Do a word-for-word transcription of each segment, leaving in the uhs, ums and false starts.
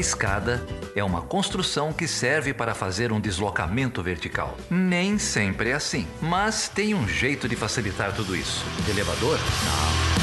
escada é uma construção que serve para fazer um deslocamento vertical. Nem sempre é assim, mas tem um jeito de facilitar tudo isso. De elevador? Não.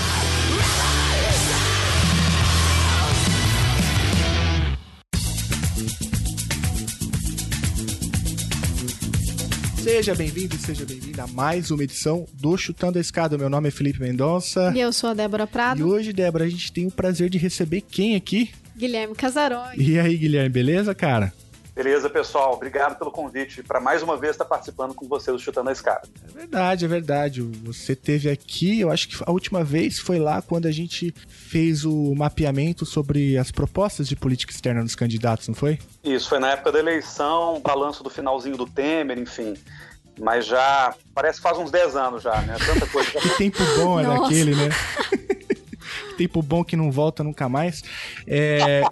Seja bem-vindo e seja bem-vinda a mais uma edição do Chutando a Escada. Meu nome é Felipe Mendonça. E eu sou a Débora Prado. E hoje, Débora, a gente tem o prazer de receber quem aqui? Guilherme Casarões. E aí, Guilherme, beleza, cara? Beleza, pessoal. Obrigado pelo convite para mais uma vez estar participando com vocês do Chutando a Escada. É verdade, é verdade. Você esteve aqui, eu acho que a última vez foi lá quando a gente fez o mapeamento sobre as propostas de política externa dos candidatos, não foi? Isso, foi na época da eleição, balanço do finalzinho do Temer, enfim. Mas já, parece que faz uns dez anos já, né? Tanta coisa. Que tempo bom é daquele, né? Tempo bom que não volta nunca mais. É...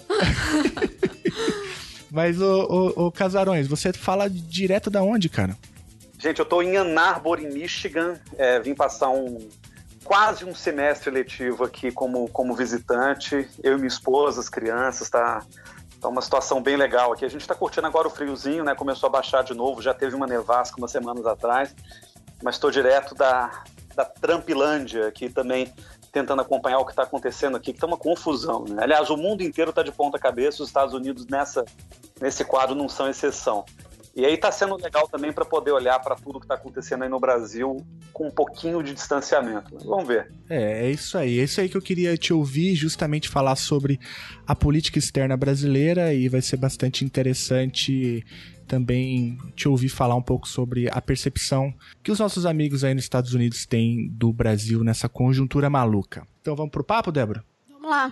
Mas, ô, ô, ô, Casarões, você fala direto da onde, cara? Gente, eu tô em Ann Arbor, em Michigan. É, vim passar um quase um semestre letivo aqui como, como visitante. Eu e minha esposa, as crianças, tá, tá uma situação bem legal aqui. A gente tá curtindo agora o friozinho, né? Começou a baixar de novo, já teve uma nevasca umas semanas atrás. Mas tô direto da, da Trumpilândia, aqui também, tentando acompanhar o que está acontecendo aqui, que tá uma confusão, né? Aliás, o mundo inteiro está de ponta cabeça, os Estados Unidos nessa, nesse quadro não são exceção. E aí está sendo legal também para poder olhar para tudo que está acontecendo aí no Brasil com um pouquinho de distanciamento. Vamos ver. É, é isso aí. É isso aí que eu queria te ouvir, justamente falar sobre a política externa brasileira, e vai ser bastante interessante também te ouvir falar um pouco sobre a percepção que os nossos amigos aí nos Estados Unidos têm do Brasil nessa conjuntura maluca. Então vamos pro papo, Débora? Vamos lá.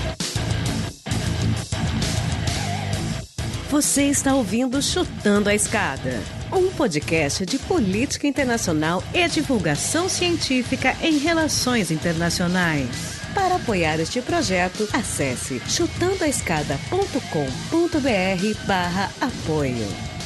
Você está ouvindo Chutando a Escada, um podcast de política internacional e divulgação científica em relações internacionais. Para apoiar este projeto, acesse chutandoaescada.com.br barra apoio.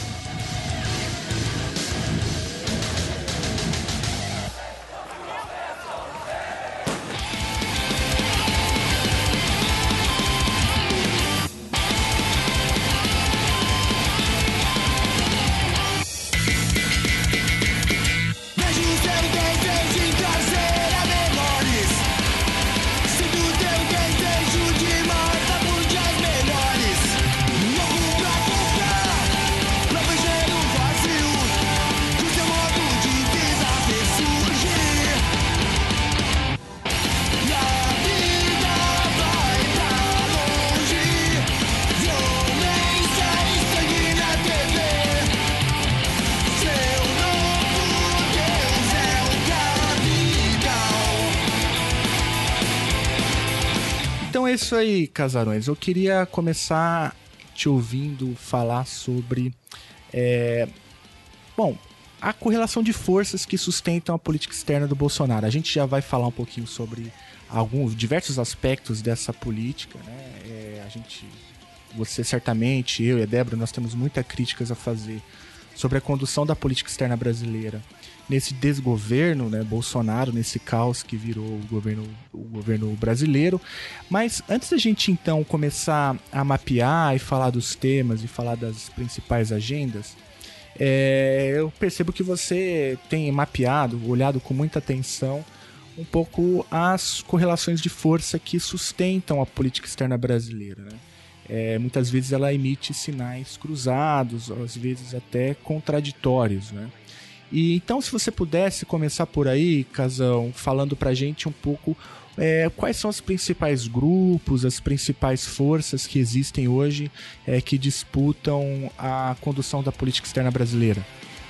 Então é isso aí, Casarões. Eu queria começar te ouvindo falar sobre é, bom, a correlação de forças que sustentam a política externa do Bolsonaro. A gente já vai falar um pouquinho sobre alguns diversos aspectos dessa política, né? É, a gente, você certamente, eu e a Débora, nós temos muitas críticas a fazer sobre a condução da política externa brasileira nesse desgoverno, né, Bolsonaro, nesse caos que virou o governo, o governo brasileiro. Mas antes da gente então começar a mapear e falar dos temas e falar das principais agendas, é, eu percebo que você tem mapeado, olhado com muita atenção um pouco as correlações de força que sustentam a política externa brasileira, né? É, muitas vezes ela emite sinais cruzados, às vezes até contraditórios, né? E então, se você pudesse começar por aí, Casão, falando pra gente um pouco é, quais são os principais grupos, as principais forças que existem hoje é, que disputam a condução da política externa brasileira.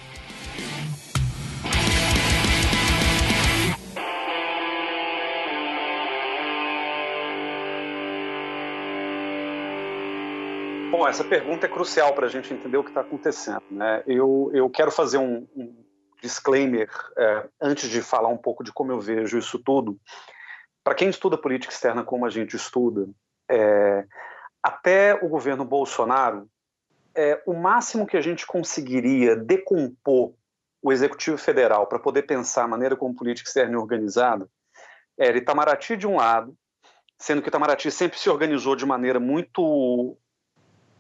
Bom, essa pergunta é crucial para a gente entender o que está acontecendo, né? Eu, eu quero fazer um, um disclaimer é, antes de falar um pouco de como eu vejo isso tudo. Para quem estuda política externa como a gente estuda, é, até o governo Bolsonaro, é, o máximo que a gente conseguiria decompor o Executivo Federal para poder pensar a maneira como política externa é organizada era Itamaraty de um lado, sendo que Itamaraty sempre se organizou de maneira muito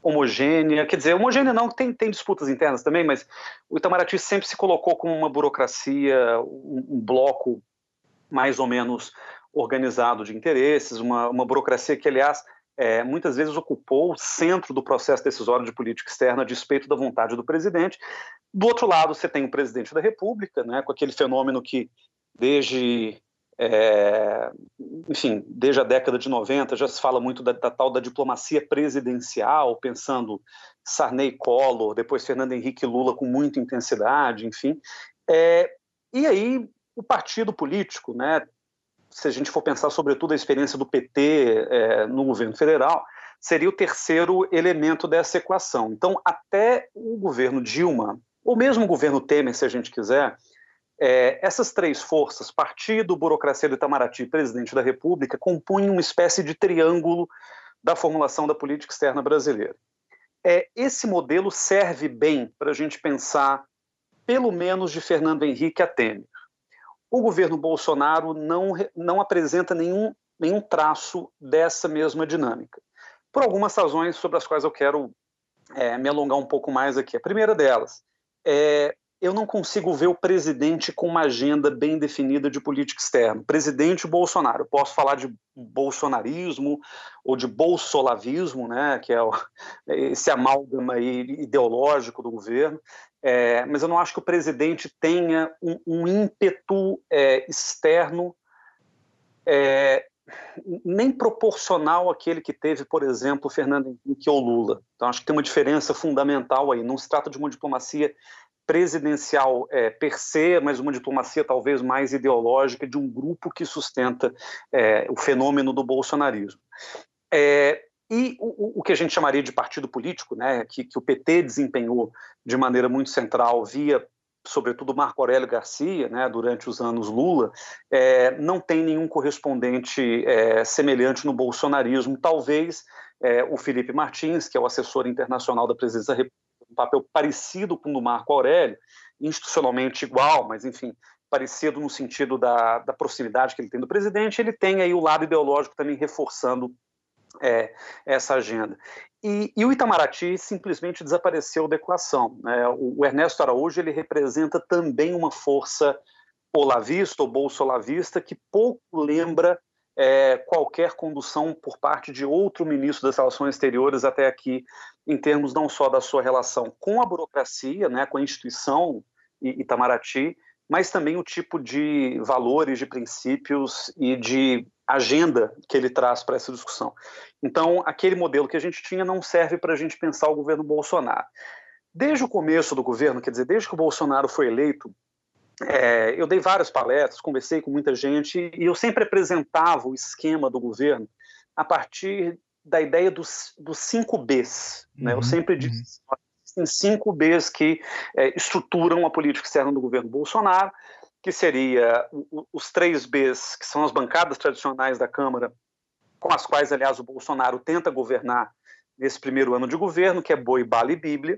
homogênea, quer dizer, homogênea não, tem, tem disputas internas também, mas o Itamaraty sempre se colocou como uma burocracia, um, um bloco mais ou menos organizado de interesses, uma, uma burocracia que, aliás, é, muitas vezes ocupou o centro do processo decisório de política externa a despeito da vontade do presidente. Do outro lado, você tem o presidente da República, né, com aquele fenômeno que desde, é, enfim, desde a década de noventa já se fala muito da, da tal da diplomacia presidencial, pensando Sarney e Collor, depois Fernando Henrique e Lula com muita intensidade, enfim. É, e aí o partido político, né, se a gente for pensar sobretudo a experiência do P T é, no governo federal, seria o terceiro elemento dessa equação. Então, até o governo Dilma, ou mesmo o governo Temer, se a gente quiser, é, essas três forças, partido, burocracia do Itamaraty e presidente da República, compunham uma espécie de triângulo da formulação da política externa brasileira. É, esse modelo serve bem para a gente pensar, pelo menos de Fernando Henrique a Temer. O governo Bolsonaro não, não apresenta nenhum, nenhum traço dessa mesma dinâmica, por algumas razões sobre as quais eu quero é, me alongar um pouco mais aqui. A primeira delas é eu não consigo ver o presidente com uma agenda bem definida de política externa. Presidente Bolsonaro, eu posso falar de bolsonarismo ou de bolsolavismo, né, que é o, esse amálgama aí ideológico do governo, é, mas eu não acho que o presidente tenha um, um ímpeto é, externo é, nem proporcional àquele que teve, por exemplo, Fernando Henrique ou Lula. Então acho que tem uma diferença fundamental aí. Não se trata de uma diplomacia presidencial é, per se, mas uma diplomacia talvez mais ideológica de um grupo que sustenta é, o fenômeno do bolsonarismo. É, e o, o que a gente chamaria de partido político, né, que, que o P T desempenhou de maneira muito central via, sobretudo, Marco Aurélio Garcia, né, durante os anos Lula, é, não tem nenhum correspondente é, semelhante no bolsonarismo. Talvez é, o Felipe Martins, que é o assessor internacional da presidência da República, um papel parecido com o do Marco Aurélio, institucionalmente igual, mas, enfim, parecido no sentido da, da proximidade que ele tem do presidente, ele tem aí o lado ideológico também reforçando é, essa agenda. E, e o Itamaraty simplesmente desapareceu da equação, né? O, o Ernesto Araújo, ele representa também uma força olavista ou bolsolavista que pouco lembra É, qualquer condução por parte de outro ministro das Relações Exteriores até aqui, em termos não só da sua relação com a burocracia, né, com a instituição Itamaraty, mas também o tipo de valores, de princípios e de agenda que ele traz para essa discussão. Então, aquele modelo que a gente tinha não serve para a gente pensar o governo Bolsonaro. Desde o começo do governo, quer dizer, desde que o Bolsonaro foi eleito, É, eu dei várias palestras, conversei com muita gente e eu sempre apresentava o esquema do governo a partir da ideia dos, dos cinco Bs. Uhum, né? Eu sempre disse que existem cinco Bs que é, estruturam a política externa do governo Bolsonaro, que seria o, os três Bs, que são as bancadas tradicionais da Câmara, com as quais, aliás, o Bolsonaro tenta governar nesse primeiro ano de governo, que é boi, bala e bíblia.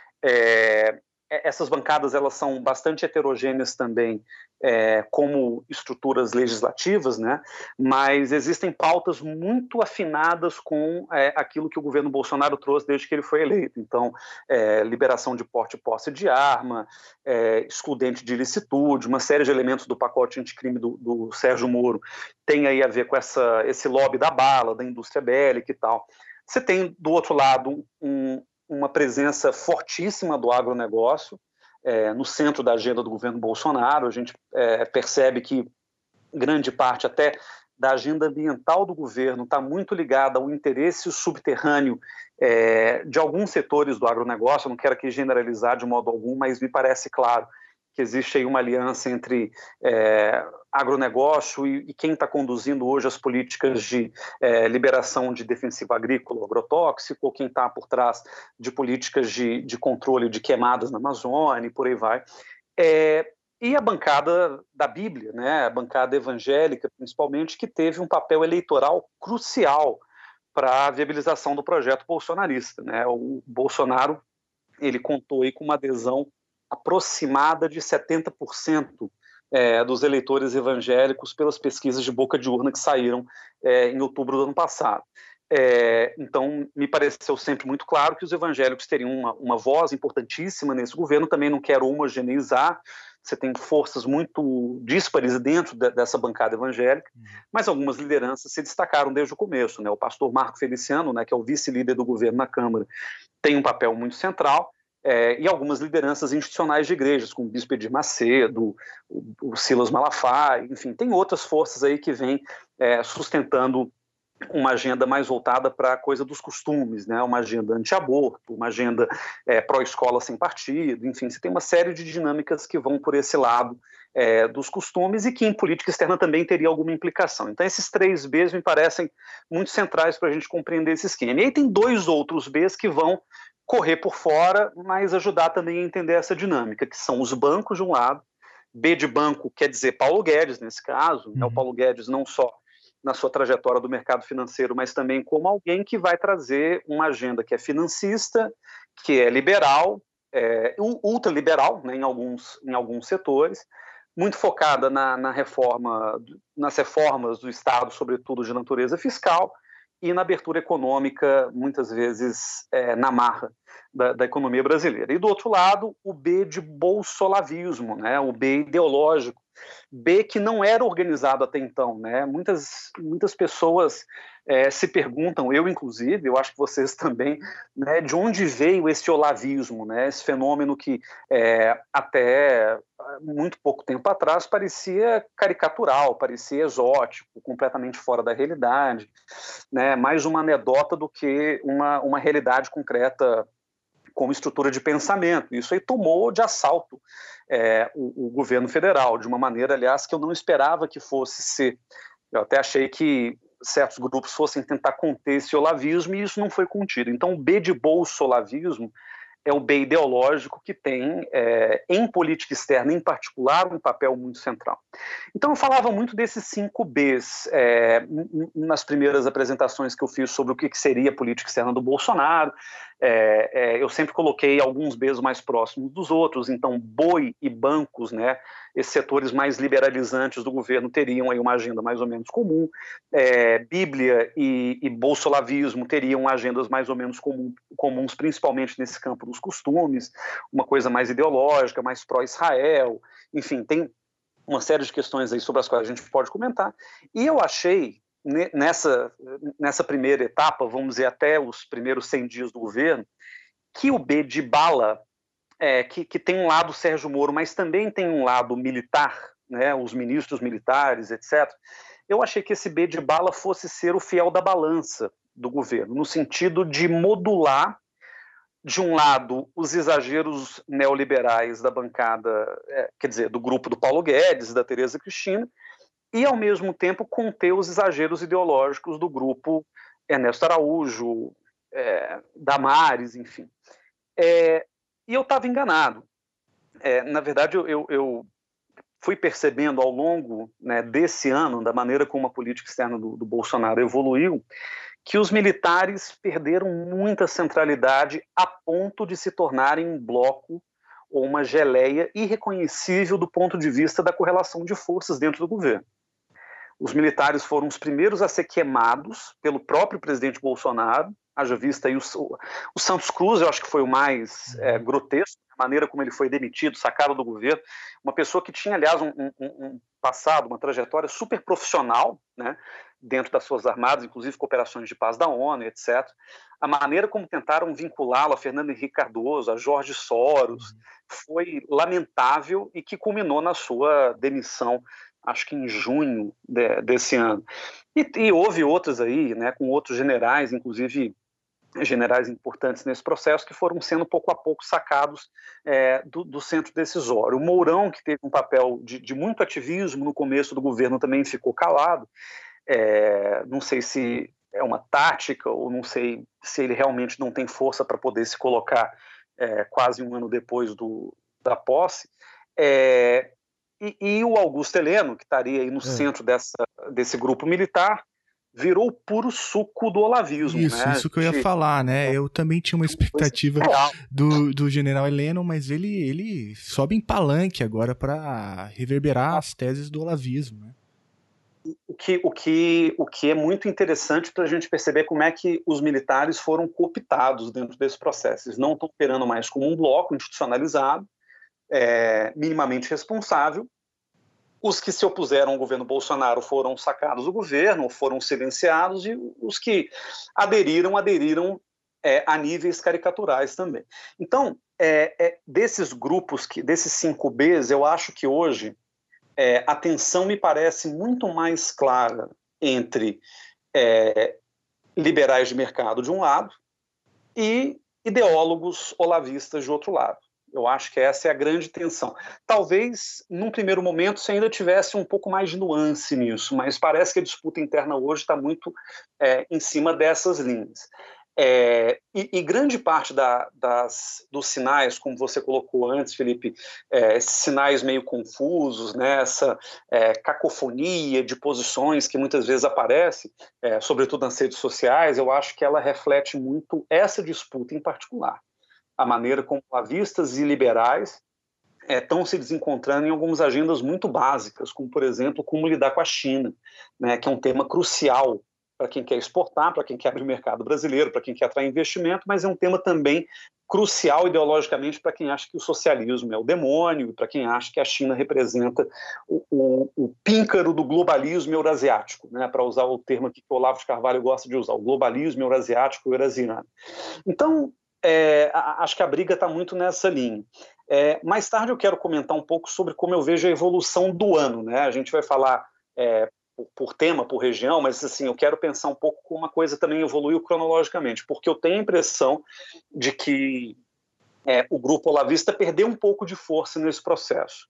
É, essas bancadas elas são bastante heterogêneas também é, como estruturas legislativas, né? Mas existem pautas muito afinadas com é, aquilo que o governo Bolsonaro trouxe desde que ele foi eleito. Então, é, liberação de porte e posse de arma, é, excludente de ilicitude, uma série de elementos do pacote anticrime do, do Sérgio Moro tem aí a ver com essa, esse lobby da bala, da indústria bélica e tal. Você tem, do outro lado, um uma presença fortíssima do agronegócio é, no centro da agenda do governo Bolsonaro. A gente é, percebe que grande parte até da agenda ambiental do governo está muito ligada ao interesse subterrâneo é, de alguns setores do agronegócio. Eu não quero aqui generalizar de modo algum, mas me parece claro que existe aí uma aliança entre é, agronegócio e, e quem está conduzindo hoje as políticas de é, liberação de defensivo agrícola, agrotóxico, ou quem está por trás de políticas de, de controle de queimadas na Amazônia e por aí vai. É, e a bancada da Bíblia, né, a bancada evangélica, principalmente, que teve um papel eleitoral crucial para a viabilização do projeto bolsonarista, né? O Bolsonaro ele contou aí com uma adesão aproximada de setenta por cento é, dos eleitores evangélicos pelas pesquisas de boca de urna que saíram é, em outubro do ano passado. É, então, me pareceu sempre muito claro que os evangélicos teriam uma, uma voz importantíssima nesse governo. Também não quero homogeneizar, você tem forças muito díspares dentro de, dessa bancada evangélica, mas algumas lideranças se destacaram desde o começo, né? O pastor Marco Feliciano, né, que é o vice-líder do governo na Câmara, tem um papel muito central, é, e algumas lideranças institucionais de igrejas, como o bispo Edir Macedo, o, o Silas Malafaia, enfim, tem outras forças aí que vêm é, sustentando uma agenda mais voltada para a coisa dos costumes, né? Uma agenda anti-aborto, uma agenda é, pró-escola sem partido, enfim, você tem uma série de dinâmicas que vão por esse lado é, dos costumes e que em política externa também teria alguma implicação. Então esses três Bs me parecem muito centrais para a gente compreender esse esquema. E aí tem dois outros Bs que vão correr por fora, mas ajudar também a entender essa dinâmica, que são os bancos de um lado, B de banco quer dizer Paulo Guedes nesse caso, uhum. né? O Paulo Guedes não só na sua trajetória do mercado financeiro, mas também como alguém que vai trazer uma agenda que é financista, que é liberal, é, ultraliberal, né, em, alguns, em alguns setores, muito focada na, na reforma, nas reformas do Estado, sobretudo de natureza fiscal, e na abertura econômica, muitas vezes é, na marra da, da economia brasileira. E do outro lado, o B de bolsolavismo, né, o B ideológico, B que não era organizado até então, né? Muitas, muitas pessoas é, se perguntam, eu inclusive, eu acho que vocês também, né, de onde veio esse olavismo, né? Esse fenômeno que é, até muito pouco tempo atrás parecia caricatural, parecia exótico, completamente fora da realidade, né? Mais uma anedota do que uma, uma realidade concreta como estrutura de pensamento. Isso aí tomou de assalto é, o, o governo federal, de uma maneira, aliás, que eu não esperava que fosse ser. Eu até achei que certos grupos fossem tentar conter esse olavismo e isso não foi contido. Então, o B de bolsolavismo é o B ideológico que tem, é, em política externa em particular, um papel muito central. Então eu falava muito desses cinco Bs é, nas primeiras apresentações que eu fiz sobre o que seria a política externa do Bolsonaro. É, é, eu sempre coloquei alguns Bs mais próximos dos outros, então boi e bancos, né, esses setores mais liberalizantes do governo teriam aí uma agenda mais ou menos comum, é, Bíblia e, e bolsolavismo teriam agendas mais ou menos comum, comuns, principalmente nesse campo dos costumes, uma coisa mais ideológica, mais pró-Israel, enfim, tem uma série de questões aí sobre as quais a gente pode comentar, e eu achei nessa, nessa primeira etapa, vamos dizer até os primeiros cem dias do governo, que o B de bala, é, que, que tem um lado Sérgio Moro, mas também tem um lado militar, né, os ministros militares, etcétera, eu achei que esse B de bala fosse ser o fiel da balança do governo, no sentido de modular, de um lado, os exageros neoliberais da bancada, é, quer dizer, do grupo do Paulo Guedes e da Tereza Cristina, e, ao mesmo tempo, conter os exageros ideológicos do grupo Ernesto Araújo, é, Damares, enfim. É, e eu estava enganado. É, na verdade, eu, eu, eu fui percebendo ao longo, né, desse ano, da maneira como a política externa do, do Bolsonaro evoluiu, que os militares perderam muita centralidade a ponto de se tornarem um bloco ou uma geleia irreconhecível do ponto de vista da correlação de forças dentro do governo. Os militares foram os primeiros a ser queimados pelo próprio presidente Bolsonaro, haja vista aí o, o Santos Cruz, eu acho que foi o mais é, grotesco, a maneira como ele foi demitido, sacado do governo, uma pessoa que tinha, aliás, um, um, um passado, uma trajetória super profissional, né, dentro das suas armadas, inclusive com operações de paz da ONU, etcétera. A maneira como tentaram vinculá-lo a Fernando Henrique Cardoso, a Jorge Soros, foi lamentável e que culminou na sua demissão, acho que em junho de, desse ano. E, e houve outras aí, né, com outros generais, inclusive generais importantes nesse processo, que foram sendo pouco a pouco sacados é, do, do centro decisório. O Mourão, que teve um papel de, de muito ativismo no começo do governo, também ficou calado. É, não sei se é uma tática ou não sei se ele realmente não tem força para poder se colocar é, quase um ano depois do, da posse. É, e, e o Augusto Heleno, que estaria aí no é. centro dessa, desse grupo militar, virou o puro suco do olavismo. Isso, né? isso que eu ia falar, né? Eu também tinha uma expectativa do, do general Heleno, mas ele, ele sobe em palanque agora para reverberar as teses do olavismo, né? o, que, o, que, o que é muito interessante para a gente perceber como é que os militares foram cooptados dentro desse processo. Eles não estão operando mais como um bloco institucionalizado, é, minimamente responsável. Os que se opuseram ao governo Bolsonaro foram sacados do governo, foram silenciados, e os que aderiram, aderiram é, a níveis caricaturais também. Então, é, é, desses grupos, que, desses cinco Bs, eu acho que hoje é, a tensão me parece muito mais clara entre é, liberais de mercado de um lado e ideólogos olavistas de outro lado. Eu acho que essa é a grande tensão. Talvez, num primeiro momento, você ainda tivesse um pouco mais de nuance nisso, mas parece que a disputa interna hoje está muito é, em cima dessas linhas. É, e, e grande parte da, das, dos sinais, como você colocou antes, Felipe, é, esses sinais meio confusos, né, essa é, cacofonia de posições que muitas vezes aparece, é, sobretudo nas redes sociais, eu acho que ela reflete muito essa disputa em particular. A maneira como olavistas e liberais é, estão se desencontrando em algumas agendas muito básicas, como, por exemplo, como lidar com a China, né, que é um tema crucial para quem quer exportar, para quem quer abrir mercado brasileiro, para quem quer atrair investimento, mas é um tema também crucial ideologicamente para quem acha que o socialismo é o demônio e para quem acha que a China representa o, o, o píncaro do globalismo eurasiático, né, para usar o termo que o Olavo de Carvalho gosta de usar, o globalismo eurasiático eurasiano. Então, É, acho que a briga está muito nessa linha. É, mais tarde eu quero comentar um pouco sobre como eu vejo a evolução do ano, né? A gente vai falar é, por, por tema, por região, mas assim, eu quero pensar um pouco como uma coisa também evoluiu cronologicamente, porque eu tenho a impressão de que é, o grupo olavista perdeu um pouco de força nesse processo.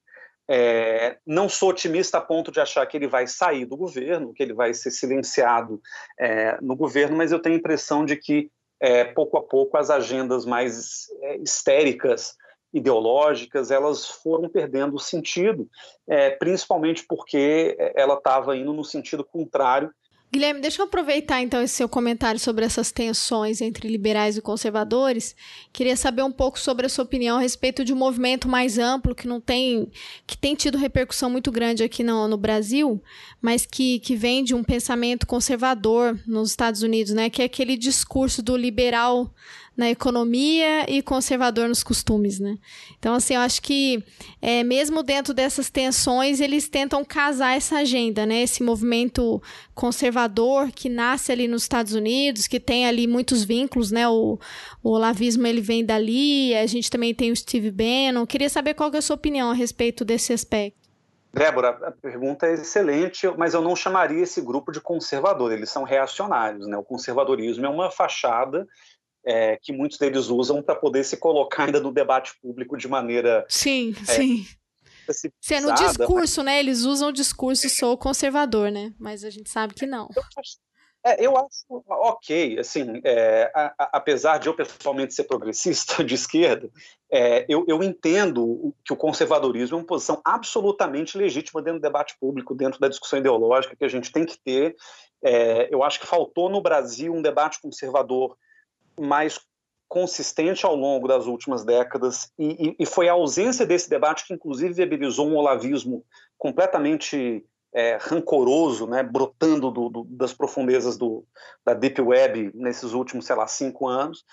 É, não sou otimista a ponto de achar que ele vai sair do governo, que ele vai ser silenciado é, no governo, mas eu tenho a impressão de que É, pouco a pouco, as agendas mais é, histéricas, ideológicas, elas foram perdendo sentido, é, principalmente porque ela estava indo no sentido contrário. Guilherme, deixa eu aproveitar então esse seu comentário sobre essas tensões entre liberais e conservadores. Queria saber um pouco sobre a sua opinião a respeito de um movimento mais amplo que não tem, que tem tido repercussão muito grande aqui no, no Brasil, mas que, que vem de um pensamento conservador nos Estados Unidos, né? Que é aquele discurso do liberal na economia e conservador nos costumes, né? Então, assim, eu acho que é, mesmo dentro dessas tensões, eles tentam casar essa agenda, né? Esse movimento conservador que nasce ali nos Estados Unidos, que tem ali muitos vínculos, né? O, o olavismo, ele vem dali, a gente também tem o Steve Bannon. Queria saber qual que é a sua opinião a respeito desse aspecto. Débora, a pergunta é excelente, mas eu não chamaria esse grupo de conservador, eles são reacionários, né? O conservadorismo é uma fachada É, que muitos deles usam para poder se colocar ainda no debate público de maneira... Sim, é, sim. Se é no discurso, mas... né? Eles usam o discurso, sou conservador, né? Mas a gente sabe que não. Eu acho, é, eu acho ok, assim, é, a, a, apesar de eu pessoalmente ser progressista de esquerda, é, eu, eu entendo que o conservadorismo é uma posição absolutamente legítima dentro do debate público, dentro da discussão ideológica que a gente tem que ter. É, eu acho que faltou no Brasil um debate conservador mais consistente ao longo das últimas décadas, e, e foi a ausência desse debate que inclusive viabilizou um olavismo completamente é, rancoroso, né, brotando do, do, das profundezas do, da Deep Web nesses últimos, sei lá, cinco anos,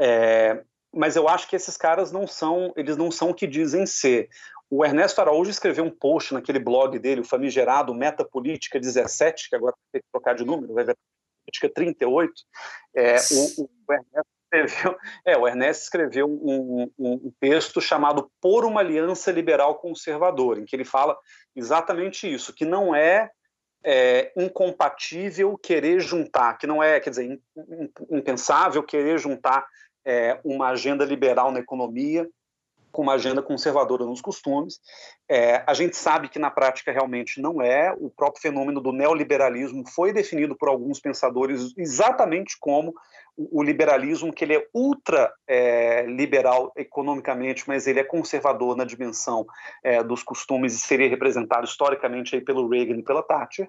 é, mas eu acho que esses caras não são, eles não são o que dizem ser. O Ernesto Araújo escreveu um post naquele blog dele, o famigerado Metapolítica dezessete, que agora tem que trocar de número, vai ver Política trinta e oito, é, o, o, Ernesto escreveu, é, o Ernesto escreveu um, um, um texto chamado Por uma Aliança Liberal Conservadora, em que ele fala exatamente isso, que não é, é incompatível querer juntar, que não é, quer dizer, impensável querer juntar é, uma agenda liberal na economia com uma agenda conservadora nos costumes. É, a gente sabe que na prática realmente não é. O próprio fenômeno do neoliberalismo foi definido por alguns pensadores exatamente como o, o liberalismo, que ele é ultra é, liberal economicamente, mas ele é conservador na dimensão é, dos costumes e seria representado historicamente aí pelo Reagan e pela Thatcher.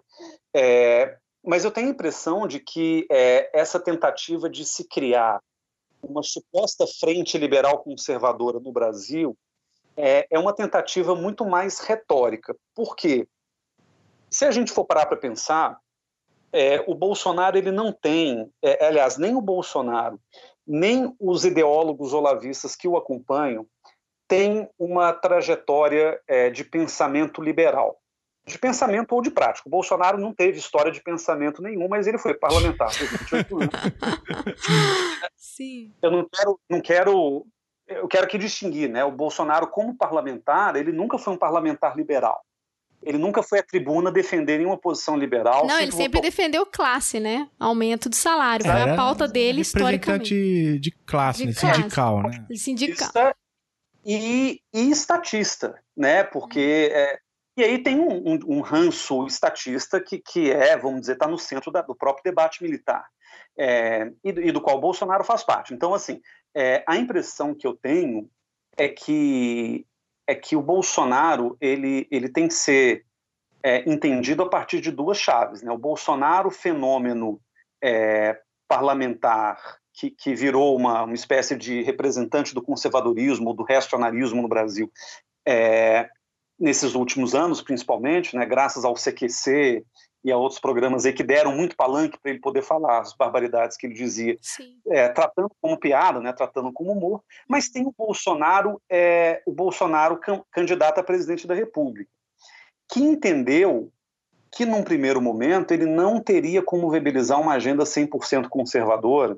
É, mas eu tenho a impressão de que é, essa tentativa de se criar uma suposta frente liberal conservadora no Brasil é, é uma tentativa muito mais retórica. Por quê? se a gente for parar para pensar, é, o Bolsonaro ele não tem, é, aliás, nem o Bolsonaro, nem os ideólogos olavistas que o acompanham têm uma trajetória é, de pensamento liberal. De pensamento ou de prática. O Bolsonaro não teve história de pensamento nenhum, mas ele foi parlamentar por vinte e oito anos. Sim. Eu não quero, não quero, eu quero aqui distinguir, né? O Bolsonaro, como parlamentar, ele nunca foi um parlamentar liberal. Ele nunca foi à tribuna defender nenhuma posição liberal. Não, ele sempre votou... defendeu classe, né? Aumento de salário. Foi Era a pauta dele, historicamente. Representante de classe, De né? classe. Sindical, né? Sindical. E, e estatista, né? Porque... É, e aí tem um, um, um ranço estatista que, que é, vamos dizer, está no centro da, do próprio debate militar, é, e, e do qual o Bolsonaro faz parte. Então, assim, é, a impressão que eu tenho é que, é que o Bolsonaro ele, ele tem que ser é, entendido a partir de duas chaves, né? O Bolsonaro, fenômeno é, parlamentar que, que virou uma, uma espécie de representante do conservadorismo, do reacionarismo no Brasil, é, nesses últimos anos, principalmente, né, graças ao C Q C e a outros programas aí que deram muito palanque para ele poder falar as barbaridades que ele dizia, é, tratando como piada, né, tratando como humor, mas tem o Bolsonaro, é, o Bolsonaro can, candidato a presidente da República, que entendeu que, num primeiro momento, ele não teria como viabilizar uma agenda cem por cento conservadora,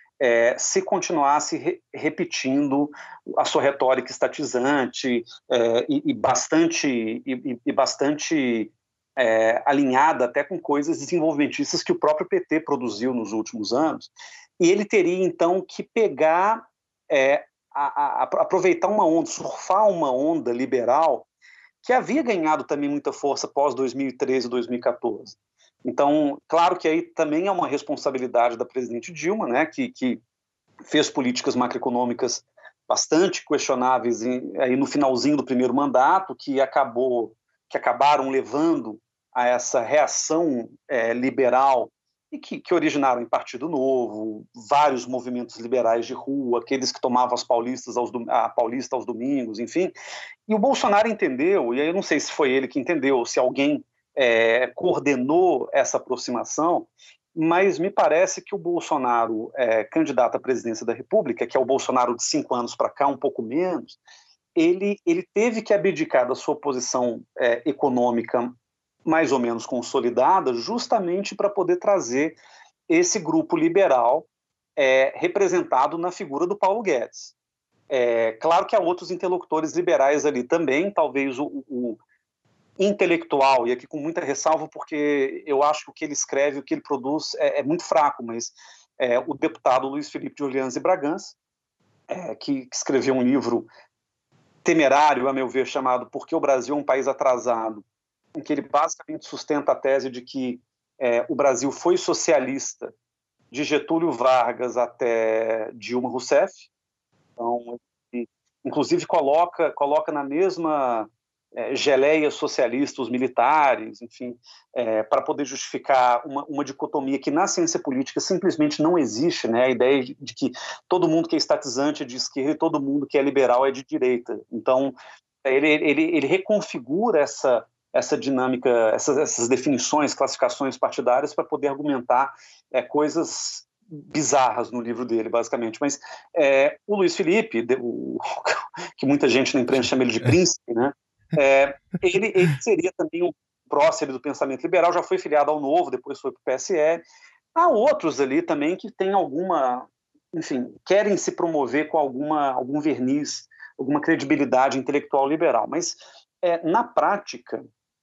É, se continuasse re repetindo a sua retórica estatizante é, e, e bastante, e, e bastante é, alinhada até com coisas desenvolvimentistas que o próprio P T produziu nos últimos anos, e ele teria então que pegar, é, a, a, aproveitar uma onda, surfar uma onda liberal que havia ganhado também muita força pós dois mil e treze e dois mil e quatorze. Então, claro que aí também é uma responsabilidade da presidente Dilma, né, que, que fez políticas macroeconômicas bastante questionáveis em, aí no finalzinho do primeiro mandato, que, acabou, que acabaram levando a essa reação é, liberal e que, que originaram em Partido Novo, vários movimentos liberais de rua, aqueles que tomavam as paulistas aos, a Paulista aos domingos, enfim. E o Bolsonaro entendeu, e aí eu não sei se foi ele que entendeu, se alguém É, coordenou essa aproximação, mas me parece que o Bolsonaro, é, candidato à presidência da República, que é o Bolsonaro de cinco anos para cá, um pouco menos, ele, ele teve que abdicar da sua posição é, econômica mais ou menos consolidada, justamente para poder trazer esse grupo liberal é, representado na figura do Paulo Guedes. É, claro que há outros interlocutores liberais ali também, talvez o, o intelectual, e aqui com muita ressalva, porque eu acho que o que ele escreve, o que ele produz é, é muito fraco, mas é, o deputado Luiz Felipe de Orleans e Bragança, é, que, que escreveu um livro temerário, a meu ver, chamado Por que o Brasil é um País Atrasado, em que ele basicamente sustenta a tese de que é, o Brasil foi socialista de Getúlio Vargas até Dilma Rousseff. Então, ele, inclusive coloca, coloca na mesma É, geleia socialista, os militares, enfim, é, para poder justificar uma, uma dicotomia que na ciência política simplesmente não existe, né? A ideia de, de que todo mundo que é estatizante é de esquerda e todo mundo que é liberal é de direita. Então, ele, ele, ele reconfigura essa, essa dinâmica, essas, essas definições, classificações partidárias para poder argumentar é, coisas bizarras no livro dele, basicamente. Mas é, o Luiz Felipe, o, que muita gente na imprensa chama ele de príncipe, né? É, ele, ele seria também um prócer do pensamento liberal, já foi filiado ao Novo, depois foi para o P S L. Há outros ali também que têm alguma, enfim, querem se promover com alguma, algum verniz, alguma credibilidade intelectual liberal. Mas, é, na prática,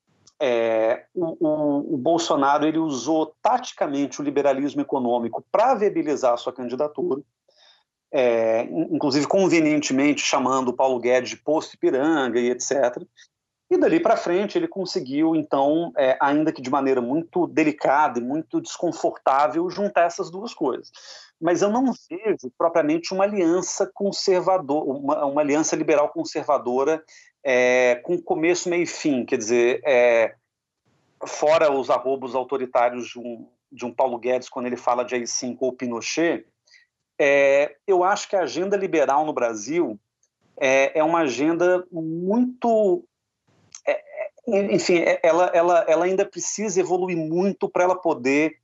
é, o, o, o Bolsonaro ele usou taticamente o liberalismo econômico para viabilizar a sua candidatura, É, inclusive convenientemente chamando o Paulo Guedes de posto Ipiranga e etcétera. E dali para frente ele conseguiu, então, é, ainda que de maneira muito delicada e muito desconfortável, juntar essas duas coisas. Mas eu não vejo propriamente uma aliança conservadora, uma, uma aliança liberal conservadora é, com começo, meio e fim, quer dizer, é, fora os arrobos autoritários de um, de um Paulo Guedes quando ele fala de A I cinco ou Pinochet. É, eu acho que a agenda liberal no Brasil é, é uma agenda muito... É, enfim, ela, ela, ela ainda precisa evoluir muito para ela poder,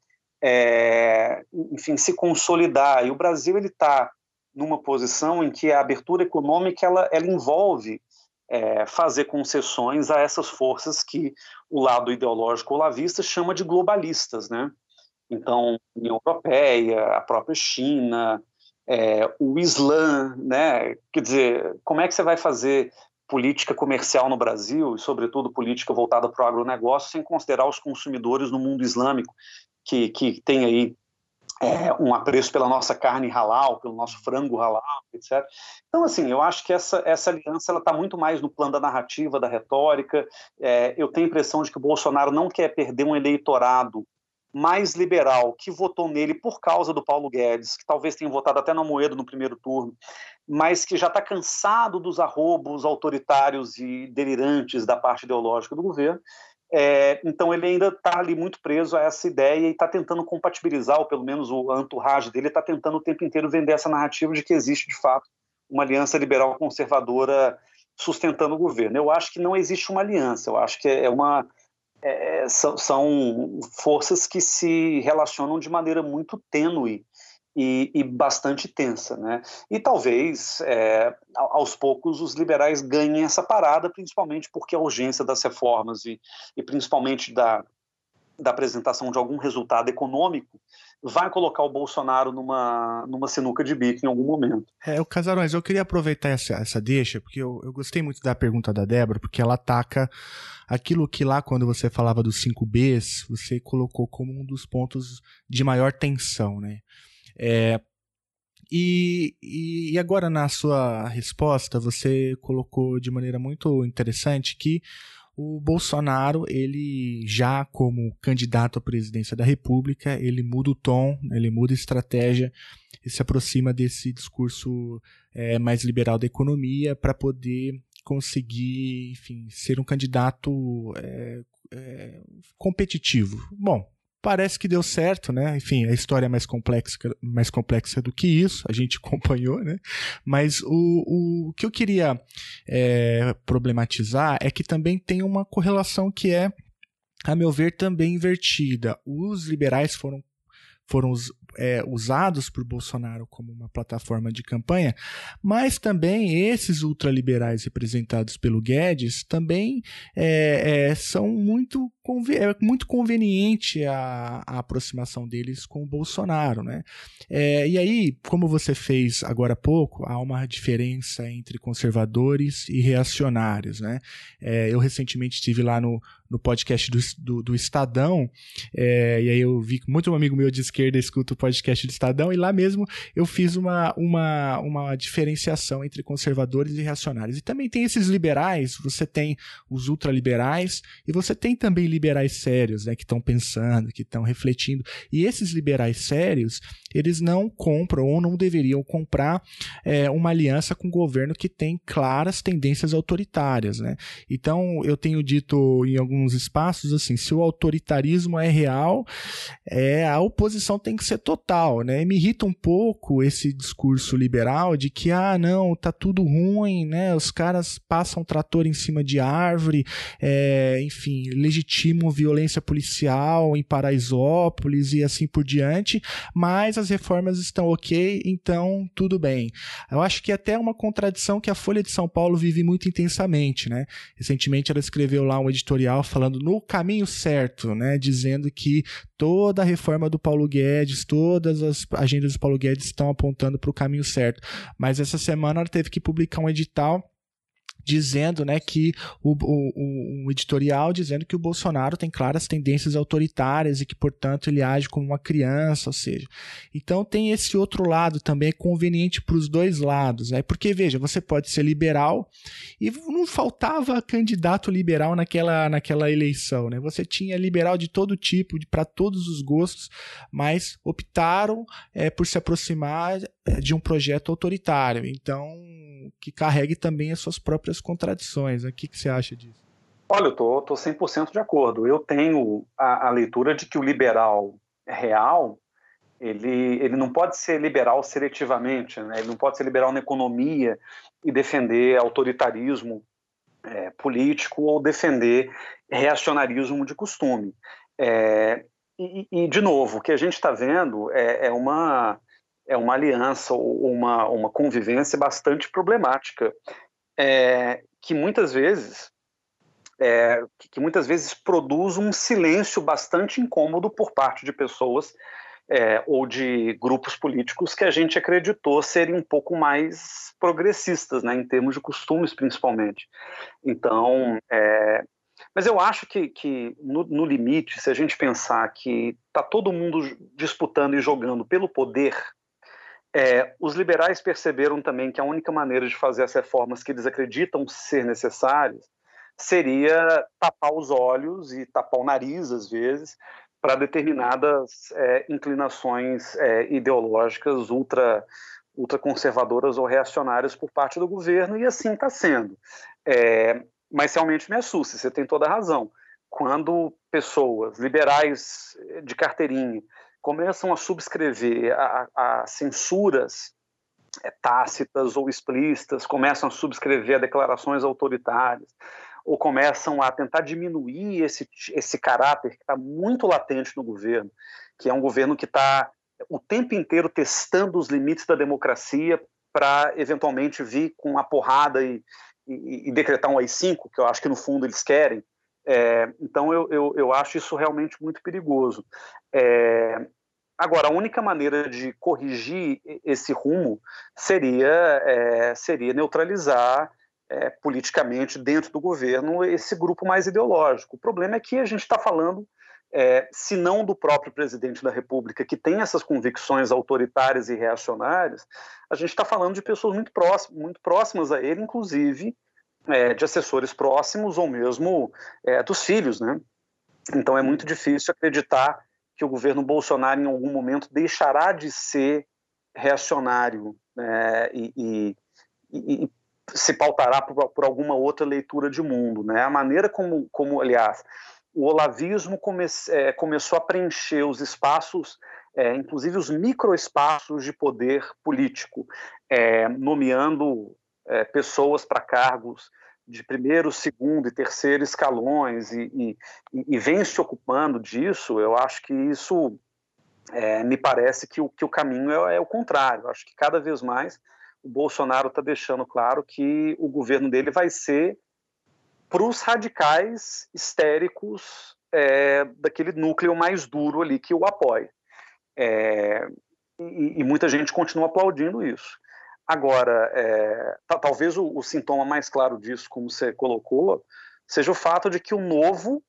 é, enfim, se consolidar. E o Brasil ele está numa posição em que a abertura econômica ela, ela envolve é, fazer concessões a essas forças que o lado ideológico olavista chama de globalistas, né? Então, a União Europeia, a própria China, é, o Islã, né? Quer dizer, como é que você vai fazer política comercial no Brasil, e sobretudo política voltada para o agronegócio, sem considerar os consumidores no mundo islâmico, que, que tem aí é, um apreço pela nossa carne halal, pelo nosso frango halal, etcétera. Então, assim, eu acho que essa, essa aliança está muito mais no plano da narrativa, da retórica. É, eu tenho a impressão de que o Bolsonaro não quer perder um eleitorado mais liberal que votou nele por causa do Paulo Guedes, que talvez tenha votado até no Amoedo no primeiro turno, mas que já está cansado dos arrobos autoritários e delirantes da parte ideológica do governo. É, então ele ainda está ali muito preso a essa ideia e está tentando compatibilizar, ou pelo menos o entourage dele está tentando o tempo inteiro vender essa narrativa de que existe de fato uma aliança liberal conservadora sustentando o governo. Eu acho que não existe uma aliança, eu acho que é uma É, são, são forças que se relacionam de maneira muito tênue e, e bastante tensa, né? E talvez, é, aos poucos, os liberais ganhem essa parada, principalmente porque a urgência das reformas e, e principalmente da, da apresentação de algum resultado econômico vai colocar o Bolsonaro numa, numa sinuca de bico em algum momento. É, o Casarões, eu queria aproveitar essa, essa deixa, porque eu, eu gostei muito da pergunta da Débora, porque ela ataca aquilo que lá, quando você falava dos cinco Bs, você colocou como um dos pontos de maior tensão, né? É, e, e agora, na sua resposta, você colocou de maneira muito interessante que o Bolsonaro, ele já como candidato à presidência da República, ele muda o tom, ele muda a estratégia e se aproxima desse discurso é, mais liberal da economia para poder conseguir, enfim, ser um candidato é, é, competitivo. Bom, parece que deu certo, né? Enfim, a história é mais complexa, mais complexa do que isso, a gente acompanhou, né? Mas o, o que eu queria é, problematizar é que também tem uma correlação que é, a meu ver, também invertida. Os liberais foram, foram é, usados por Bolsonaro como uma plataforma de campanha, mas também esses ultraliberais representados pelo Guedes também é, é, são muito é muito conveniente a, a aproximação deles com o Bolsonaro, né? É, e aí, como você fez agora há pouco, há uma diferença entre conservadores e reacionários, né? É, eu recentemente estive lá no, no podcast do, do, do Estadão, é, e aí eu vi que muito um amigo meu de esquerda escuta o podcast do Estadão, e lá mesmo eu fiz uma, uma, uma diferenciação entre conservadores e reacionários. E também tem esses liberais, você tem os ultraliberais, e você tem também liberais sérios, né, que estão pensando, que estão refletindo. E esses liberais sérios, eles não compram ou não deveriam comprar é, uma aliança com um governo que tem claras tendências autoritárias, né? Então, eu tenho dito em alguns espaços, assim, se o autoritarismo é real, é, a oposição tem que ser total, né? E me irrita um pouco esse discurso liberal de que, ah, não, tá tudo ruim, né? Os caras passam trator em cima de árvore, é, enfim, legitimam violência policial em Paraisópolis e assim por diante, mas as reformas estão ok, então tudo bem. Eu acho que até é uma contradição que a Folha de São Paulo vive muito intensamente, né? Recentemente ela escreveu lá um editorial falando no caminho certo, né? Dizendo que toda a reforma do Paulo Guedes, todas as agendas do Paulo Guedes estão apontando para o caminho certo. Mas essa semana ela teve que publicar um edital dizendo, né, que o, o, um editorial dizendo que o Bolsonaro tem claras tendências autoritárias e que, portanto, ele age como uma criança, ou seja, então tem esse outro lado também, é conveniente para os dois lados, né, porque, veja, você pode ser liberal e não faltava candidato liberal naquela, naquela eleição, né, você tinha liberal de todo tipo, para todos os gostos, mas optaram é, por se aproximar de um projeto autoritário, então que carregue também as suas próprias contradições. O que, que você acha disso? Olha, eu tô, tô cem por cento de acordo. Eu tenho a, a leitura de que o liberal real, ele, ele não pode ser liberal seletivamente, né? Ele não pode ser liberal na economia e defender autoritarismo é, político ou defender reacionarismo de costume. É, e, e, de novo, o que a gente está vendo é, é, uma, é uma aliança ou uma, uma convivência bastante problemática, é, que muitas vezes... É, que muitas vezes produz um silêncio bastante incômodo por parte de pessoas é, ou de grupos políticos que a gente acreditou serem um pouco mais progressistas, né, em termos de costumes, principalmente. Então, é, mas eu acho que, que no, no limite, se a gente pensar que está todo mundo disputando e jogando pelo poder, é, os liberais perceberam também que a única maneira de fazer as reformas que eles acreditam ser necessárias seria tapar os olhos e tapar o nariz, às vezes, para determinadas é, inclinações é, ideológicas ultra, ultraconservadoras ou reacionárias por parte do governo, e assim está sendo. É, mas realmente me assusta, você tem toda a razão. Quando pessoas liberais de carteirinha começam a subscrever a, a censuras é, tácitas ou explícitas, começam a subscrever a declarações autoritárias, ou começam a tentar diminuir esse, esse caráter que está muito latente no governo, que é um governo que está o tempo inteiro testando os limites da democracia para, eventualmente, vir com a porrada e, e, e decretar um A I cinco, que eu acho que, no fundo, eles querem. É, então, eu, eu, eu acho isso realmente muito perigoso. É, agora, a única maneira de corrigir esse rumo seria, é, seria neutralizar É, politicamente dentro do governo esse grupo mais ideológico. O problema é que a gente está falando, é, se não do próprio presidente da República, que tem essas convicções autoritárias e reacionárias, a gente está falando de pessoas muito próximas, muito próximas a ele, inclusive é, de assessores próximos ou mesmo é, dos filhos, né? Então é muito difícil acreditar que o governo Bolsonaro em algum momento deixará de ser reacionário, né, e, e, e se pautará por, por alguma outra leitura de mundo, né? A maneira como, como aliás, o olavismo come, é, começou a preencher os espaços, é, inclusive os microespaços de poder político, é, nomeando é, pessoas para cargos de primeiro, segundo e terceiro escalões e, e, e vem se ocupando disso. Eu acho que isso é, me parece que o, que o caminho é, é o contrário. Eu acho que cada vez mais o Bolsonaro está deixando claro que o governo dele vai ser para os radicais histéricos é, daquele núcleo mais duro ali que o apoia. É, e, e muita gente continua aplaudindo isso. Agora, é, talvez o, o sintoma mais claro disso, como você colocou, seja o fato de que o Novo,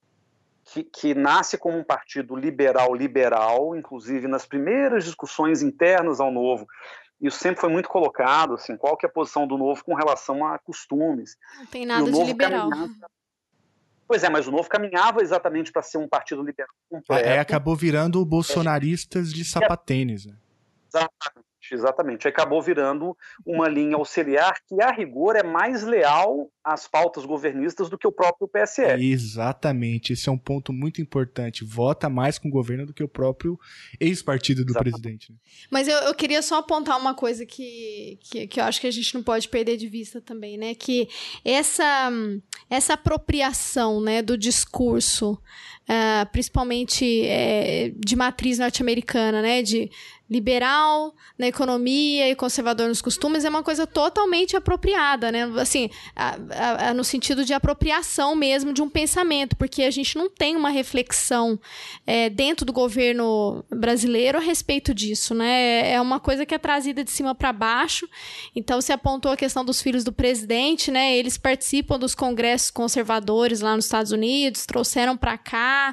que, que nasce como um partido liberal-liberal, inclusive nas primeiras discussões internas ao Novo, isso sempre foi muito colocado, assim, qual que é a posição do Novo com relação a costumes. Não tem nada de liberal. Caminhava... Pois é, mas o Novo caminhava exatamente para ser um partido liberal completo. Aí acabou virando bolsonaristas de sapatênis, né? Exatamente. Exatamente, acabou virando uma linha auxiliar que, a rigor, é mais leal às pautas governistas do que o próprio P S L. Exatamente, esse é um ponto muito importante. Vota mais com o governo do que o próprio ex-partido do Exatamente. Presidente. Né? Mas eu, eu queria só apontar uma coisa que, que, que eu acho que a gente não pode perder de vista também, né? Que essa, essa apropriação, né, do discurso, uh, principalmente é, de matriz norte-americana, né, de liberal na economia e conservador nos costumes, é uma coisa totalmente apropriada, né? Assim, a, a, a, no sentido de apropriação mesmo de um pensamento, porque a gente não tem uma reflexão é, dentro do governo brasileiro a respeito disso, né? É uma coisa que é trazida de cima para baixo. Então, você apontou a questão dos filhos do presidente, né? Eles participam dos congressos conservadores lá nos Estados Unidos, trouxeram para cá,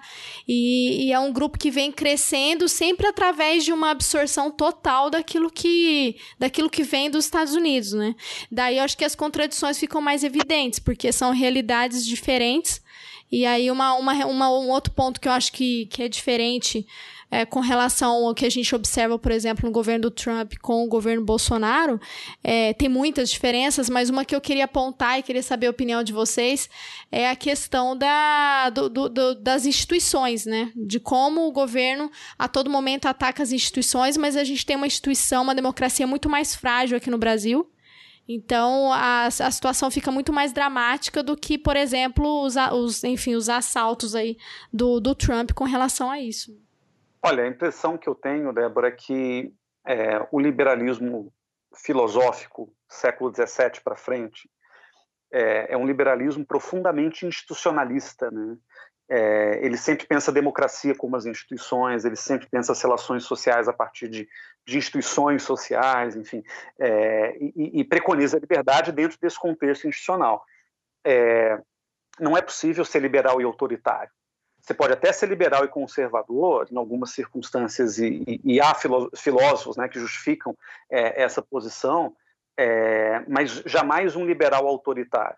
e, e é um grupo que vem crescendo sempre através de uma absorção total daquilo que, daquilo que vem dos Estados Unidos, né? Daí eu acho que as contradições ficam mais evidentes, porque são realidades diferentes. E aí uma, uma, uma, um outro ponto que eu acho que, que é diferente é, com relação ao que a gente observa, por exemplo, no governo do Trump com o governo Bolsonaro, é, tem muitas diferenças, mas uma que eu queria apontar e queria saber a opinião de vocês é a questão da, do, do, do, das instituições, né? De como o governo a todo momento ataca as instituições, mas a gente tem uma instituição, uma democracia muito mais frágil aqui no Brasil, Então, a, a situação fica muito mais dramática do que, por exemplo, os, os, enfim, os assaltos aí do, do Trump com relação a isso. Olha, a impressão que eu tenho, Débora, é que é, o liberalismo filosófico, século dezessete para frente, é, é um liberalismo profundamente institucionalista, né? É, ele sempre pensa a democracia como as instituições, ele sempre pensa as relações sociais a partir de, de instituições sociais, enfim, é, e, e preconiza a liberdade dentro desse contexto institucional. É, não é possível ser liberal e autoritário. Você pode até ser liberal e conservador em algumas circunstâncias, e, e, e há filósofos, né, que justificam é, essa posição, é, mas jamais um liberal autoritário.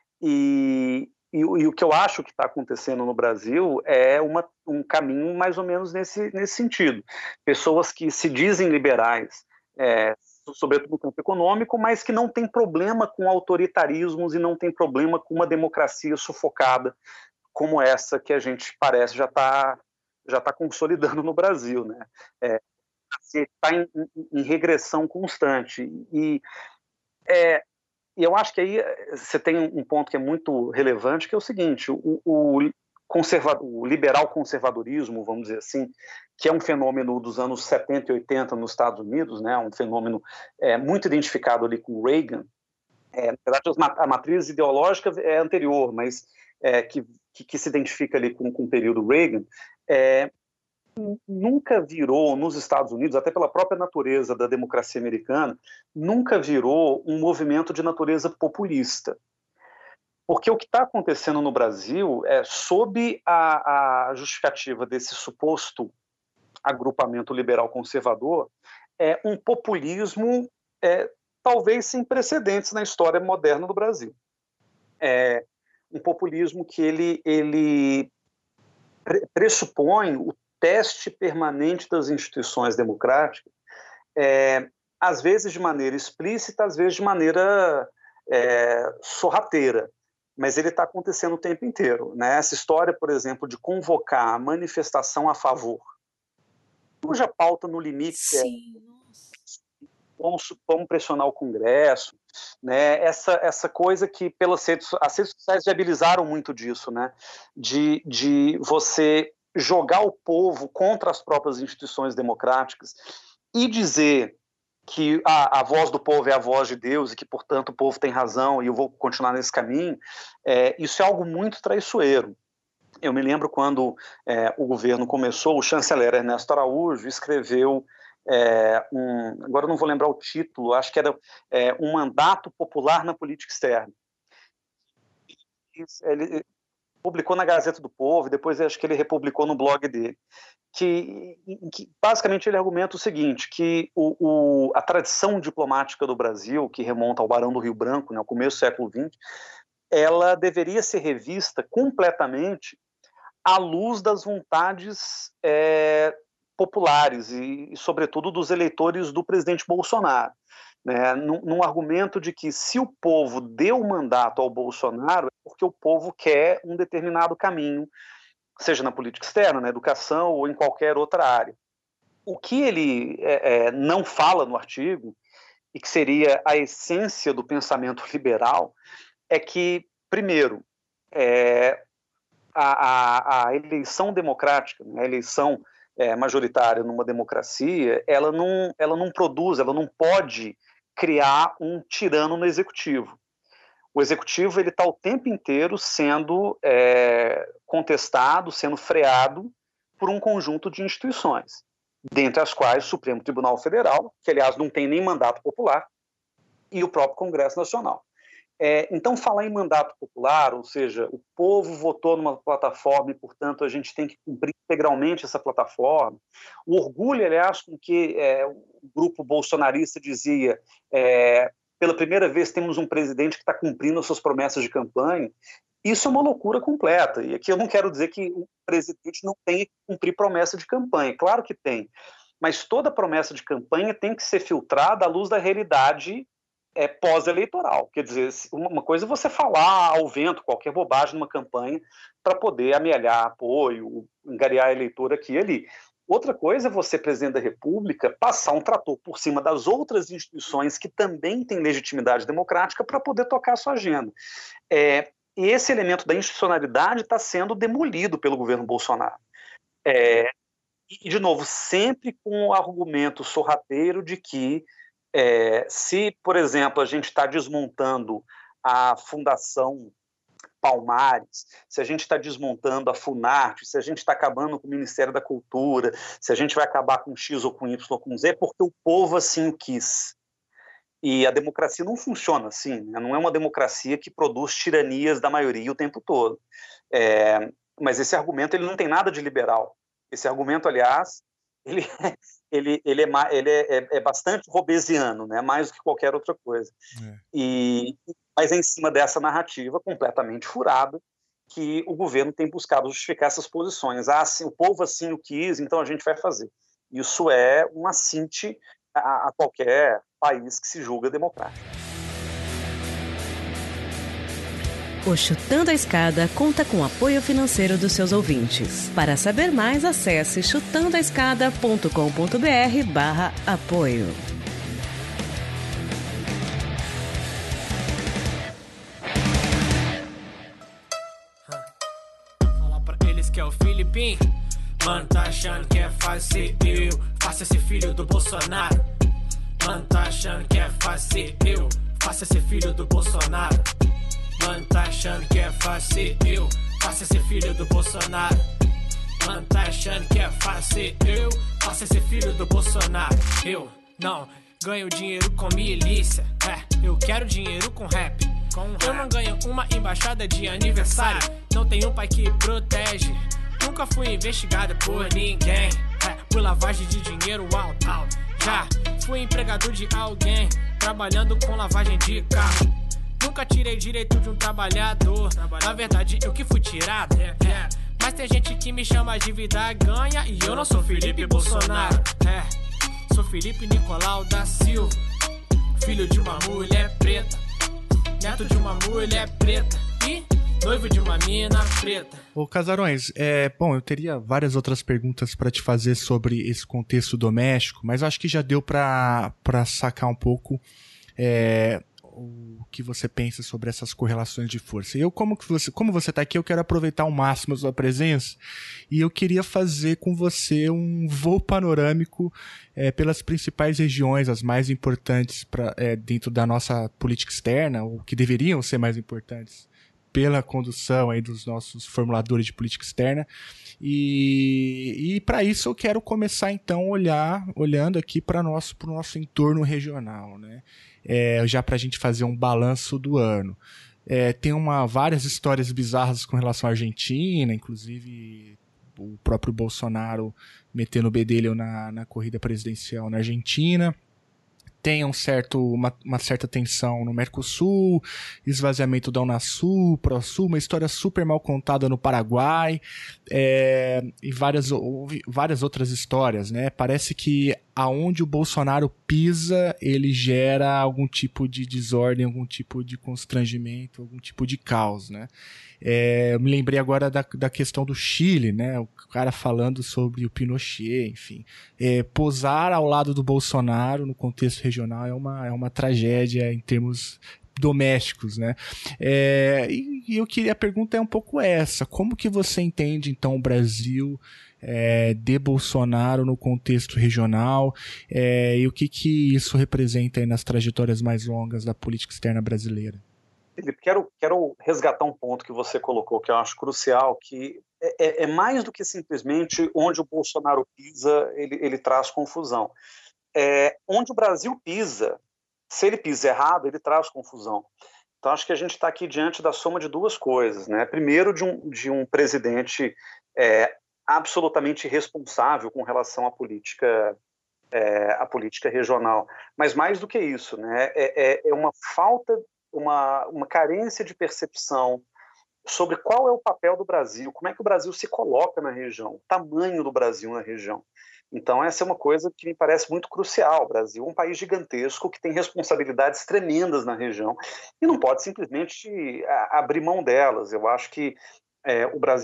E, e, e o que eu acho que está acontecendo no Brasil é uma, um caminho mais ou menos nesse, nesse sentido. Pessoas que se dizem liberais, é, sobretudo no campo econômico, mas que não tem problema com autoritarismos e não tem problema com uma democracia sufocada como essa que a gente parece já está já tá consolidando no Brasil, né? É, está em, em, em regressão constante. E é, eu acho que aí você tem um ponto que é muito relevante, que é o seguinte: o, o, conserva, o liberal conservadorismo, vamos dizer assim, que é um fenômeno dos anos setenta e oitenta nos Estados Unidos, né? Um fenômeno é, muito identificado ali com Reagan. É, na verdade, a matriz ideológica é anterior, mas é, que Que, que se identifica ali com, com o período Reagan, é, nunca virou, nos Estados Unidos, até pela própria natureza da democracia americana, nunca virou um movimento de natureza populista. Porque o que está acontecendo no Brasil, é, sob a, a justificativa desse suposto agrupamento liberal-conservador, é um populismo é, talvez sem precedentes na história moderna do Brasil. É, um populismo que ele, ele pressupõe o teste permanente das instituições democráticas, é, às vezes de maneira explícita, às vezes de maneira é, sorrateira, mas ele está acontecendo o tempo inteiro, né? Essa história, por exemplo, de convocar a manifestação a favor, cuja pauta no limite Sim. é vamos, vamos pressionar o Congresso, né? Essa, essa coisa que pelas redes, as redes sociais viabilizaram muito disso, né? De, de você jogar o povo contra as próprias instituições democráticas e dizer que a, a voz do povo é a voz de Deus e que, portanto, o povo tem razão e eu vou continuar nesse caminho, é, isso é algo muito traiçoeiro. Eu me lembro quando é, o governo começou, o chanceler Ernesto Araújo escreveu É, um, agora eu não vou lembrar o título, acho que era é, um mandato popular na política externa. Ele publicou na Gazeta do Povo, e depois acho que ele republicou no blog dele, que, que basicamente ele argumenta o seguinte, que o, o, a tradição diplomática do Brasil, que remonta ao Barão do Rio Branco, né, ao começo do século vinte, ela deveria ser revista completamente à luz das vontades é, populares e, e, sobretudo, dos eleitores do presidente Bolsonaro, né, num, num argumento de que se o povo deu o mandato ao Bolsonaro é porque o povo quer um determinado caminho, seja na política externa, na educação ou em qualquer outra área. O que ele é, é, não fala no artigo, e que seria a essência do pensamento liberal, é que, primeiro, é, a, a, a eleição democrática, a eleição É, majoritária numa democracia, ela não, ela não produz, ela não pode criar um tirano no executivo. O executivo está o tempo inteiro sendo é, contestado, sendo freado por um conjunto de instituições, dentre as quais o Supremo Tribunal Federal, que aliás não tem nem mandato popular, e o próprio Congresso Nacional. É, então, falar em mandato popular, ou seja, o povo votou numa plataforma e, portanto, a gente tem que cumprir integralmente essa plataforma. O orgulho, aliás, com que é, o grupo bolsonarista dizia é, pela primeira vez temos um presidente que está cumprindo as suas promessas de campanha, isso é uma loucura completa. E aqui eu não quero dizer que o presidente não tenha que cumprir promessa de campanha, claro que tem, mas toda promessa de campanha tem que ser filtrada à luz da realidade É pós-eleitoral, quer dizer, uma coisa é você falar ao vento qualquer bobagem numa campanha para poder amealhar apoio, angariar eleitor aqui e ali. Outra coisa é você, presidente da República, passar um trator por cima das outras instituições que também têm legitimidade democrática para poder tocar a sua agenda. É, esse elemento da institucionalidade está sendo demolido pelo governo Bolsonaro. É, e, de novo, sempre com o argumento sorrateiro de que é, se, por exemplo, a gente está desmontando a Fundação Palmares, se a gente está desmontando a Funarte, se a gente está acabando com o Ministério da Cultura, se a gente vai acabar com X ou com Y ou com Z, porque o povo assim o quis. E a democracia não funciona assim, né? Não é uma democracia que produz tiranias da maioria o tempo todo. É, mas esse argumento ele não tem nada de liberal. Esse argumento, aliás, ele, ele, ele, é, ele é, é bastante robesiano, né? Mais do que qualquer outra coisa. É. E, mas é em cima dessa narrativa completamente furada que o governo tem buscado justificar essas posições. Ah, assim, o povo assim o quis, então a gente vai fazer. Isso é um assinte a, a qualquer país que se julga democrático. O Chutando a Escada conta com o apoio financeiro dos seus ouvintes. Para saber mais, acesse chutando a escada ponto com ponto b r barra apoio. Fala pra eles que é o Filipim. Mano, tá achando que é fácil eu faça esse filho do Bolsonaro. Mano, tá achando que é fácil eu faça esse filho do Bolsonaro. Mano, tá achando que é fácil eu faça esse filho do Bolsonaro. Mano, tá achando que é fácil eu faça esse filho do Bolsonaro. Eu não ganho dinheiro com milícia, é, eu quero dinheiro com rap. Com eu não ganho uma embaixada de aniversário, não tenho um pai que protege. Nunca fui investigado por ninguém, é, por lavagem de dinheiro alto. Já fui empregado de alguém, trabalhando com lavagem de carro. Nunca tirei direito de um trabalhador, na verdade eu que fui tirado, é, é. Mas tem gente que me chama de vida ganha e eu não sou Felipe Bolsonaro, é. Sou Felipe Nicolau da Silva, filho de uma mulher preta, neto de uma mulher preta e noivo de uma mina preta. Ô Casarões, é, bom, eu teria várias outras perguntas para te fazer sobre esse contexto doméstico, mas eu acho que já deu para para sacar um pouco é, o que você pensa sobre essas correlações de força. Eu, como que você, como você está aqui, eu quero aproveitar ao máximo a sua presença e eu queria fazer com você um voo panorâmico é, pelas principais regiões, as mais importantes pra, é, dentro da nossa política externa, ou que deveriam ser mais importantes pela condução aí dos nossos formuladores de política externa. E, e para isso eu quero começar então a olhar, olhando aqui para nosso, o nosso entorno regional, né? É, já para a gente fazer um balanço do ano. É, tem uma, várias histórias bizarras com relação à Argentina, inclusive o próprio Bolsonaro metendo o bedelho na, na corrida presidencial na Argentina. Tem um certo, uma, uma certa tensão no Mercosul, esvaziamento da Unasul, ProSul, uma história super mal contada no Paraguai, é, e várias, várias outras histórias, né? Parece que aonde o Bolsonaro pisa, ele gera algum tipo de desordem, algum tipo de constrangimento, algum tipo de caos, né? É, eu me lembrei agora da, da questão do Chile, né? O cara falando sobre o Pinochet, enfim. É, posar ao lado do Bolsonaro no contexto regional é uma, é uma tragédia em termos domésticos, né? É, e, e eu queria, a pergunta é um pouco essa: como que você entende então o Brasil é, de Bolsonaro no contexto regional, é, e o que que isso representa aí nas trajetórias mais longas da política externa brasileira? Felipe, quero, quero resgatar um ponto que você colocou, que eu acho crucial, que é, é mais do que simplesmente onde o Bolsonaro pisa, ele, ele traz confusão. É, onde o Brasil pisa, se ele pisa errado, ele traz confusão. Então, acho que a gente está aqui diante da soma de duas coisas, né? Primeiro, de um, de um presidente é, absolutamente irresponsável com relação à política, é, à política regional. Mas mais do que isso, né? É, é, é uma falta... Uma, uma carência de percepção sobre qual é o papel do Brasil, como é que o Brasil se coloca na região, o tamanho do Brasil na região. Então essa é uma coisa que me parece muito crucial. O Brasil é um país gigantesco que tem responsabilidades tremendas na região e não pode simplesmente abrir mão delas. Eu acho que é, o Brasil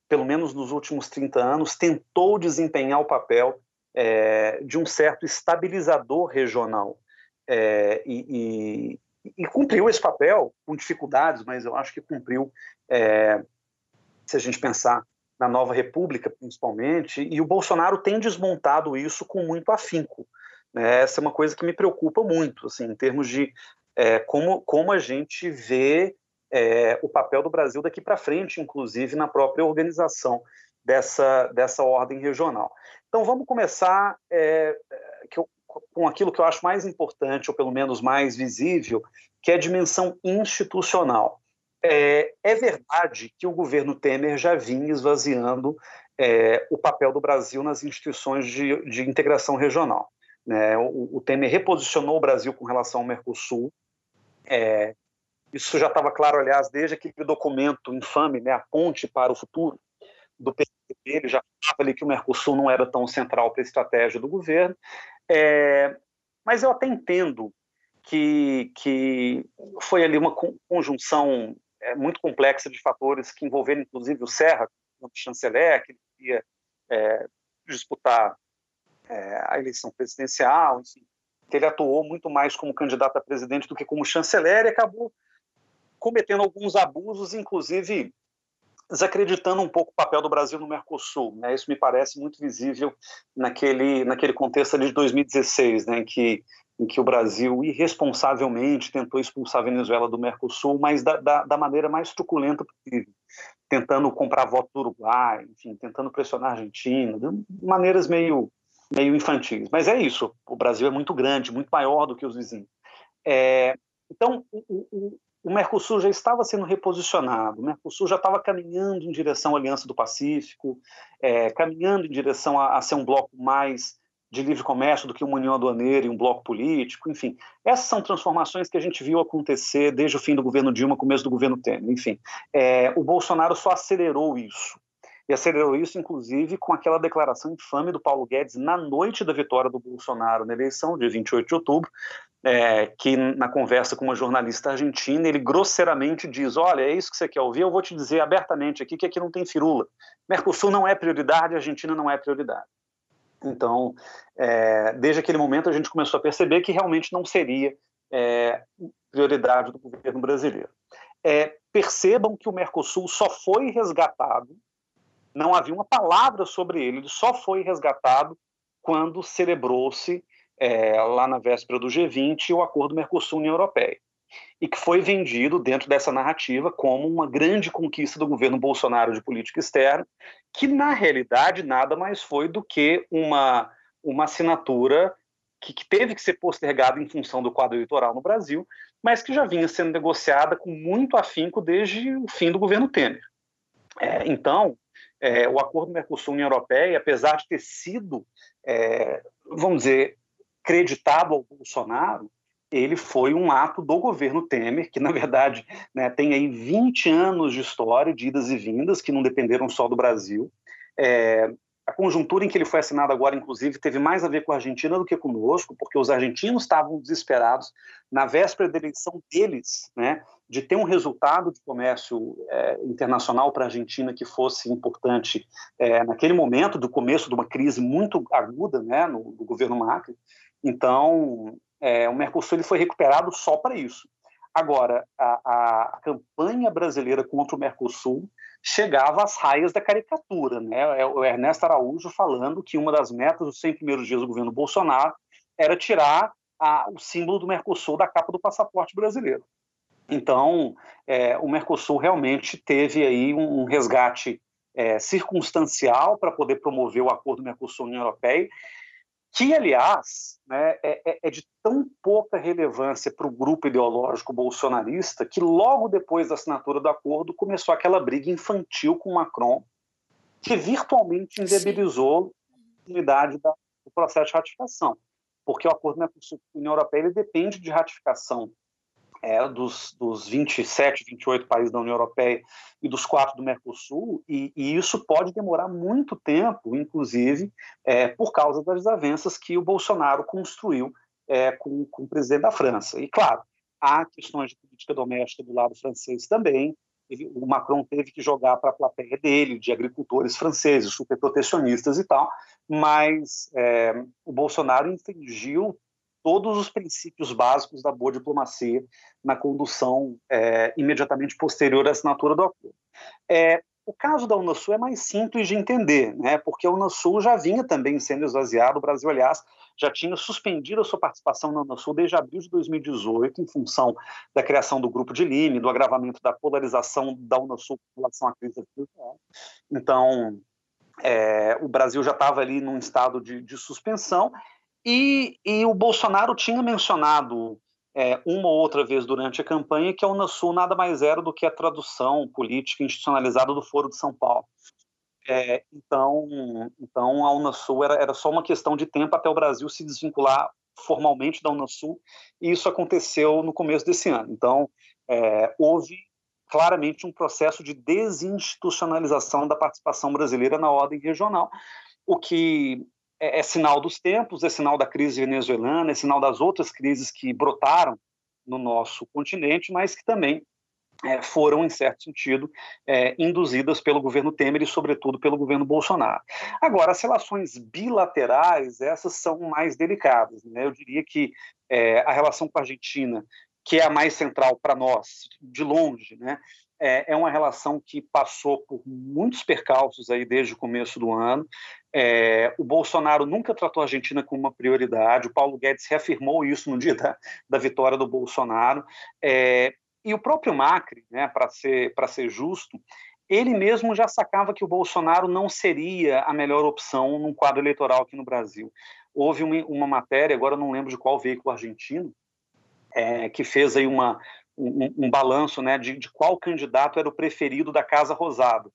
pelo menos nos últimos trinta anos, tentou desempenhar o papel é, de um certo estabilizador regional. É, e, e, e cumpriu esse papel, com dificuldades, mas eu acho que cumpriu, é, se a gente pensar na nova república, principalmente, e o Bolsonaro tem desmontado isso com muito afinco. Né? Essa é uma coisa que me preocupa muito, assim, em termos de é, como, como a gente vê é, o papel do Brasil daqui para frente, inclusive na própria organização dessa, dessa ordem regional. Então vamos começar é, que eu, com aquilo que eu acho mais importante, ou pelo menos mais visível, que é a dimensão institucional. É, é verdade que o governo Temer já vinha esvaziando é, o papel do Brasil nas instituições de, de integração regional. Né? O, o Temer reposicionou o Brasil com relação ao Mercosul. É, isso já estava claro, aliás, desde aquele documento infame, né, A Ponte para o Futuro, do P S D B. Ele já falava ali que o Mercosul não era tão central para a estratégia do governo. É, mas eu até entendo que, que foi ali uma conjunção é, muito complexa de fatores que envolveram, inclusive, o Serra, o chanceler, que ia é, disputar é, a eleição presidencial, enfim, que ele atuou muito mais como candidato a presidente do que como chanceler e acabou cometendo alguns abusos, inclusive desacreditando um pouco o papel do Brasil no Mercosul. Né? Isso me parece muito visível naquele, naquele contexto ali de dois mil e dezesseis, né, em que em que o Brasil irresponsavelmente tentou expulsar a Venezuela do Mercosul, mas da, da, da maneira mais truculenta possível, tentando comprar voto do Uruguai, enfim, tentando pressionar a Argentina, de maneiras meio, meio infantis. Mas é isso, o Brasil é muito grande, muito maior do que os vizinhos. É, então, o, o, o Mercosul já estava sendo reposicionado, o Mercosul já estava caminhando em direção à Aliança do Pacífico, é, caminhando em direção a, a ser um bloco mais de livre comércio do que uma união aduaneira e um bloco político, enfim. Essas são transformações que a gente viu acontecer desde o fim do governo Dilma, começo do governo Temer, enfim. É, o Bolsonaro só acelerou isso. E acelerou isso, inclusive, com aquela declaração infame do Paulo Guedes na noite da vitória do Bolsonaro na eleição, dia vinte e oito de outubro, é, que na conversa com uma jornalista argentina, ele grosseiramente diz, olha, é isso que você quer ouvir, eu vou te dizer abertamente aqui que aqui não tem firula. Mercosul não é prioridade, a Argentina não é prioridade. Então, é, desde aquele momento a gente começou a perceber que realmente não seria é, prioridade do governo brasileiro. É, percebam que o Mercosul só foi resgatado, não havia uma palavra sobre ele, ele só foi resgatado quando celebrou-se, é, lá na véspera do G vinte, o acordo Mercosul-União Europeia, e que foi vendido dentro dessa narrativa como uma grande conquista do governo Bolsonaro de política externa, que na realidade nada mais foi do que uma, uma assinatura que, que teve que ser postergada em função do quadro eleitoral no Brasil, mas que já vinha sendo negociada com muito afinco desde o fim do governo Temer. É, então, é, o acordo Mercosul-União Europeia, apesar de ter sido, é, vamos dizer, creditado ao Bolsonaro, ele foi um ato do governo Temer, que, na verdade, né, tem aí vinte anos de história, de idas e vindas, que não dependeram só do Brasil. É, a conjuntura em que ele foi assinado agora, inclusive, teve mais a ver com a Argentina do que conosco, porque os argentinos estavam desesperados, na véspera da eleição deles, né, de ter um resultado de comércio é, internacional para a Argentina que fosse importante é, naquele momento, do começo de uma crise muito aguda, né, no, no governo Macri. Então, É, o Mercosul ele foi recuperado só para isso. Agora, a, a campanha brasileira contra o Mercosul chegava às raias da caricatura, né? O Ernesto Araújo falando que uma das metas dos cem primeiros dias do governo Bolsonaro era tirar a, o símbolo do Mercosul da capa do passaporte brasileiro. Então, é, o Mercosul realmente teve aí um, um resgate é, circunstancial para poder promover o acordo Mercosul-União Europeia, que, aliás, né, é, é de tão pouca relevância para o grupo ideológico bolsonarista que logo depois da assinatura do acordo começou aquela briga infantil com Macron, que virtualmente inviabilizou a unidade da, do processo de ratificação, porque o acordo Mercosul-União Europeia ele depende de ratificação é, dos, dos vinte e sete, vinte e oito países da União Europeia e dos quatro do Mercosul, e, e isso pode demorar muito tempo, inclusive, é, por causa das desavenças que o Bolsonaro construiu é, com, com o presidente da França. E, claro, há questões de política doméstica do lado francês também, ele, o Macron teve que jogar para a plateia dele, de agricultores franceses, super protecionistas e tal, mas é, o Bolsonaro infringiu todos os princípios básicos da boa diplomacia na condução é, imediatamente posterior à assinatura do acordo. É, o caso da Unasul é mais simples de entender, né, porque a Unasul já vinha também sendo esvaziada. O Brasil, aliás, já tinha suspendido a sua participação na Unasul desde abril de dois mil e dezoito, em função da criação do Grupo de Lime, do agravamento da polarização da Unasul em relação à crise africana. Então, é, o Brasil já estava ali num estado de, de suspensão, e, e o Bolsonaro tinha mencionado É, uma ou outra vez durante a campanha que a Unasul nada mais era do que a tradução política institucionalizada do Foro de São Paulo. É, então, então, a Unasul era, era só uma questão de tempo até o Brasil se desvincular formalmente da Unasul, e isso aconteceu no começo desse ano. Então, é, houve claramente um processo de desinstitucionalização da participação brasileira na ordem regional, o que é, é sinal dos tempos, é sinal da crise venezuelana, é sinal das outras crises que brotaram no nosso continente, mas que também é, foram, em certo sentido, é, induzidas pelo governo Temer e, sobretudo, pelo governo Bolsonaro. Agora, as relações bilaterais, essas são mais delicadas, né? Eu diria que é, a relação com a Argentina, que é a mais central para nós, de longe, né? É, é uma relação que passou por muitos percalços aí desde o começo do ano. É, o Bolsonaro nunca tratou a Argentina como uma prioridade, o Paulo Guedes reafirmou isso no dia da, da vitória do Bolsonaro, é, e o próprio Macri, né, para ser, para ser justo, ele mesmo já sacava que o Bolsonaro não seria a melhor opção num quadro eleitoral aqui no Brasil. Houve uma, uma matéria, agora eu não lembro de qual veículo argentino, é, que fez aí uma, um, um balanço, né, de, de qual candidato era o preferido da Casa Rosada.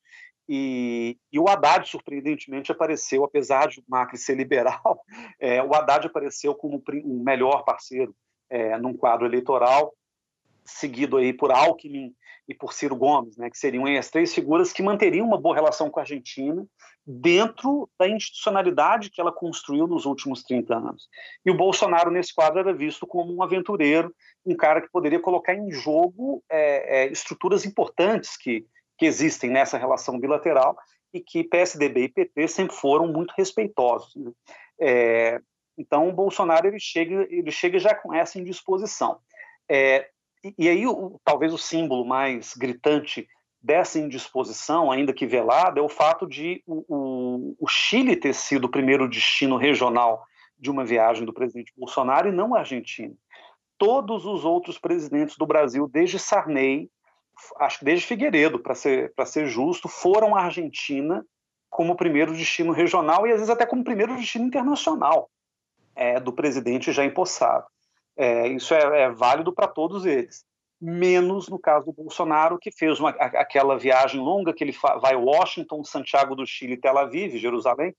E, e o Haddad, surpreendentemente, apareceu, apesar de o Macri ser liberal, é, o Haddad apareceu como o melhor parceiro é, num quadro eleitoral, seguido aí por Alckmin e por Ciro Gomes, né, que seriam as três figuras que manteriam uma boa relação com a Argentina dentro da institucionalidade que ela construiu nos últimos trinta anos. E o Bolsonaro, nesse quadro, era visto como um aventureiro, um cara que poderia colocar em jogo é, é, estruturas importantes que, que existem nessa relação bilateral e que P S D B e P T sempre foram muito respeitosos, né? É, então, o Bolsonaro ele chega, ele chega já com essa indisposição. É, E, e aí, o, talvez o símbolo mais gritante dessa indisposição, ainda que velada, é o fato de o, o, o Chile ter sido o primeiro destino regional de uma viagem do presidente Bolsonaro e não a Argentina. Todos os outros presidentes do Brasil, desde Sarney, acho que desde Figueiredo, para ser, para ser justo, foram à Argentina como primeiro destino regional e às vezes até como primeiro destino internacional é, do presidente já empossado. É, isso é, é válido para todos eles, menos no caso do Bolsonaro, que fez uma, a, aquela viagem longa que ele fa, vai Washington, Santiago do Chile, Tel Aviv, Jerusalém,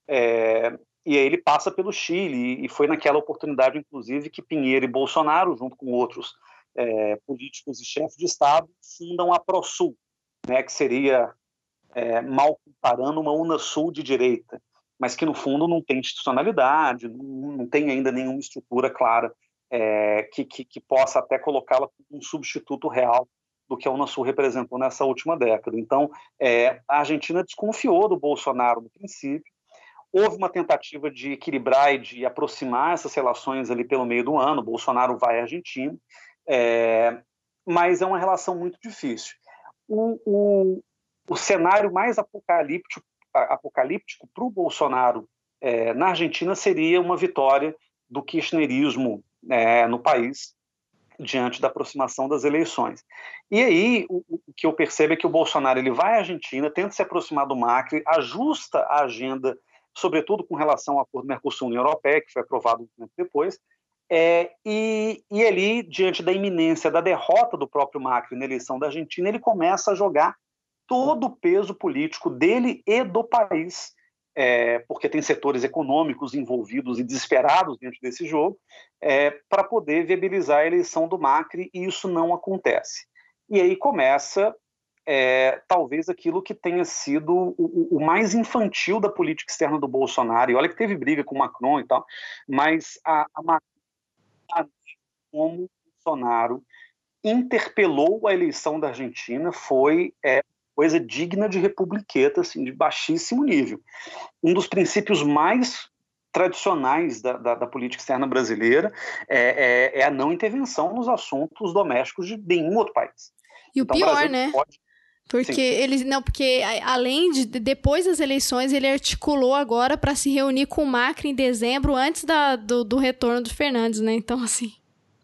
é, e aí ele passa pelo Chile, e foi naquela oportunidade, inclusive, que Pinheiro e Bolsonaro, junto com outros é, políticos e chefes de Estado, fundam a ProSul, né, que seria, é, mal comparando, uma Unasul de direita, mas que, no fundo, não tem institucionalidade, não, não tem ainda nenhuma estrutura clara É, que, que, que possa até colocá-la como um substituto real do que a Unasul representou nessa última década. Então, é, a Argentina desconfiou do Bolsonaro no princípio, houve uma tentativa de equilibrar e de aproximar essas relações ali pelo meio do ano, o Bolsonaro vai à Argentina, é, mas é uma relação muito difícil. O, o, o cenário mais apocalíptico apocalíptico para o Bolsonaro é, na Argentina seria uma vitória do kirchnerismo É, no país, diante da aproximação das eleições. E aí, o, o que eu percebo é que o Bolsonaro ele vai à Argentina, tenta se aproximar do Macri, ajusta a agenda, sobretudo com relação ao acordo Mercosul-União Europeia, que foi aprovado um tempo depois, é, e, e ali, diante da iminência da derrota do próprio Macri na eleição da Argentina, ele começa a jogar todo o peso político dele e do país, É, porque tem setores econômicos envolvidos e desesperados dentro desse jogo, é, para poder viabilizar a eleição do Macri, e isso não acontece. E aí começa, é, talvez, aquilo que tenha sido o, o mais infantil da política externa do Bolsonaro, e olha que teve briga com o Macron e tal, mas a, a como o Bolsonaro interpelou a eleição da Argentina, foi é, coisa digna de republiqueta, assim, de baixíssimo nível. Um dos princípios mais tradicionais da, da, da política externa brasileira é, é, é a não intervenção nos assuntos domésticos de nenhum outro país. E então, o pior, o Brasil né? Pode... Porque Sim. eles não, porque além de depois das eleições ele articulou agora para se reunir com o Macri em dezembro antes da, do, do retorno do Fernandes, né? Então assim,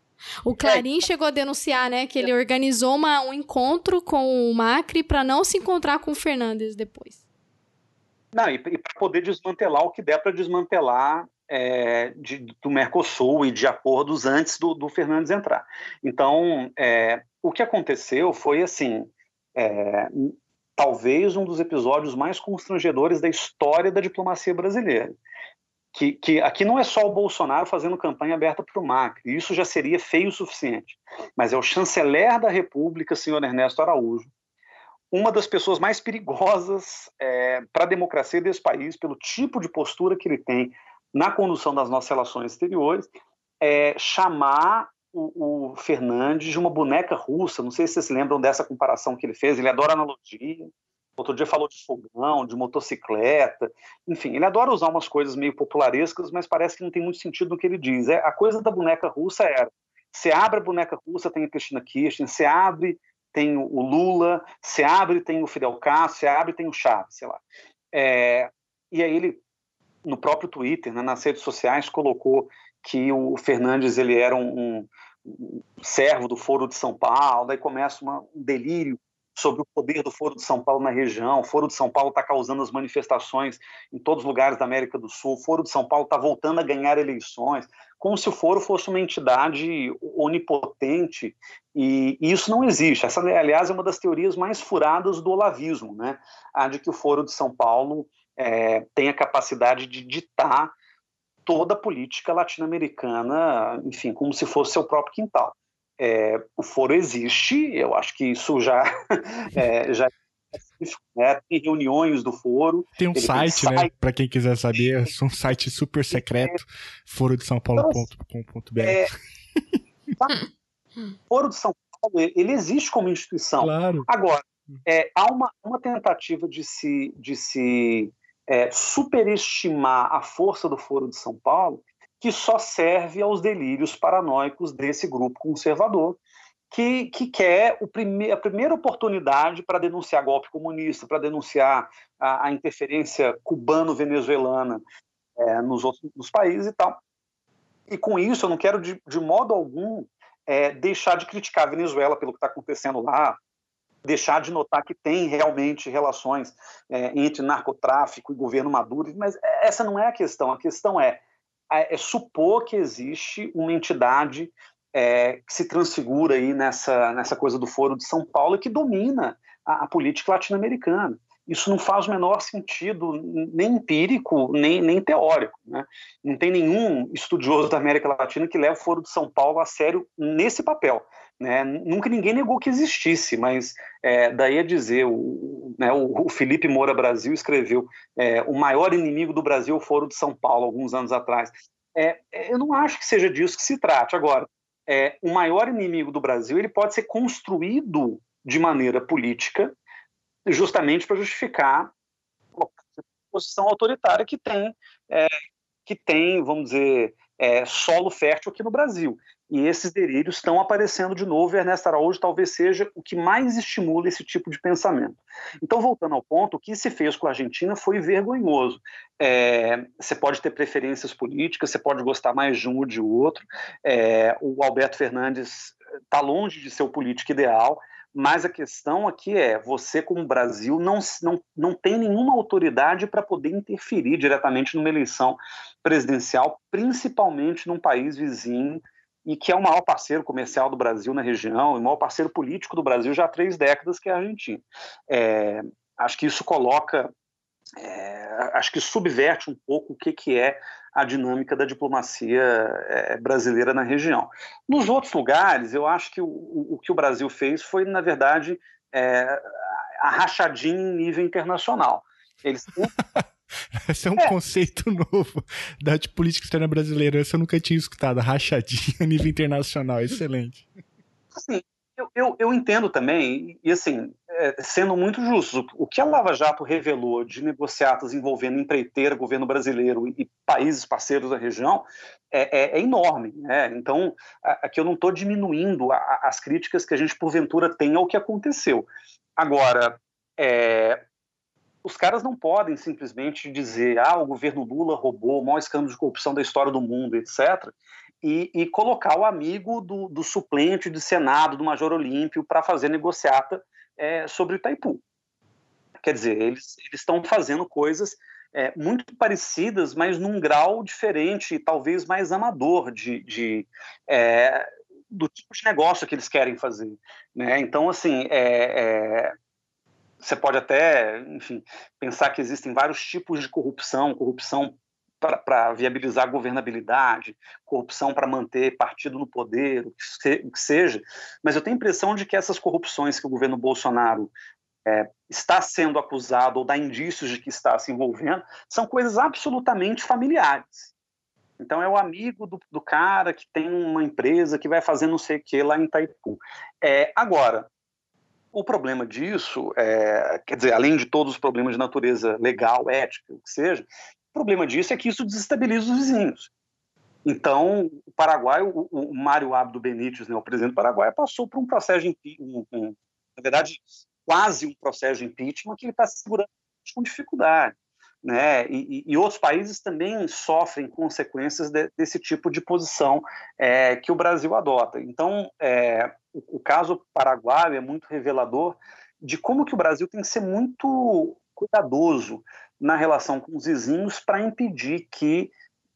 o Clarim é. chegou a denunciar, né, que ele organizou uma, um encontro com o Macri para não se encontrar com o Fernandes depois. Não, e, e para poder desmantelar o que der para desmantelar é, de, do Mercosul e de acordos antes do, do Fernandes entrar. Então, é, o que aconteceu foi assim. É, talvez um dos episódios mais constrangedores da história da diplomacia brasileira. Que, que aqui não é só o Bolsonaro fazendo campanha aberta para o Macri, isso já seria feio o suficiente, mas é o chanceler da República, senhor Ernesto Araújo, uma das pessoas mais perigosas é, para a democracia desse país, pelo tipo de postura que ele tem na condução das nossas relações exteriores, é, chamar o, o Fernandes de uma boneca russa. Não sei se vocês se lembram dessa comparação que ele fez, ele adora analogia. Outro dia falou de fogão, de motocicleta, enfim, ele adora usar umas coisas meio popularescas, mas parece que não tem muito sentido no que ele diz. É, a coisa da boneca russa era, você abre a boneca russa, tem a Cristina Kirchner, você abre, tem o Lula, você abre, tem o Fidel Castro, você abre, tem o Chaves, sei lá. É, e aí ele, no próprio Twitter, né, nas redes sociais, colocou que o Fernandes ele era um, um, um servo do Foro de São Paulo, daí começa uma, um delírio sobre o poder do Foro de São Paulo na região. O Foro de São Paulo está causando as manifestações em todos os lugares da América do Sul. O Foro de São Paulo está voltando a ganhar eleições, como se o Foro fosse uma entidade onipotente, e, e isso não existe. Essa, aliás, é uma das teorias mais furadas do olavismo, né? A de que o Foro de São Paulo é, tem a capacidade de ditar toda a política latino-americana, enfim, como se fosse seu próprio quintal. É, o Foro existe, eu acho que isso já é, já é, tem reuniões do Foro. Tem um site, tem né, site, para quem quiser saber, é um site super secreto, foro de são paulo ponto com ponto b r. É, tá? Foro de São Paulo, ele existe como instituição. Claro. Agora, é, há uma, uma tentativa de se, de se é, superestimar a força do Foro de São Paulo, que só serve aos delírios paranoicos desse grupo conservador, que, que quer o prime- a primeira oportunidade para denunciar golpe comunista, para denunciar a, a interferência cubano-venezuelana é, nos outros nos países e tal. E com isso eu não quero de, de modo algum é, deixar de criticar a Venezuela pelo que está acontecendo lá, deixar de notar que tem realmente relações é, entre narcotráfico e governo Maduro, mas essa não é a questão. A questão é é supor que existe uma entidade é, que se transfigura aí nessa, nessa coisa do Foro de São Paulo e que domina a, a política latino-americana. Isso não faz o menor sentido, nem empírico, nem, nem teórico, né? Não tem nenhum estudioso da América Latina que leve o Foro de São Paulo a sério nesse papel, né? Nunca ninguém negou que existisse, mas é, daí a dizer, o, né, o, o Felipe Moura Brasil escreveu é, o maior inimigo do Brasil é o Foro de São Paulo, alguns anos atrás. É, eu não acho que seja disso que se trate. Agora, é, o maior inimigo do Brasil ele pode ser construído de maneira política, justamente para justificar a posição autoritária que tem, é, que tem, vamos dizer, é, solo fértil aqui no Brasil. E esses delírios estão aparecendo de novo, e Ernesto Araújo talvez seja o que mais estimula esse tipo de pensamento. Então, voltando ao ponto, o que se fez com a Argentina foi vergonhoso. É, você pode ter preferências políticas, você pode gostar mais de um ou de outro. É, o Alberto Fernandes está longe de ser o político ideal, mas a questão aqui é, você como Brasil não, não, não tem nenhuma autoridade para poder interferir diretamente numa eleição presidencial, principalmente num país vizinho, e que é o maior parceiro comercial do Brasil na região, e o maior parceiro político do Brasil já há três décadas, que é a Argentina. É, acho que isso coloca, é, acho que subverte um pouco o que, que é a dinâmica da diplomacia é, brasileira na região. Nos outros lugares, eu acho que o, o que o Brasil fez foi, na verdade, é, a rachadinha em nível internacional. Eles Esse é um é. conceito novo da política externa brasileira. Essa eu nunca tinha escutado. Rachadinha a nível internacional. Excelente. Assim, Eu, eu, eu entendo também, e assim, é, sendo muito justo, o que a Lava Jato revelou de negociatas envolvendo empreiteira, governo brasileiro e países parceiros da região é, é, é enorme, né? Então, aqui eu não estou diminuindo a, as críticas que a gente porventura tem ao que aconteceu. Agora, é, os caras não podem simplesmente dizer ah, o governo Lula roubou o maior escândalo de corrupção da história do mundo, etcétera, E, e colocar o amigo do, do suplente de Senado, do Major Olímpio, para fazer negociata é, sobre Itaipu. Quer dizer, eles estão fazendo coisas é, muito parecidas, mas num grau diferente e talvez mais amador de, de, é, do tipo de negócio que eles querem fazer. Né? Então, assim, é, é, você pode até, enfim, pensar que existem vários tipos de corrupção, corrupção para viabilizar a governabilidade, corrupção para manter partido no poder, o que, se, o que seja, mas eu tenho a impressão de que essas corrupções que o governo Bolsonaro é, está sendo acusado ou dá indícios de que está se envolvendo, são coisas absolutamente familiares. Então é o amigo do, do cara que tem uma empresa que vai fazer não sei o que lá em Itaipu. É, agora, o problema disso, é, quer dizer, além de todos os problemas de natureza legal, ética, o que seja, o problema disso é que isso desestabiliza os vizinhos. Então, o Paraguai, o, o Mário Abdo Benítez, né, o presidente do Paraguai, passou por um processo de impeachment, um, um, na verdade, quase um processo de impeachment que ele está segurando com dificuldade. Né? E, e outros países também sofrem consequências de, desse tipo de posição é, que o Brasil adota. Então, é, o, o caso paraguaio é muito revelador de como que o Brasil tem que ser muito cuidadoso na relação com os vizinhos para impedir que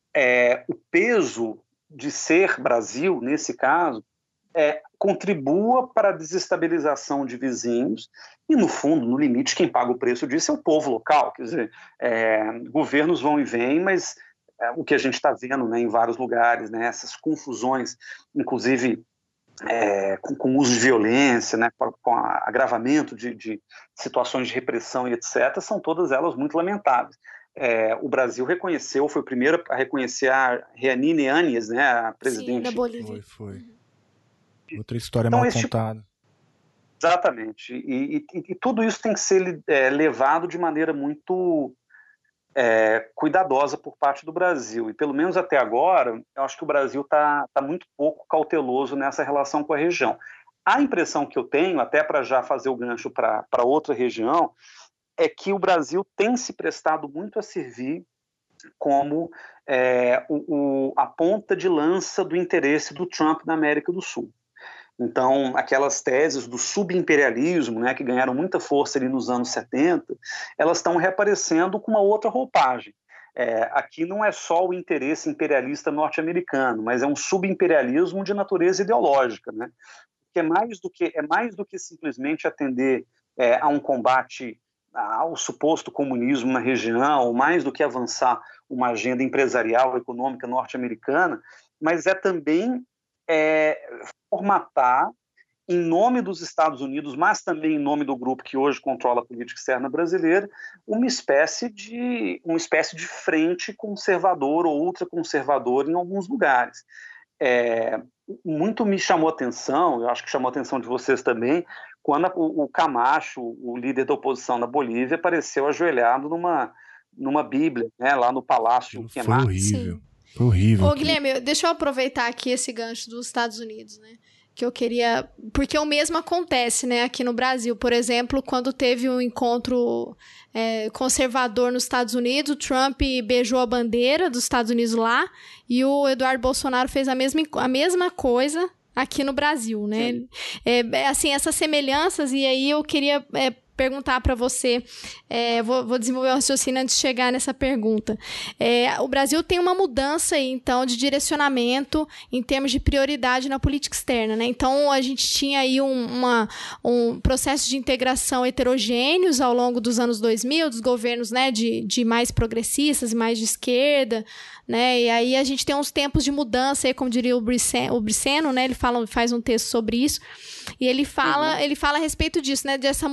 é, o peso de ser Brasil, nesse caso, é, contribua para a desestabilização de vizinhos e, no fundo, no limite, quem paga o preço disso é o povo local. Quer dizer, é, governos vão e vêm, mas é, o que a gente está vendo, né, em vários lugares, né, essas confusões, inclusive É, com, com uso de violência, né, com, com agravamento de, de situações de repressão e etcétera, são todas elas muito lamentáveis. É, o Brasil reconheceu, foi o primeiro a reconhecer a Jeanine Áñez, né, a presidente. Sim, da Bolívia. Foi, foi. Outra história então, mal contada. Tipo... Exatamente. E, e, e tudo isso tem que ser é, levado de maneira muito É, cuidadosa por parte do Brasil, e pelo menos até agora eu acho que o Brasil está tá muito pouco cauteloso nessa relação com a região. A impressão que eu tenho, até para já fazer o gancho para outra região, é que o Brasil tem se prestado muito a servir como é, o, o, a ponta de lança do interesse do Trump na América do Sul. Então, aquelas teses do subimperialismo, né, que ganharam muita força ali nos anos setenta, elas estão reaparecendo com uma outra roupagem. É, aqui não é só o interesse imperialista norte-americano, mas é um subimperialismo de natureza ideológica, né? Que é mais do que, é mais do que simplesmente atender é, a um combate ao suposto comunismo na região, ou mais do que avançar uma agenda empresarial, econômica norte-americana, mas é também é, formatar, em nome dos Estados Unidos, mas também em nome do grupo que hoje controla a política externa brasileira, uma espécie de, uma espécie de frente conservador ou ultraconservador em alguns lugares. É, muito me chamou a atenção, eu acho que chamou a atenção de vocês também, quando a, o, o Camacho, o líder da oposição na Bolívia, apareceu ajoelhado numa, numa Bíblia, né, lá no Palácio Foi horrível. Sim. Foi horrível. Ô, Guilherme, deixa eu aproveitar aqui esse gancho dos Estados Unidos, né? Que eu queria... Porque o mesmo acontece, né, aqui no Brasil. Por exemplo, quando teve um encontro é, conservador nos Estados Unidos, o Trump beijou a bandeira dos Estados Unidos lá e o Eduardo Bolsonaro fez a mesma, a mesma coisa aqui no Brasil, né? É, assim, essas semelhanças, e aí eu queria... É, perguntar para você, é, vou, vou desenvolver um raciocínio antes de chegar nessa pergunta. É, o Brasil tem uma mudança aí, então, de direcionamento em termos de prioridade na política externa, né? Então, a gente tinha aí um, uma, um processo de integração heterogêneos ao longo dos anos dois mil, dos governos, né, de, de mais progressistas e mais de esquerda, né? E aí a gente tem uns tempos de mudança, aí, como diria o Briceno, o Briceno, né? Ele fala, faz um texto sobre isso, e ele fala, uhum. ele fala a respeito disso, né? Dessa mudança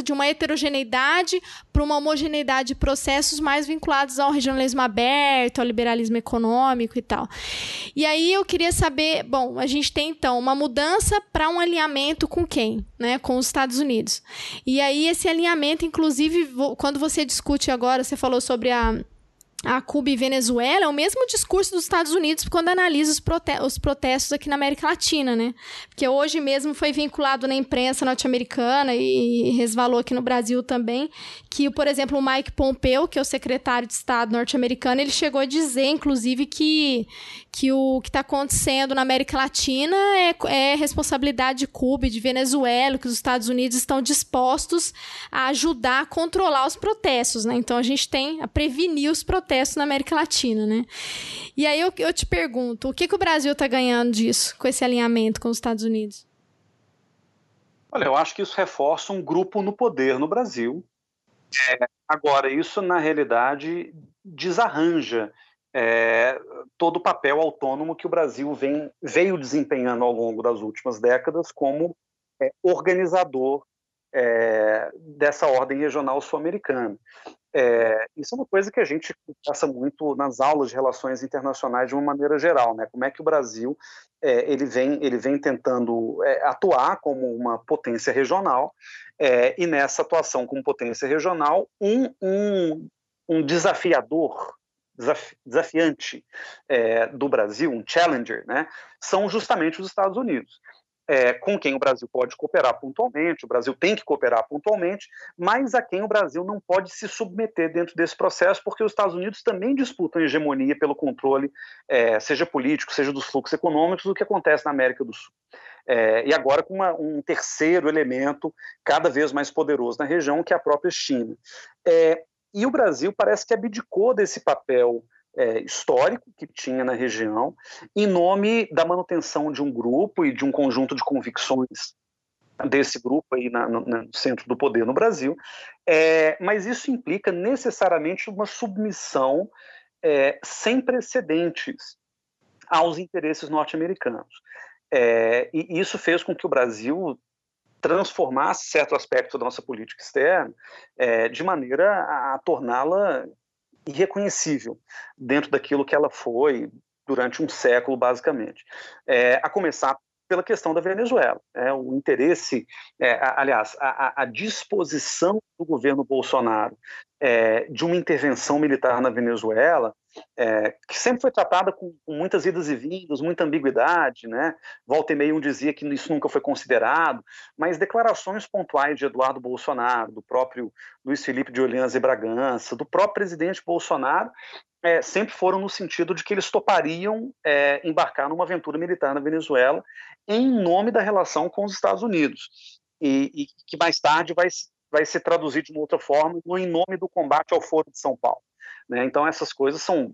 de uma heterogeneidade para uma homogeneidade de processos mais vinculados ao regionalismo aberto, ao liberalismo econômico e tal. E aí eu queria saber, bom, a gente tem então uma mudança para um alinhamento com quem? Né? Com os Estados Unidos. E aí esse alinhamento, inclusive, quando você discute agora, você falou sobre a a Cuba e Venezuela, é o mesmo discurso dos Estados Unidos quando analisa os, prote- os protestos aqui na América Latina, né? Porque hoje mesmo foi vinculado na imprensa norte-americana e resvalou aqui no Brasil também, que, por exemplo, o Mike Pompeo, que é o secretário de Estado norte-americano, ele chegou a dizer, inclusive, que, que o que está acontecendo na América Latina é, é responsabilidade de Cuba e de Venezuela, que os Estados Unidos estão dispostos a ajudar a controlar os protestos, né? Então, a gente tem a prevenir os protestos na América Latina, né? E aí eu, eu te pergunto, o que, que o Brasil está ganhando disso, com esse alinhamento com os Estados Unidos? Olha, eu acho que isso reforça um grupo no poder no Brasil. É, agora, isso, na realidade, desarranja é, todo o papel autônomo que o Brasil vem, veio desempenhando ao longo das últimas décadas como é, organizador é, dessa ordem regional sul-americana. É, isso é uma coisa que a gente passa muito nas aulas de relações internacionais de uma maneira geral, né? Como é que o Brasil é, ele vem, ele vem tentando é, atuar como uma potência regional é, e nessa atuação como potência regional um, um, um desafiador, desaf, desafiante é, do Brasil, um challenger, né? São justamente os Estados Unidos. É, com quem o Brasil pode cooperar pontualmente, o Brasil tem que cooperar pontualmente, mas a quem o Brasil não pode se submeter dentro desse processo, porque os Estados Unidos também disputam hegemonia pelo controle, é, seja político, seja dos fluxos econômicos, do que acontece na América do Sul. É, e agora com uma, um terceiro elemento cada vez mais poderoso na região, que é a própria China. É, e o Brasil parece que abdicou desse papel É, histórico que tinha na região, em nome da manutenção de um grupo e de um conjunto de convicções desse grupo aí na, no, no centro do poder no Brasil, é, mas isso implica necessariamente uma submissão é, sem precedentes aos interesses norte-americanos. É, e isso fez com que o Brasil transformasse certo aspecto da nossa política externa é, de maneira a, a torná-la irreconhecível dentro daquilo que ela foi durante um século, basicamente. É, a começar pela questão da Venezuela. É, o interesse, é, a, aliás, a, a disposição do governo Bolsonaro é, de uma intervenção militar na Venezuela, é, que sempre foi tratada com, com muitas idas e vindas, muita ambiguidade, né? Volta e meia um dizia que isso nunca foi considerado, mas declarações pontuais de Eduardo Bolsonaro, do próprio Luiz Felipe de Orleans e Bragança, do próprio presidente Bolsonaro, É, sempre foram no sentido de que eles topariam é, embarcar numa aventura militar na Venezuela em nome da relação com os Estados Unidos, e, e que mais tarde vai, vai se traduzir de uma outra forma no em nome do combate ao Foro de São Paulo. Né? Então essas coisas são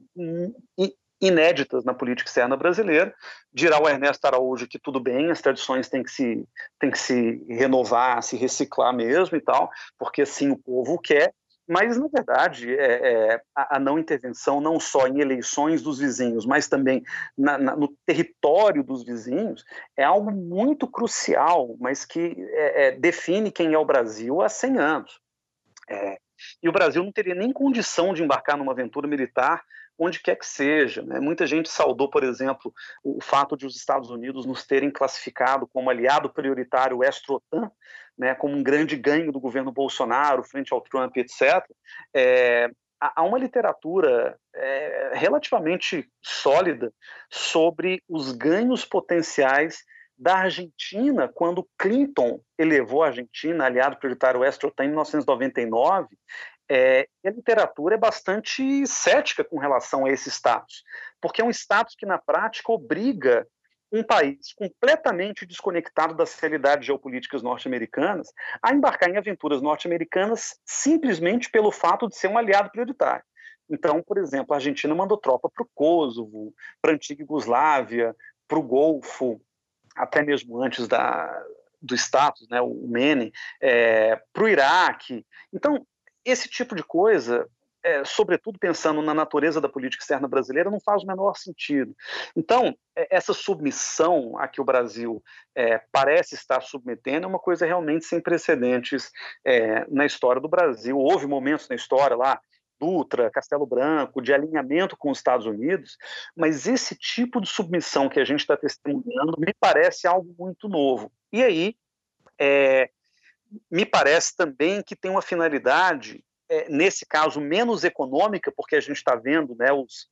inéditas na política externa brasileira. Dirá o Ernesto Araújo que tudo bem, as tradições têm que se, têm que se renovar, se reciclar mesmo e tal, porque assim o povo quer. Mas, na verdade, é, é, a, a não intervenção, não só em eleições dos vizinhos, mas também na, na, no território dos vizinhos, é algo muito crucial, mas que é, é, define quem é o Brasil há cem anos. É, e o Brasil não teria nem condição de embarcar numa aventura militar onde quer que seja. Né? Muita gente saudou, por exemplo, o fato de os Estados Unidos nos terem classificado como aliado prioritário extra-OTAN, né, como um grande ganho do governo Bolsonaro frente ao Trump, etcétera. É, há uma literatura é, relativamente sólida sobre os ganhos potenciais da Argentina quando Clinton elevou a Argentina, aliado prioritário extra-OTAN, em mil novecentos e noventa e nove. É, e a literatura é bastante cética com relação a esse status, porque é um status que, na prática, obriga um país completamente desconectado das realidades geopolíticas norte-americanas a embarcar em aventuras norte-americanas simplesmente pelo fato de ser um aliado prioritário. Então, por exemplo, a Argentina mandou tropa para o Kosovo, para a antiga Iugoslávia, para o Golfo, até mesmo antes da, do status, né, o Menem, é, para o Iraque. Então, esse tipo de coisa é, sobretudo pensando na natureza da política externa brasileira, não faz o menor sentido. Então, essa submissão a que o Brasil é, parece estar submetendo é uma coisa realmente sem precedentes é, na história do Brasil. Houve momentos na história lá, Dutra, Castelo Branco, de alinhamento com os Estados Unidos, mas esse tipo de submissão que a gente está testemunhando me parece algo muito novo. E aí, é, me parece também que tem uma finalidade, é, nesse caso, menos econômica, porque a gente está vendo, né, os,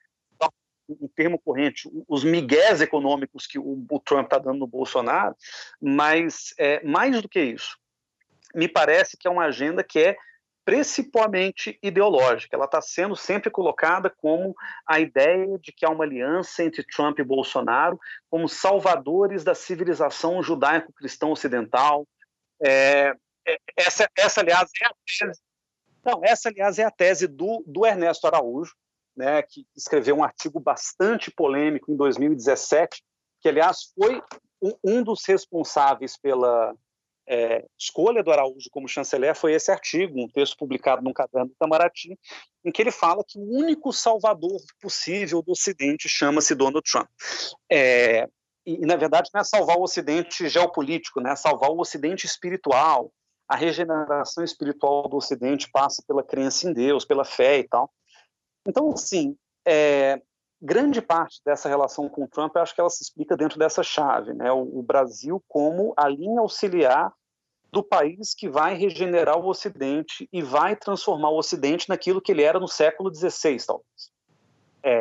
em termo corrente, os migués econômicos que o, o Trump está dando no Bolsonaro, mas é, mais do que isso, me parece que é uma agenda que é principalmente ideológica. Ela está sendo sempre colocada como a ideia de que há uma aliança entre Trump e Bolsonaro como salvadores da civilização judaico-cristã ocidental. É, essa, essa, aliás, é a tese, não, essa, aliás, é a tese do, do Ernesto Araújo, né, que escreveu um artigo bastante polêmico em dois mil e dezessete, que, aliás, foi um, um dos responsáveis pela É, escolha do Araújo como chanceler, foi esse artigo, um texto publicado no Caderno do Itamaraty, em que ele fala que o único salvador possível do Ocidente chama-se Donald Trump. É, e, na verdade, não é salvar o Ocidente geopolítico, né, é salvar o Ocidente espiritual. A regeneração espiritual do Ocidente passa pela crença em Deus, pela fé e tal. Então, assim, é, grande parte dessa relação com o Trump, eu acho que ela se explica dentro dessa chave, né? O, o Brasil como a linha auxiliar do país que vai regenerar o Ocidente e vai transformar o Ocidente naquilo que ele era no século dezesseis, talvez. É,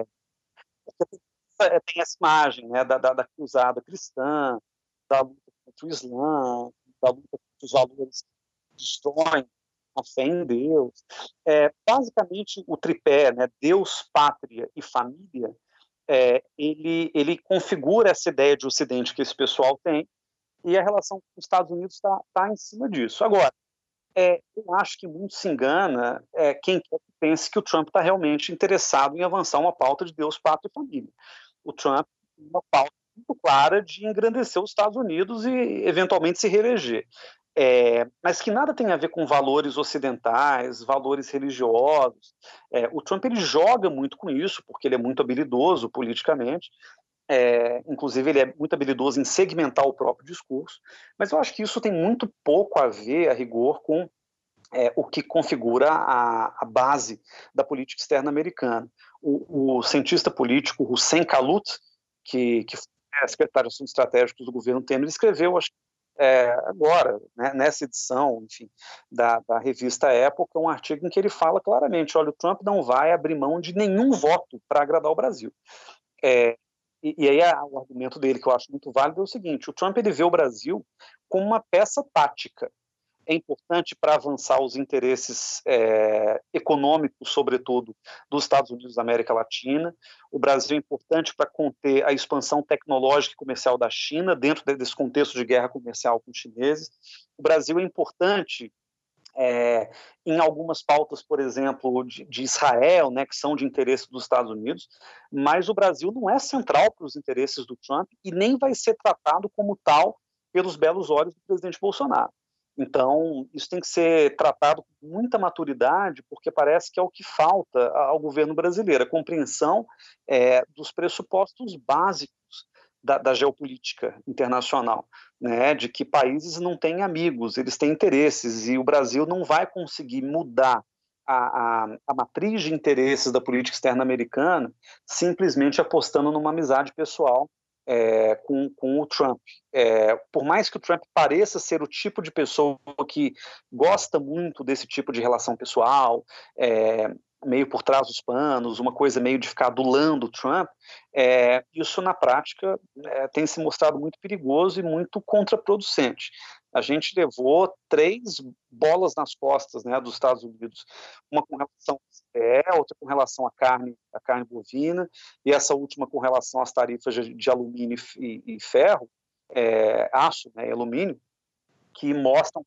tem essa imagem, né, da, da, da cruzada cristã, da luta contra o Islã, da luta contra os valores que destroem a fé em Deus. É, basicamente, o tripé, né, Deus, pátria e família, é, ele, ele configura essa ideia de Ocidente que esse pessoal tem, e a relação com os Estados Unidos está tá em cima disso. Agora, é, eu acho que muito se engana é, quem quer que pense que o Trump está realmente interessado em avançar uma pauta de Deus, pátria e família. O Trump tem uma pauta muito clara de engrandecer os Estados Unidos e, eventualmente, se reeleger. É, mas que nada tem a ver com valores ocidentais, valores religiosos. É, o Trump ele joga muito com isso, porque ele é muito habilidoso politicamente, é, inclusive ele é muito habilidoso em segmentar o próprio discurso, mas eu acho que isso tem muito pouco a ver, a rigor, com é, o que configura a, a base da política externa americana. O, o cientista político Hussein Kalut, que, que é secretário de Assuntos Estratégicos do governo Temer, escreveu, acho que É, agora, né, nessa edição, enfim, da, da revista Época, um artigo em que ele fala claramente, olha, o Trump não vai abrir mão de nenhum voto para agradar o Brasil. É, e, e aí a, o argumento dele, que eu acho muito válido, é o seguinte, o Trump ele vê o Brasil como uma peça tática. É importante para avançar os interesses é, econômicos, sobretudo, dos Estados Unidos da América Latina. O Brasil é importante para conter a expansão tecnológica e comercial da China, dentro desse contexto de guerra comercial com os chineses. O Brasil é importante é, em algumas pautas, por exemplo, de, de Israel, né, que são de interesse dos Estados Unidos, mas o Brasil não é central para os interesses do Trump e nem vai ser tratado como tal pelos belos olhos do presidente Bolsonaro. Então, isso tem que ser tratado com muita maturidade, porque parece que é o que falta ao governo brasileiro, a compreensão é, dos pressupostos básicos da, da geopolítica internacional, né, de que países não têm amigos, eles têm interesses, e o Brasil não vai conseguir mudar a, a, a matriz de interesses da política externa americana simplesmente apostando numa amizade pessoal É, com, com o Trump. É, por mais que o Trump pareça ser o tipo de pessoa que gosta muito desse tipo de relação pessoal, é, meio por trás dos panos, uma coisa meio de ficar adulando o Trump, é, isso na prática é, tem se mostrado muito perigoso e muito contraproducente. A gente levou três bolas nas costas, né, dos Estados Unidos, uma com relação a outra com relação à carne, à carne bovina, e essa última com relação às tarifas de, de alumínio e, e ferro, é, aço, né, e alumínio, que mostram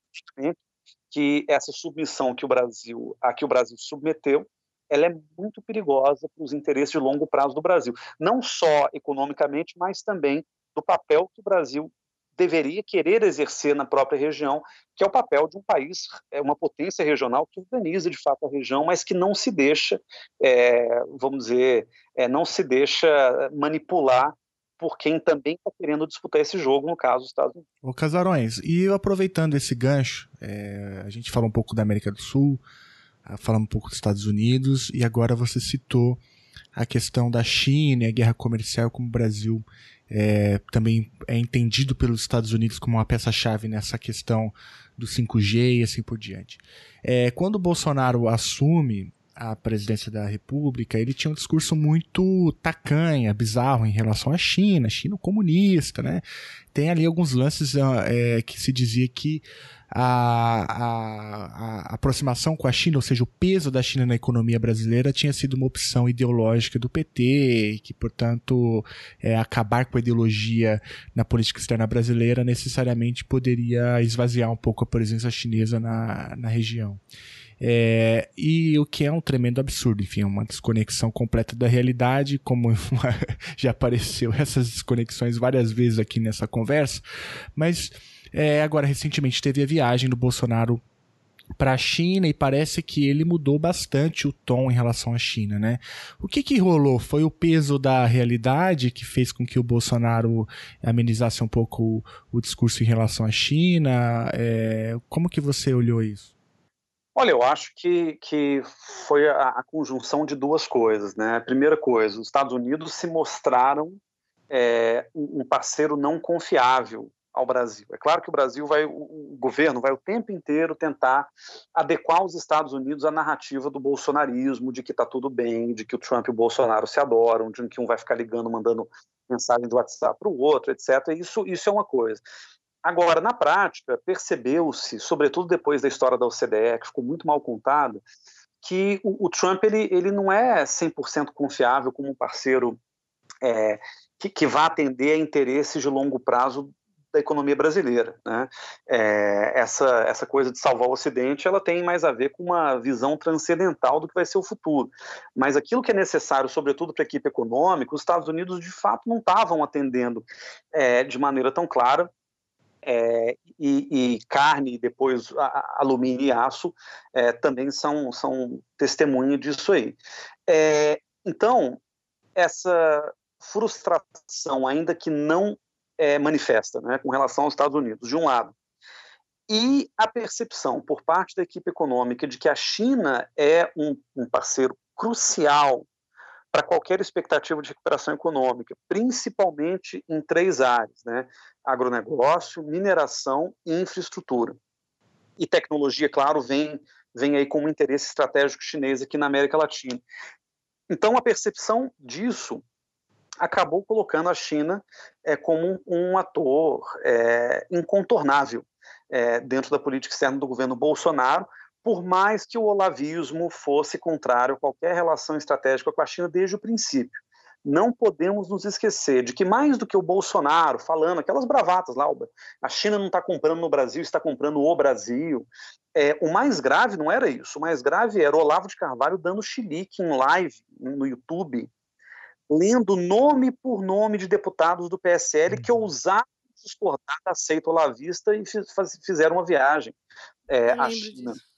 que essa submissão que o Brasil, a que o Brasil submeteu, ela é muito perigosa para os interesses de longo prazo do Brasil, não só economicamente, mas também do papel que o Brasil deveria querer exercer na própria região, que é o papel de um país, é uma potência regional que organiza de fato a região, mas que não se deixa, é, vamos dizer, é, não se deixa manipular por quem também está querendo disputar esse jogo, no caso dos Estados Unidos. Ô Casarões, e aproveitando esse gancho, é, a gente falou um pouco da América do Sul, falamos um pouco dos Estados Unidos, e agora você citou a questão da China e a guerra comercial, como o Brasil é, também é entendido pelos Estados Unidos como uma peça-chave nessa questão do cinco G e assim por diante. É, quando o Bolsonaro assume a presidência da República, ele tinha um discurso muito tacanha, bizarro em relação à China, China comunista, né? Tem ali alguns lances é, que se dizia que a, a, a aproximação com a China, ou seja, o peso da China na economia brasileira tinha sido uma opção ideológica do P T, e que, portanto, é, acabar com a ideologia na política externa brasileira necessariamente poderia esvaziar um pouco a presença chinesa na, na região. É, e o que é um tremendo absurdo, enfim, é uma desconexão completa da realidade, como já apareceu essas desconexões várias vezes aqui nessa conversa, mas é, agora recentemente teve a viagem do Bolsonaro para a China e parece que ele mudou bastante o tom em relação à China, né? O que que rolou? Foi o peso da realidade que fez com que o Bolsonaro amenizasse um pouco o, o discurso em relação à China? É, como que você olhou isso? Olha, eu acho que, que foi a, a conjunção de duas coisas, né? A primeira coisa, os Estados Unidos se mostraram é, um parceiro não confiável ao Brasil. É claro que o Brasil vai, o, o governo vai o tempo inteiro tentar adequar os Estados Unidos à narrativa do bolsonarismo, de que está tudo bem, de que o Trump e o Bolsonaro se adoram, de que um vai ficar ligando, mandando mensagem do WhatsApp para o outro, etcétera. Isso, isso é uma coisa. Agora, na prática, percebeu-se, sobretudo depois da história da O C D E, que ficou muito mal contada, que o, o Trump ele, ele não é cem por cento confiável como um parceiro é, que, que vai atender a interesses de longo prazo da economia brasileira, né? É, essa, essa coisa de salvar o Ocidente, ela tem mais a ver com uma visão transcendental do que vai ser o futuro. Mas aquilo que é necessário, sobretudo para a equipe econômica, os Estados Unidos, de fato, não estavam atendendo é, de maneira tão clara. É, e, e carne, depois a, a, alumínio e aço é, também são, são testemunho disso aí. É, então, essa frustração, ainda que não é, manifesta, né, com relação aos Estados Unidos, de um lado, e a percepção por parte da equipe econômica de que a China é um, um parceiro crucial para qualquer expectativa de recuperação econômica, principalmente em três áreas, né? Agronegócio, mineração e infraestrutura. E tecnologia, claro, vem, vem aí como interesse estratégico chinês aqui na América Latina. Então, a percepção disso acabou colocando a China é, como um, um ator é, incontornável é, dentro da política externa do governo Bolsonaro, por mais que o olavismo fosse contrário a qualquer relação estratégica com a China desde o princípio. Não podemos nos esquecer de que mais do que o Bolsonaro falando, aquelas bravatas lá, a China não está comprando no Brasil, está comprando o Brasil, é, o mais grave não era isso, o mais grave era o Olavo de Carvalho dando chilique em live no YouTube, lendo nome por nome de deputados do P S L que ousaram discordar da seita olavista e fizeram uma viagem é, à China. Disso.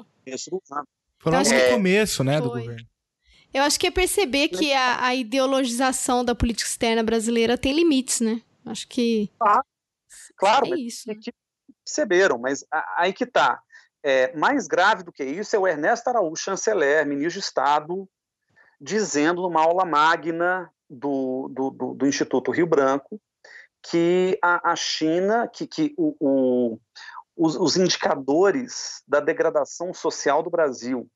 Foi logo é, no começo, né, foi. do governo. Eu acho que é perceber que a, a ideologização da política externa brasileira tem limites, né? Acho que... Ah, claro, é mas isso, né? que perceberam, mas aí que está. É, mais grave do que isso é o Ernesto Araújo, chanceler, ministro de Estado, dizendo numa aula magna do, do, do, do Instituto Rio Branco que a, a China, que, que o, o, os, os indicadores da degradação social do Brasil,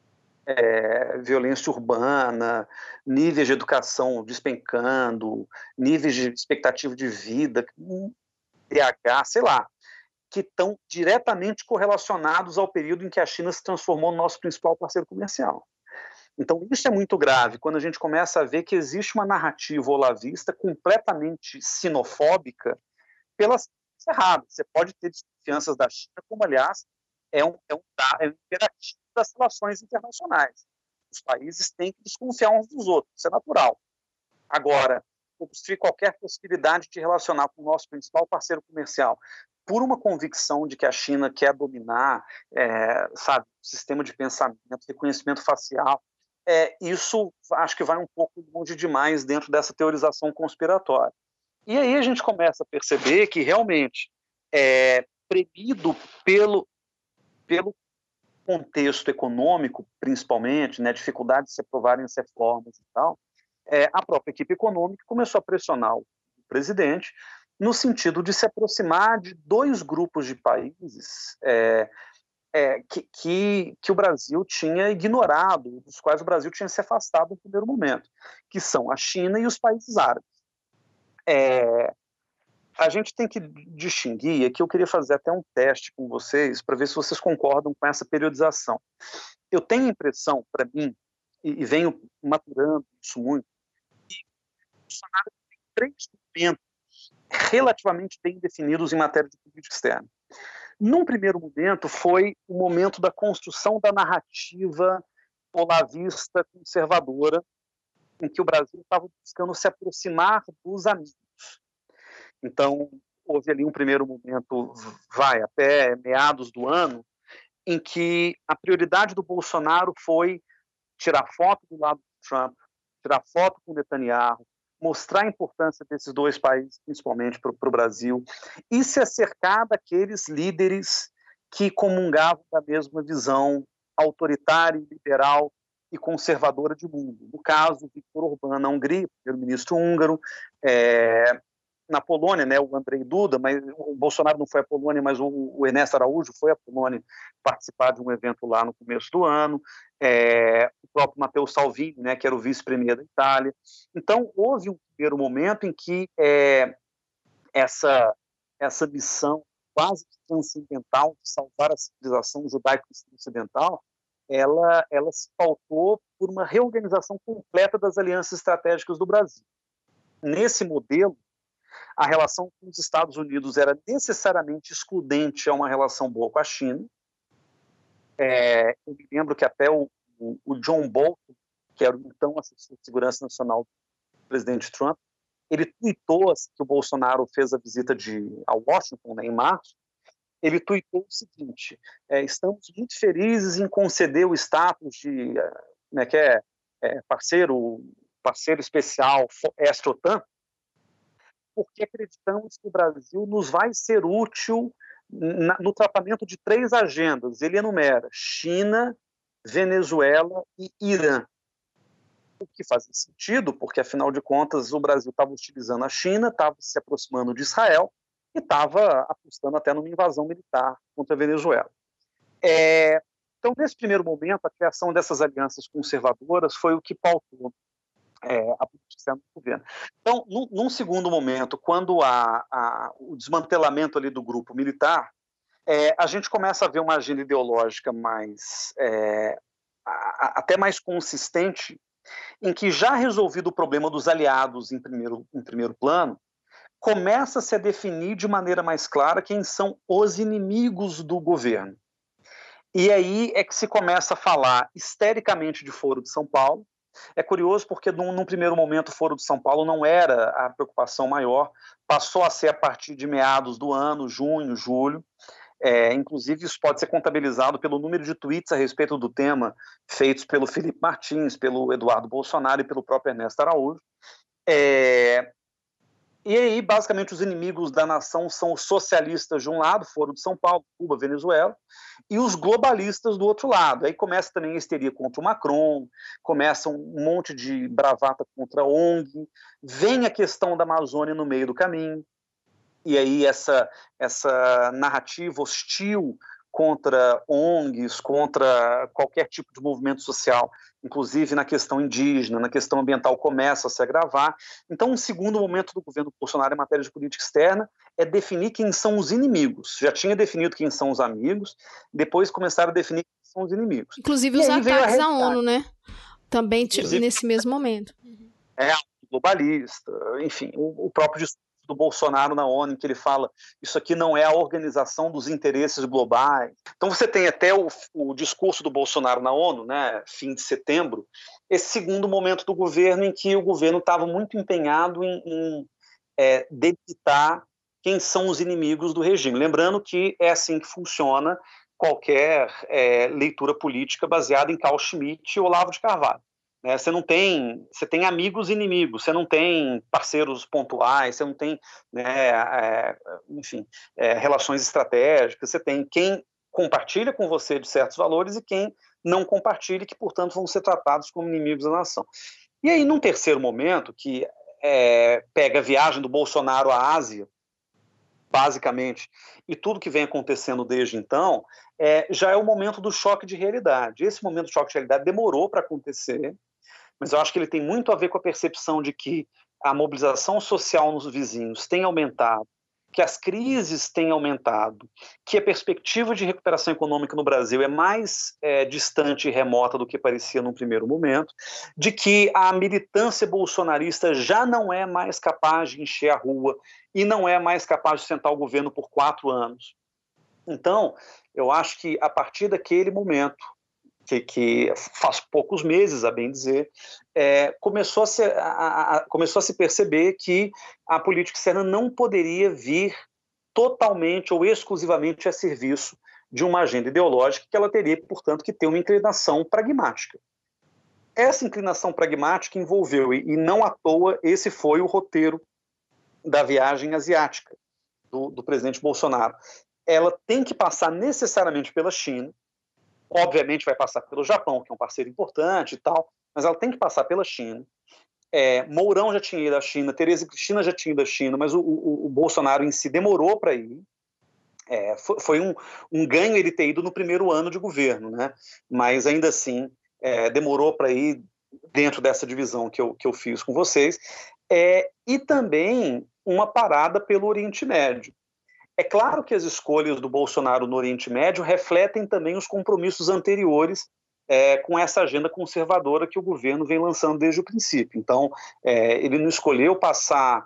É, violência urbana, níveis de educação despencando, níveis de expectativa de vida, P H, sei lá, que estão diretamente correlacionados ao período em que a China se transformou no nosso principal parceiro comercial. Então isso é muito grave, quando a gente começa a ver que existe uma narrativa olavista completamente sinofóbica pelas coisas erradas. Você pode ter desconfianças da China, como, aliás, é um, é um, é um imperativo das relações internacionais. Os países têm que desconfiar uns dos outros, isso é natural. Agora, obstruir qualquer possibilidade de relacionar com o nosso principal parceiro comercial, por uma convicção de que a China quer dominar, é, sabe, o sistema de pensamento, reconhecimento facial. É, isso acho que vai um pouco longe demais dentro dessa teorização conspiratória. E aí a gente começa a perceber que realmente, é, premido pelo, pelo contexto econômico, principalmente, né, dificuldade de se aprovarem as reformas e tal, é, a própria equipe econômica começou a pressionar o presidente no sentido de se aproximar de dois grupos de países é, é, que, que, que o Brasil tinha ignorado, dos quais o Brasil tinha se afastado no primeiro momento, que são a China e os países árabes. É, a gente tem que distinguir, aqui eu queria fazer até um teste com vocês para ver se vocês concordam com essa periodização. Eu tenho a impressão, para mim, e, e venho maturando isso muito, que o Bolsonaro tem três momentos relativamente bem definidos em matéria de política externa. Num primeiro momento, foi o momento da construção da narrativa olavista conservadora, em que o Brasil estava buscando se aproximar dos amigos. Então, houve ali um primeiro momento, vai, até meados do ano, em que a prioridade do Bolsonaro foi tirar foto do lado do Trump, tirar foto com o Netanyahu, mostrar a importância desses dois países, principalmente para o Brasil, e se acercar daqueles líderes que comungavam da mesma visão autoritária, liberal e conservadora de mundo. No caso, Viktor Orbán na Hungria, primeiro-ministro húngaro, é, na Polônia, né, o Andrzej Duda, mas o Bolsonaro não foi à Polônia, mas o, o Ernesto Araújo foi à Polônia participar de um evento lá no começo do ano, é, o próprio Matteo Salvini, né, que era o vice-premier da Itália. Então, houve um primeiro momento em que é, essa, essa missão quase transcendental de salvar a civilização judaico-cristã ocidental, ela, ela se pautou por uma reorganização completa das alianças estratégicas do Brasil. Nesse modelo, a relação com os Estados Unidos era necessariamente excludente a uma relação boa com a China. É, eu me lembro que até o, o, o John Bolton, que era o então assessor de segurança nacional do presidente Trump, ele tweetou, assim, que o Bolsonaro fez a visita de, a Washington, né, em março, ele tweetou o seguinte: é, estamos muito felizes em conceder o status de né, que é, é, parceiro, parceiro especial extra-OTAN, porque acreditamos que o Brasil nos vai ser útil na, no tratamento de três agendas. Ele enumera China, Venezuela e Irã. O que fazia sentido, porque, afinal de contas, o Brasil estava utilizando a China, estava se aproximando de Israel e estava apostando até numa invasão militar contra a Venezuela. É, então, nesse primeiro momento, a criação dessas alianças conservadoras foi o que pautou É, a política do governo. Então, num, num segundo momento, quando há, há o desmantelamento ali do grupo militar, é, a gente começa a ver uma agenda ideológica mais, é, a, até mais consistente, em que, já resolvido o problema dos aliados em primeiro, em primeiro plano, começa-se a definir de maneira mais clara quem são os inimigos do governo. E aí é que se começa a falar histericamente de Foro de São Paulo. É curioso porque, num, num primeiro momento, o Foro de São Paulo não era a preocupação maior, passou a ser a partir de meados do ano, junho, julho. É, inclusive, isso pode ser contabilizado pelo número de tweets a respeito do tema feitos pelo Felipe Martins, pelo Eduardo Bolsonaro e pelo próprio Ernesto Araújo. É, e aí, basicamente, os inimigos da nação são os socialistas de um lado, Foro de São Paulo, Cuba, Venezuela, e os globalistas do outro lado. Aí começa também a histeria contra o Macron, começa um monte de bravata contra a O N G, vem a questão da Amazônia no meio do caminho, e aí essa, essa narrativa hostil contra O N Gs, contra qualquer tipo de movimento social, inclusive na questão indígena, na questão ambiental, começa a se agravar. Então, um segundo momento do governo Bolsonaro em matéria de política externa é definir quem são os inimigos. Já tinha definido quem são os amigos, depois começaram a definir quem são os inimigos. Inclusive os ataques à ONU, né? Também inclusive, nesse mesmo momento. É, globalista, enfim, o, o próprio discurso do Bolsonaro na ONU, em que ele fala isso aqui não é a organização dos interesses globais. Então você tem até o, o discurso do Bolsonaro na ONU, né, fim de setembro, esse segundo momento do governo em que o governo estava muito empenhado em, em é, delimitar quem são os inimigos do regime. Lembrando que é assim que funciona qualquer é, leitura política baseada em Carl Schmitt e Olavo de Carvalho. Né? Você não tem, você tem amigos e inimigos, você não tem parceiros pontuais, você não tem, né, é, enfim, é, relações estratégicas, você tem quem compartilha com você de certos valores e quem não compartilha, que, portanto, vão ser tratados como inimigos da nação. E aí, num terceiro momento, que é, pega a viagem do Bolsonaro à Ásia, basicamente, e tudo que vem acontecendo desde então, é, já é o momento do choque de realidade. Esse momento do choque de realidade demorou para acontecer, mas eu acho que ele tem muito a ver com a percepção de que a mobilização social nos vizinhos tem aumentado, que as crises têm aumentado, que a perspectiva de recuperação econômica no Brasil é mais é, distante e remota do que parecia num primeiro momento, de que a militância bolsonarista já não é mais capaz de encher a rua e não é mais capaz de sustentar o governo por quatro anos. Então, eu acho que a partir daquele momento, que, que faz poucos meses, a bem dizer, é, começou, a se, a, a, começou a se perceber que a política externa não poderia vir totalmente ou exclusivamente a serviço de uma agenda ideológica, que ela teria, portanto, que ter uma inclinação pragmática. Essa inclinação pragmática envolveu, e, e não à toa, esse foi o roteiro da viagem asiática do, do presidente Bolsonaro. Ela tem que passar necessariamente pela China, obviamente vai passar pelo Japão, que é um parceiro importante e tal, mas ela tem que passar pela China. É, Mourão já tinha ido à China, Tereza Cristina já tinha ido à China, mas o, o, o Bolsonaro em si demorou para ir. É, foi foi um, um ganho ele ter ido no primeiro ano de governo, né? Mas ainda assim é, demorou para ir dentro dessa divisão que eu, que eu fiz com vocês. É, e também uma parada pelo Oriente Médio. É claro que as escolhas do Bolsonaro no Oriente Médio refletem também os compromissos anteriores é, com essa agenda conservadora que o governo vem lançando desde o princípio. Então, é, ele não escolheu passar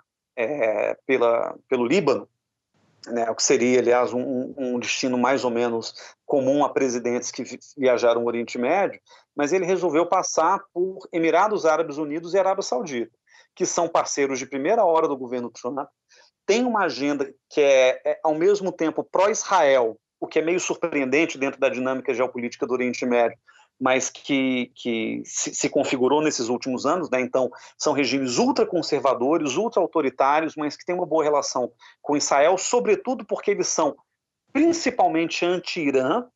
é, pela, pelo Líbano, né, o que seria, aliás, um, um destino mais ou menos comum a presidentes que viajaram ao Oriente Médio, mas ele resolveu passar por Emirados Árabes Unidos e Arábia Saudita, que são parceiros de primeira hora do governo Trump, tem uma agenda que é, é ao mesmo tempo pró-Israel, o que é meio surpreendente dentro da dinâmica geopolítica do Oriente Médio, mas que, que se, se configurou nesses últimos anos, né? Então, são regimes ultraconservadores, ultra-autoritários, mas que têm uma boa relação com Israel, sobretudo porque eles são principalmente anti-Irã,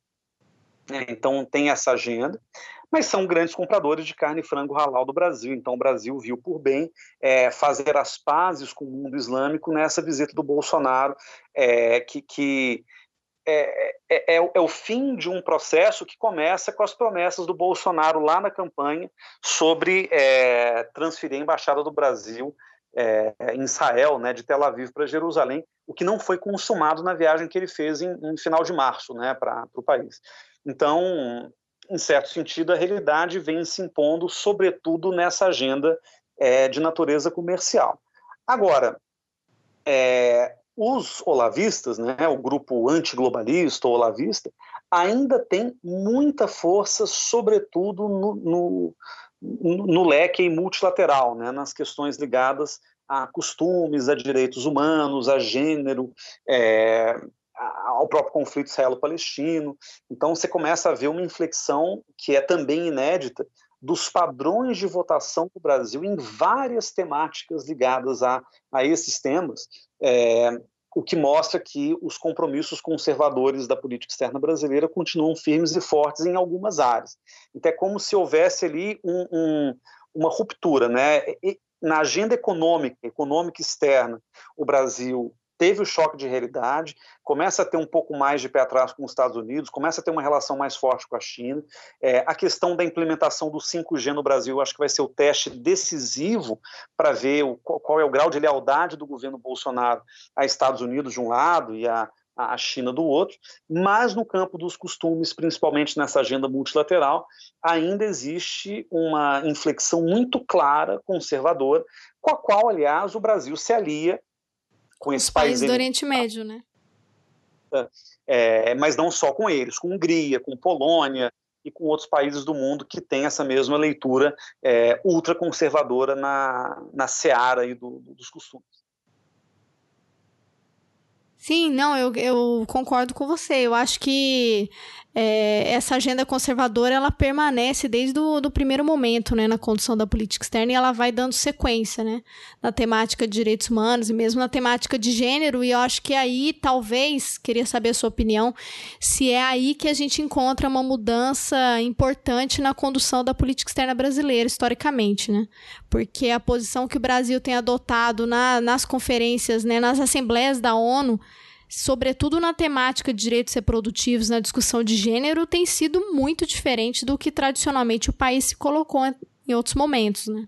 né? Então tem essa agenda, mas são grandes compradores de carne e frango halal do Brasil. Então o Brasil viu por bem é, fazer as pazes com o mundo islâmico nessa visita do Bolsonaro, é, que, que é, é, é, é o fim de um processo que começa com as promessas do Bolsonaro lá na campanha sobre é, transferir a embaixada do Brasil é, em Israel, né, de Tel Aviv para Jerusalém, o que não foi consumado na viagem que ele fez em, em final de março, né, para o país. Então, em certo sentido, a realidade vem se impondo, sobretudo nessa agenda é, de natureza comercial. Agora, é, os olavistas, né, o grupo antiglobalista ou olavista, ainda tem muita força, sobretudo no, no, no leque multilateral, né, nas questões ligadas a costumes, a direitos humanos, a gênero, é, ao próprio conflito israelo-palestino. Então você começa a ver uma inflexão que é também inédita dos padrões de votação do Brasil em várias temáticas ligadas a, a esses temas, é, o que mostra que os compromissos conservadores da política externa brasileira continuam firmes e fortes em algumas áreas. Então é como se houvesse ali um, um, uma ruptura, né? E, na agenda econômica, econômica externa, o Brasil teve o choque de realidade, começa a ter um pouco mais de pé atrás com os Estados Unidos, começa a ter uma relação mais forte com a China. É, a questão da implementação do cinco G no Brasil, acho que vai ser o teste decisivo para ver o, qual é o grau de lealdade do governo Bolsonaro a Estados Unidos de um lado e a, a China do outro, mas no campo dos costumes, principalmente nessa agenda multilateral, ainda existe uma inflexão muito clara, conservadora, com a qual, aliás, o Brasil se alia com esses Os países países do Oriente Médio, né? É, mas não só com eles, com Hungria, com Polônia e com outros países do mundo que têm essa mesma leitura é, ultraconservadora na, na seara aí do, do, dos costumes. Sim, não, eu, eu concordo com você. Eu acho que é, essa agenda conservadora, ela permanece desde o do primeiro momento, né, na condução da política externa, e ela vai dando sequência, né, na temática de direitos humanos e mesmo na temática de gênero, e eu acho que aí, talvez, queria saber a sua opinião, se é aí que a gente encontra uma mudança importante na condução da política externa brasileira, historicamente, né, porque a posição que o Brasil tem adotado na, nas conferências, né, nas assembleias da ONU, sobretudo na temática de direitos reprodutivos, na discussão de gênero, tem sido muito diferente do que tradicionalmente o país se colocou em outros momentos, né?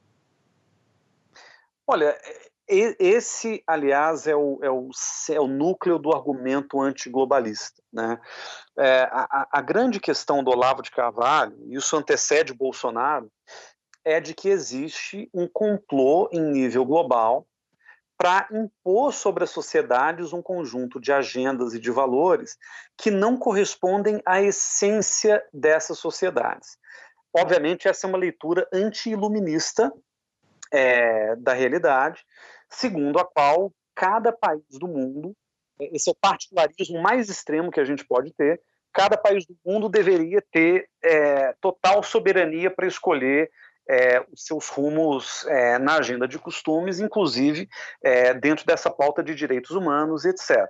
Olha, esse, aliás, é o, é o, é o núcleo do argumento antiglobalista, né? É, a, a grande questão do Olavo de Carvalho, e isso antecede o Bolsonaro, é de que existe um complô em nível global para impor sobre as sociedades um conjunto de agendas e de valores que não correspondem à essência dessas sociedades. Obviamente, essa é uma leitura anti-iluminista é, da realidade, segundo a qual cada país do mundo, esse é o particularismo mais extremo que a gente pode ter, cada país do mundo deveria ter é, total soberania para escolher É, os seus rumos é, na agenda de costumes, inclusive é, dentro dessa pauta de direitos humanos, etcétera.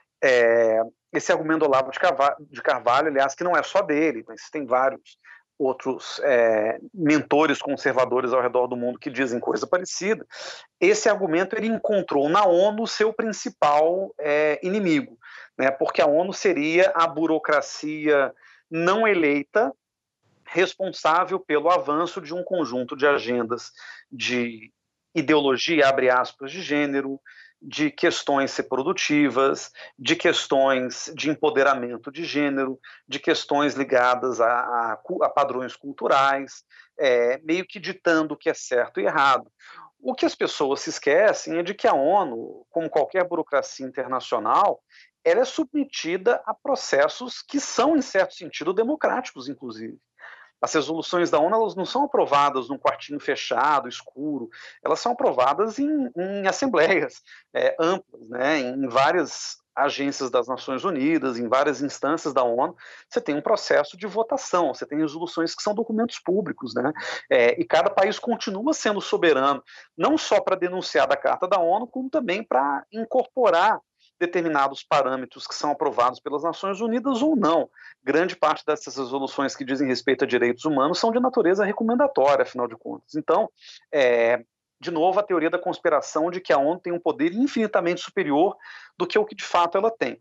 É, esse argumento do Olavo de Carvalho, de Carvalho, aliás, que não é só dele, mas tem vários outros é, mentores conservadores ao redor do mundo que dizem coisa parecida, esse argumento ele encontrou na ONU seu principal é, inimigo, né, porque a ONU seria a burocracia não eleita responsável pelo avanço de um conjunto de agendas de ideologia, abre aspas, de gênero, de questões reprodutivas, de questões de empoderamento de gênero, de questões ligadas a, a, a padrões culturais, é, meio que ditando o que é certo e errado. O que as pessoas se esquecem é de que a ONU, como qualquer burocracia internacional, ela é submetida a processos que são, em certo sentido, democráticos, inclusive. As resoluções da ONU elas não são aprovadas num quartinho fechado, escuro, elas são aprovadas em, em assembleias é, amplas, né, em várias agências das Nações Unidas, em várias instâncias da ONU, você tem um processo de votação, você tem resoluções que são documentos públicos, né, é, e cada país continua sendo soberano, não só para denunciar da Carta da ONU, como também para incorporar determinados parâmetros que são aprovados pelas Nações Unidas ou não. Grande parte dessas resoluções que dizem respeito a direitos humanos são de natureza recomendatória, afinal de contas. Então, é, de novo, a teoria da conspiração de que a ONU tem um poder infinitamente superior do que o que de fato ela tem.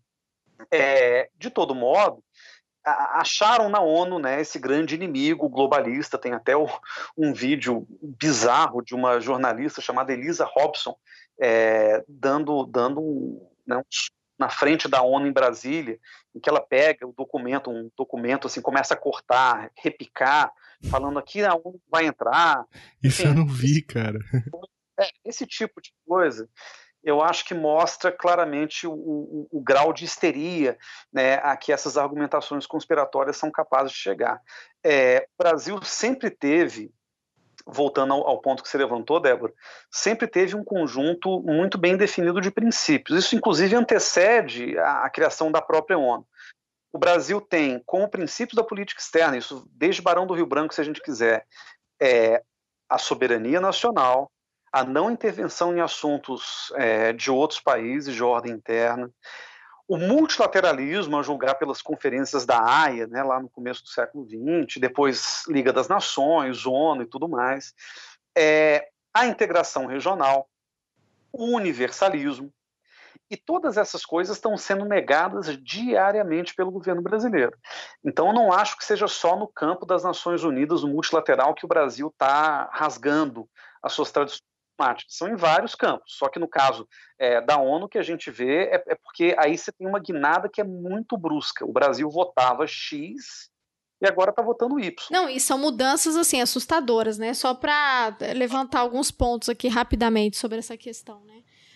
É, de todo modo, acharam na ONU, né, esse grande inimigo globalista, tem até o, um vídeo bizarro de uma jornalista chamada Elisa Robson, é, dando, dando um, né, um, na frente da ONU em Brasília, em que ela pega o documento, um documento assim, começa a cortar, repicar, falando aqui a ONU vai entrar. Isso enfim, eu não vi, cara. É, esse tipo de coisa eu acho que mostra claramente o, o, o grau de histeria, né, a que essas argumentações conspiratórias são capazes de chegar. É, o Brasil sempre teve, voltando ao, ao ponto que você levantou, Débora, sempre teve um conjunto muito bem definido de princípios. Isso, inclusive, antecede a, a criação da própria ONU. O Brasil tem, como princípios da política externa, isso desde Barão do Rio Branco, se a gente quiser, é, a soberania nacional, a não intervenção em assuntos é, de outros países de ordem interna, o multilateralismo, a julgar pelas conferências da Haia, né, lá no começo do século vinte, depois Liga das Nações, ONU e tudo mais, é, a integração regional, o universalismo, e todas essas coisas estão sendo negadas diariamente pelo governo brasileiro. Então, eu não acho que seja só no campo das Nações Unidas, o multilateral, que o Brasil está rasgando as suas tradições. São em vários campos, só que no caso é, da ONU que a gente vê é, é porque aí você tem uma guinada que é muito brusca. O Brasil votava X e agora está votando Y. Não, e são mudanças assim assustadoras, né? Só para levantar alguns pontos aqui rapidamente sobre essa questão, né?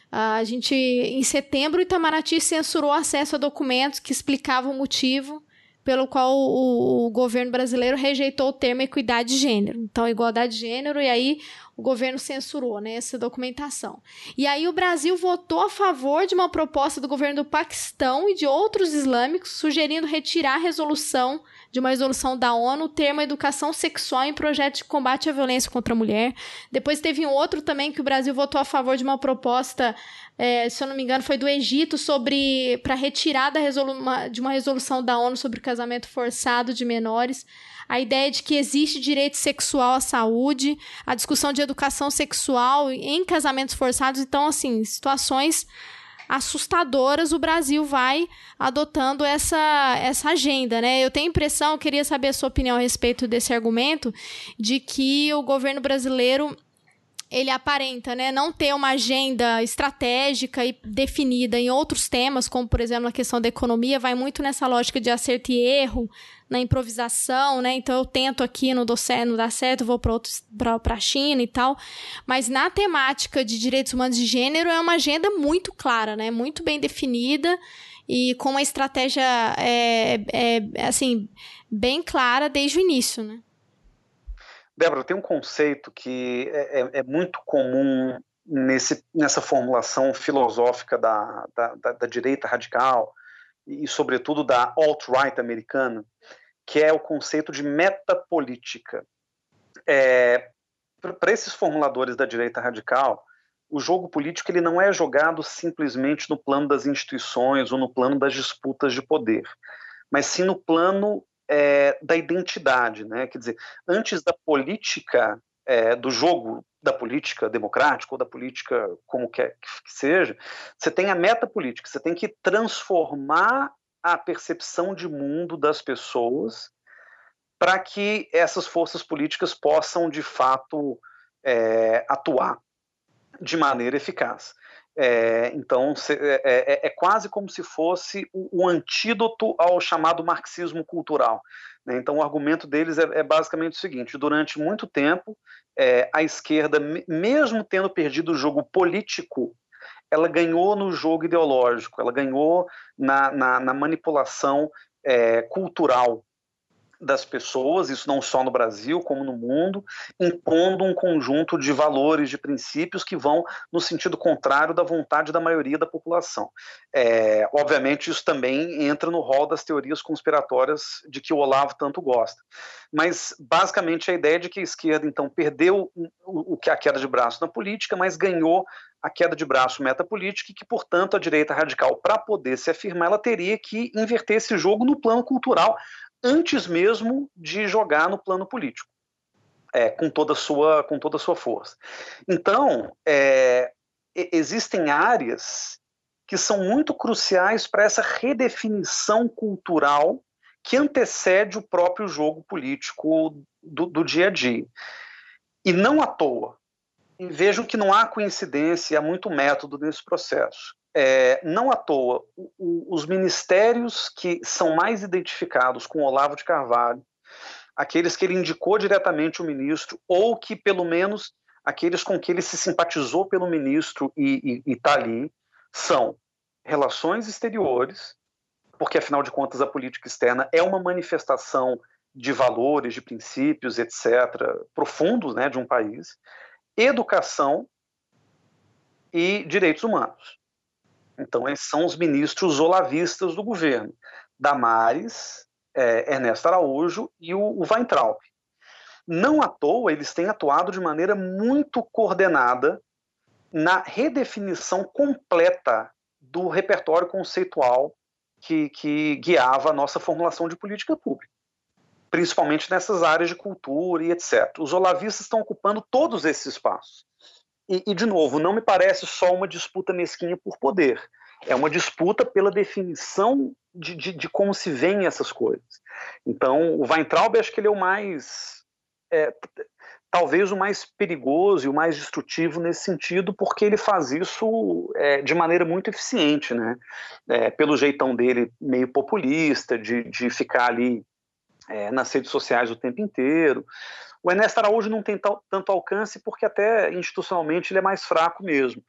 A gente, em setembro, o Itamaraty censurou acesso a documentos que explicavam o motivo pelo qual o, o governo brasileiro rejeitou o termo equidade de gênero. Então, igualdade de gênero, e aí o governo censurou, né, essa documentação. E aí o Brasil votou a favor de uma proposta do governo do Paquistão e de outros islâmicos, sugerindo retirar a resolução de uma resolução da ONU, o termo educação sexual em projeto de combate à violência contra a mulher. Depois teve um outro também que o Brasil votou a favor de uma proposta, é, se eu não me engano, foi do Egito, sobre para retirar da resolu- uma, de uma resolução da ONU sobre o casamento forçado de menores. A ideia de que existe direito sexual à saúde, a discussão de educação sexual em casamentos forçados. Então, assim, situações assustadoras, o Brasil vai adotando essa, essa agenda, né? Eu tenho a impressão, eu queria saber a sua opinião a respeito desse argumento, de que o governo brasileiro, ele aparenta, né, não ter uma agenda estratégica e definida em outros temas, como, por exemplo, a questão da economia, vai muito nessa lógica de acerto e erro, na improvisação, né? Então eu tento aqui, não dou certo, não dá certo, vou para a China e tal. Mas na temática de direitos humanos de gênero é uma agenda muito clara, né? Muito bem definida e com uma estratégia é, é, assim, bem clara desde o início, né? Débora, tem um conceito que é, é, é muito comum nesse, nessa formulação filosófica da, da, da, da direita radical e, sobretudo, da alt-right americana, que é o conceito de metapolítica. É, para esses formuladores da direita radical, o jogo político ele não é jogado simplesmente no plano das instituições ou no plano das disputas de poder, mas sim no plano é, da identidade, né? Quer dizer, antes da política, é, do jogo da política democrática ou da política como quer que seja, você tem a metapolítica, você tem que transformar a percepção de mundo das pessoas para que essas forças políticas possam, de fato, é, atuar de maneira eficaz. É, então, é, é, é quase como se fosse o, o antídoto ao chamado marxismo cultural, né? Então, o argumento deles é, é basicamente o seguinte: durante muito tempo, é, a esquerda, mesmo tendo perdido o jogo político, ela ganhou no jogo ideológico, ela ganhou na, na, na manipulação é, cultural das pessoas, isso não só no Brasil, como no mundo, impondo um conjunto de valores, de princípios que vão no sentido contrário da vontade da maioria da população. É, obviamente, isso também entra no rol das teorias conspiratórias de que o Olavo tanto gosta. Mas, basicamente, a ideia de que a esquerda, então, perdeu o, o que é a queda de braço na política, mas ganhou a queda de braço metapolítica e que, portanto, a direita radical, para poder se afirmar, ela teria que inverter esse jogo no plano cultural, antes mesmo de jogar no plano político, é, com, toda a sua, com toda a sua força. Então, é, existem áreas que são muito cruciais para essa redefinição cultural que antecede o próprio jogo político do, do dia a dia. E não à toa, e vejam que não há coincidência, há muito método nesse processo. É, não à toa, o, o, os ministérios que são mais identificados com Olavo de Carvalho, aqueles que ele indicou diretamente o ministro, ou que, pelo menos, aqueles com que ele se simpatizou pelo ministro e está ali, são relações exteriores, porque, afinal de contas, a política externa é uma manifestação de valores, de princípios, etcétera, profundos, né, de um país, educação e direitos humanos. Então, esses são os ministros olavistas do governo, Damares, é, Ernesto Araújo e o, o Weintraub. Não à toa, eles têm atuado de maneira muito coordenada na redefinição completa do repertório conceitual que, que guiava a nossa formulação de política pública, principalmente nessas áreas de cultura e etcétera. Os olavistas estão ocupando todos esses espaços. E, e, de novo, não me parece só uma disputa mesquinha por poder. É uma disputa pela definição de, de, de como se veem essas coisas. Então, o Weintraub, acho que ele é o mais... É, talvez o mais perigoso e o mais destrutivo nesse sentido, porque ele faz isso é, de maneira muito eficiente, né? É, pelo jeitão dele meio populista, de, de ficar ali é, nas redes sociais o tempo inteiro. O Ernesto Araújo não tem tal, tanto alcance porque até institucionalmente ele é mais fraco mesmo.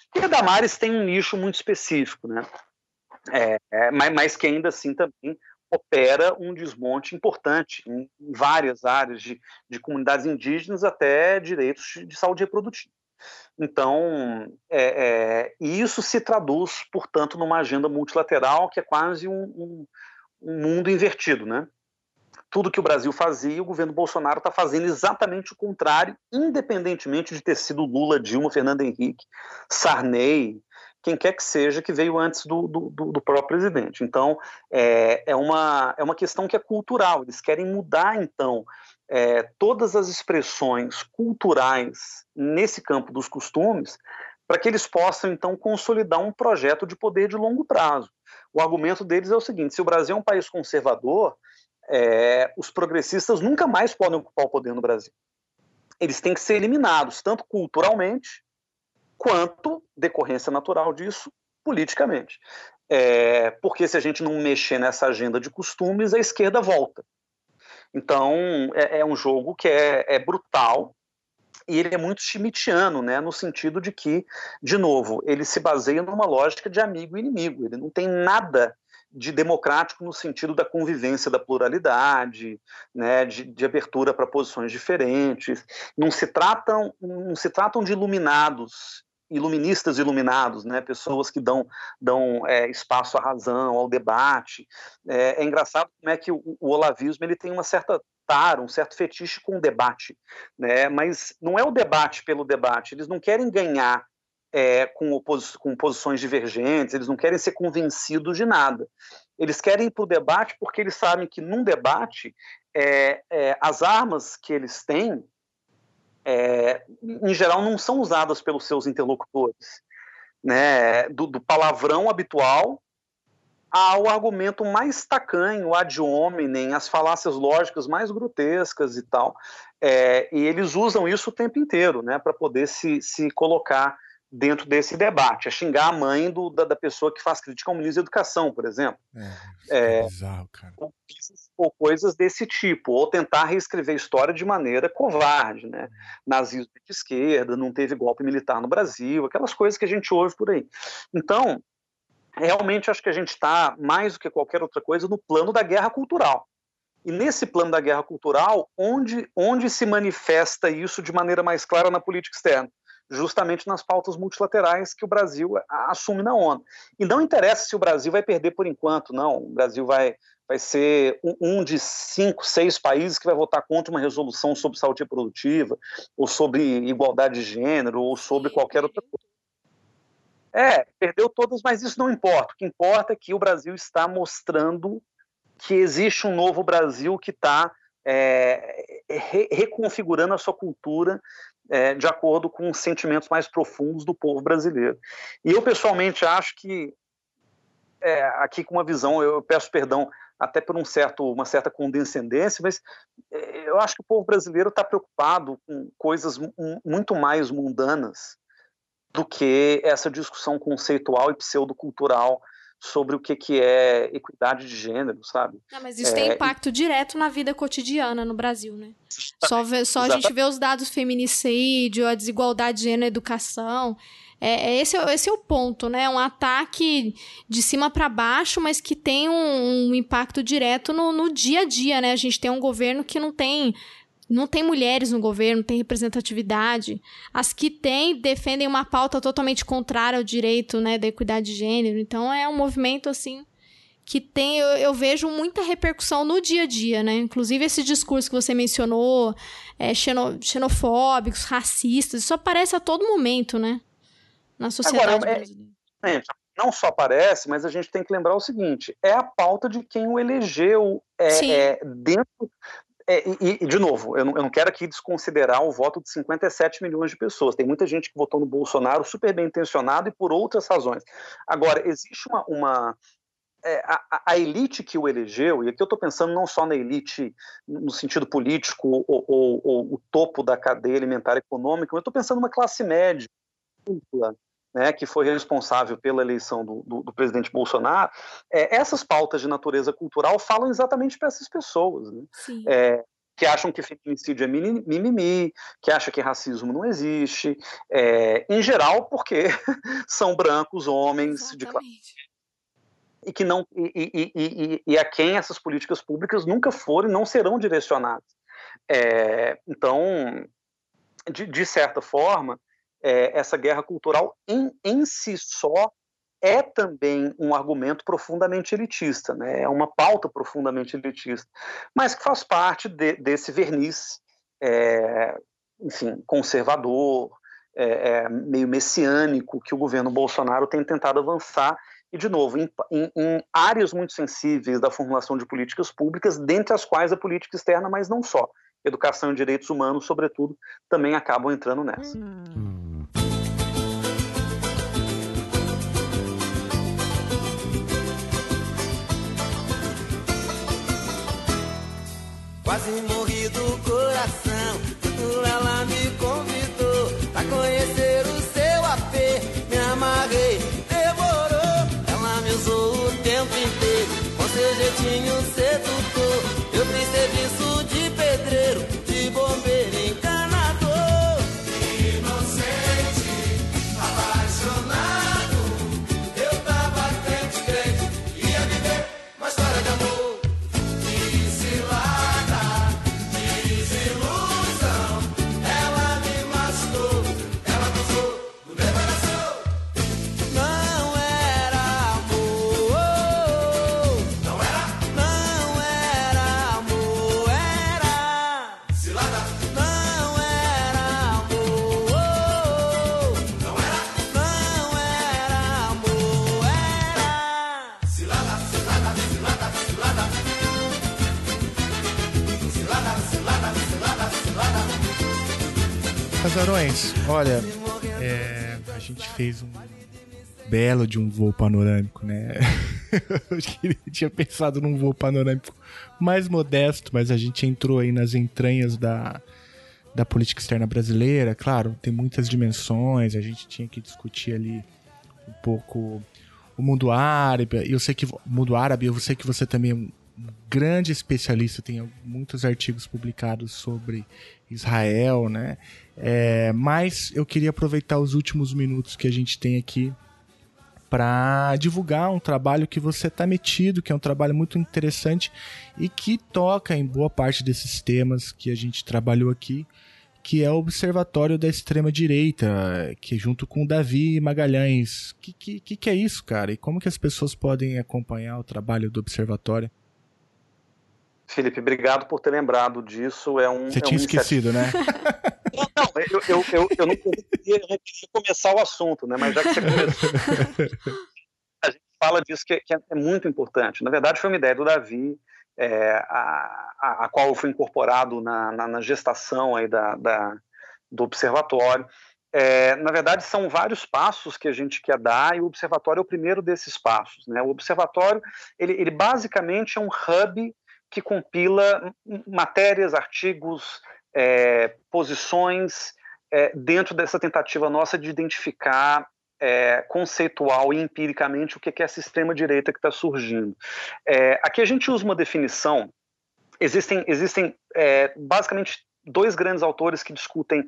E a Damares tem um nicho muito específico, né? É, é, mas, mas que ainda assim também opera um desmonte importante em, em várias áreas de, de comunidades indígenas até direitos de saúde reprodutiva. Então, é, é, isso se traduz, portanto, numa agenda multilateral que é quase um, um, um mundo invertido, né? Tudo que o Brasil fazia, o governo Bolsonaro está fazendo exatamente o contrário, independentemente de ter sido Lula, Dilma, Fernando Henrique, Sarney, quem quer que seja que veio antes do, do, do próprio presidente. Então, é, é, uma, é uma questão que é cultural. Eles querem mudar, então, é, todas as expressões culturais nesse campo dos costumes para que eles possam, então, consolidar um projeto de poder de longo prazo. O argumento deles é o seguinte: se o Brasil é um país conservador, é, os progressistas nunca mais podem ocupar o poder no Brasil. Eles têm que ser eliminados, tanto culturalmente, quanto, decorrência natural disso, politicamente. É, porque se a gente não mexer nessa agenda de costumes, a esquerda volta. Então, é, é um jogo que é, é brutal, e ele é muito schmittiano, né, no sentido de que, de novo, ele se baseia numa lógica de amigo e inimigo. Ele não tem nada de democrático no sentido da convivência, da pluralidade, né, de, de abertura para posições diferentes. Não se tratam, não se tratam de iluminados, iluministas iluminados, né, pessoas que dão, dão é, espaço à razão, ao debate. É, é engraçado como é que o, o olavismo ele tem uma certa tara, um certo fetiche com o debate, né, mas não é o debate pelo debate. Eles não querem ganhar É, com, opos, com posições divergentes, eles não querem ser convencidos de nada. Eles querem ir para o debate porque eles sabem que num debate é, é, as armas que eles têm, é, em geral, não são usadas pelos seus interlocutores, né? do, do palavrão habitual ao argumento mais tacanho, ad hominem, as falácias lógicas mais grotescas e tal. É, e eles usam isso o tempo inteiro, né, para poder se, se colocar dentro desse debate, a xingar a mãe do, da, da pessoa que faz crítica ao ministro da Educação, por exemplo. É, é bizarro, cara. Ou, ou coisas desse tipo, ou tentar reescrever a história de maneira covarde, né? Nazismo de esquerda, não teve golpe militar no Brasil, aquelas coisas que a gente ouve por aí. Então, realmente acho que a gente está, mais do que qualquer outra coisa, no plano da guerra cultural. E nesse plano da guerra cultural, onde, onde se manifesta isso de maneira mais clara na política externa? Justamente nas pautas multilaterais que o Brasil assume na ONU. E não interessa se o Brasil vai perder por enquanto, não. O Brasil vai, vai ser um, um de cinco, seis países que vai votar contra uma resolução sobre saúde reprodutiva, ou sobre igualdade de gênero, ou sobre qualquer outra coisa. É, perdeu todas, mas isso não importa. O que importa é que o Brasil está mostrando que existe um novo Brasil que está é, re- reconfigurando a sua cultura É, de acordo com os sentimentos mais profundos do povo brasileiro. E eu, pessoalmente, acho que, é, aqui com uma visão, eu peço perdão até por um certo, uma certa condescendência, mas é, eu acho que o povo brasileiro está preocupado com coisas m- muito mais mundanas do que essa discussão conceitual e pseudocultural sobre o que, que é equidade de gênero, sabe? Não, mas isso é, tem impacto e... direto na vida cotidiana no Brasil, né? Só, vê, só a gente vê os dados feminicídio, a desigualdade de gênero na educação. É, esse, esse é o ponto, né? Um ataque de cima para baixo, mas que tem um, um impacto direto no, no dia a dia, né? A gente tem um governo que não tem... Não tem mulheres no governo, não tem representatividade. As que têm defendem uma pauta totalmente contrária ao direito, né, da equidade de gênero. Então, é um movimento, assim, que tem... Eu, eu vejo muita repercussão no dia a dia, né? Inclusive, esse discurso que você mencionou, é, xeno, xenofóbicos, racistas, isso aparece a todo momento, né? Na sociedade Agora, brasileira. É, é, não só aparece, mas a gente tem que lembrar o seguinte, é a pauta de quem o elegeu é, é, dentro... É, e, e, de novo, eu não, eu não quero aqui desconsiderar o voto de cinquenta e sete milhões de pessoas. Tem muita gente que votou no Bolsonaro super bem intencionado e por outras razões. Agora, existe uma... uma é, a, a elite que o elegeu, e aqui eu estou pensando não só na elite no sentido político ou, ou, ou o topo da cadeia alimentar econômica, mas eu estou pensando numa classe média, ampla, né, que foi responsável pela eleição do, do, do presidente Bolsonaro. É, essas pautas de natureza cultural falam exatamente para essas pessoas, né? Sim. É, que acham que feminicídio é mimimi, que acham que racismo não existe, é, em geral porque são brancos, homens, de classe, e, que não, e, e, e, e a quem essas políticas públicas nunca foram e não serão direcionadas. É, então, de, de certa forma, é, essa guerra cultural em, em si só é também um argumento profundamente elitista, né? É uma pauta profundamente elitista, mas que faz parte de, desse verniz, é, enfim, conservador, é, é, meio messiânico que o governo Bolsonaro tem tentado avançar, e, de novo, em, em, em áreas muito sensíveis da formulação de políticas públicas, dentre as quais a política externa, mas não só. Educação e direitos humanos, sobretudo, também acabam entrando nessa. Hum. Quase morri do coração, ela me convidou pra conhecer o seu A P. Me amarrei, demorou, ela me usou o tempo inteiro, com seu jeitinho sedutor. Eu fiz serviço de pedreiro, de bombeiro, encanador. Inocente, apaixonado, eu tava crente, crente, ia viver uma história de amor. Casarões, olha, é, a gente fez um belo de um voo panorâmico, né? Eu tinha pensado num voo panorâmico mais modesto, mas a gente entrou aí nas entranhas da, da política externa brasileira. Claro, tem muitas dimensões, a gente tinha que discutir ali um pouco o mundo árabe. Eu sei que o mundo árabe, eu sei que você também é um grande especialista, tem muitos artigos publicados sobre Israel, né? É, mas eu queria aproveitar os últimos minutos que a gente tem aqui para divulgar um trabalho que você está metido, que é um trabalho muito interessante e que toca em boa parte desses temas que a gente trabalhou aqui, que é o Observatório da Extrema-Direita, que junto com o Davi Magalhães. O que, que, que é isso, cara? E como que as pessoas podem acompanhar o trabalho do Observatório? Felipe, obrigado por ter lembrado disso. É um, Você é tinha um esquecido, né? Não, não eu, eu, eu, eu não queria começar o assunto, né? Mas já que você começou, a gente fala disso que, que é muito importante. Na verdade, foi uma ideia do Davi, é, a, a, a qual eu fui incorporado na, na, na gestação aí da, da, do Observatório. É, na verdade, são vários passos que a gente quer dar e o Observatório é o primeiro desses passos, né? O Observatório, ele, ele basicamente é um hub que compila matérias, artigos, é, posições é, dentro dessa tentativa nossa de identificar é, conceitual e empiricamente o que é essa extrema-direita que está surgindo. É, aqui a gente usa uma definição, existem, existem é, basicamente dois grandes autores que discutem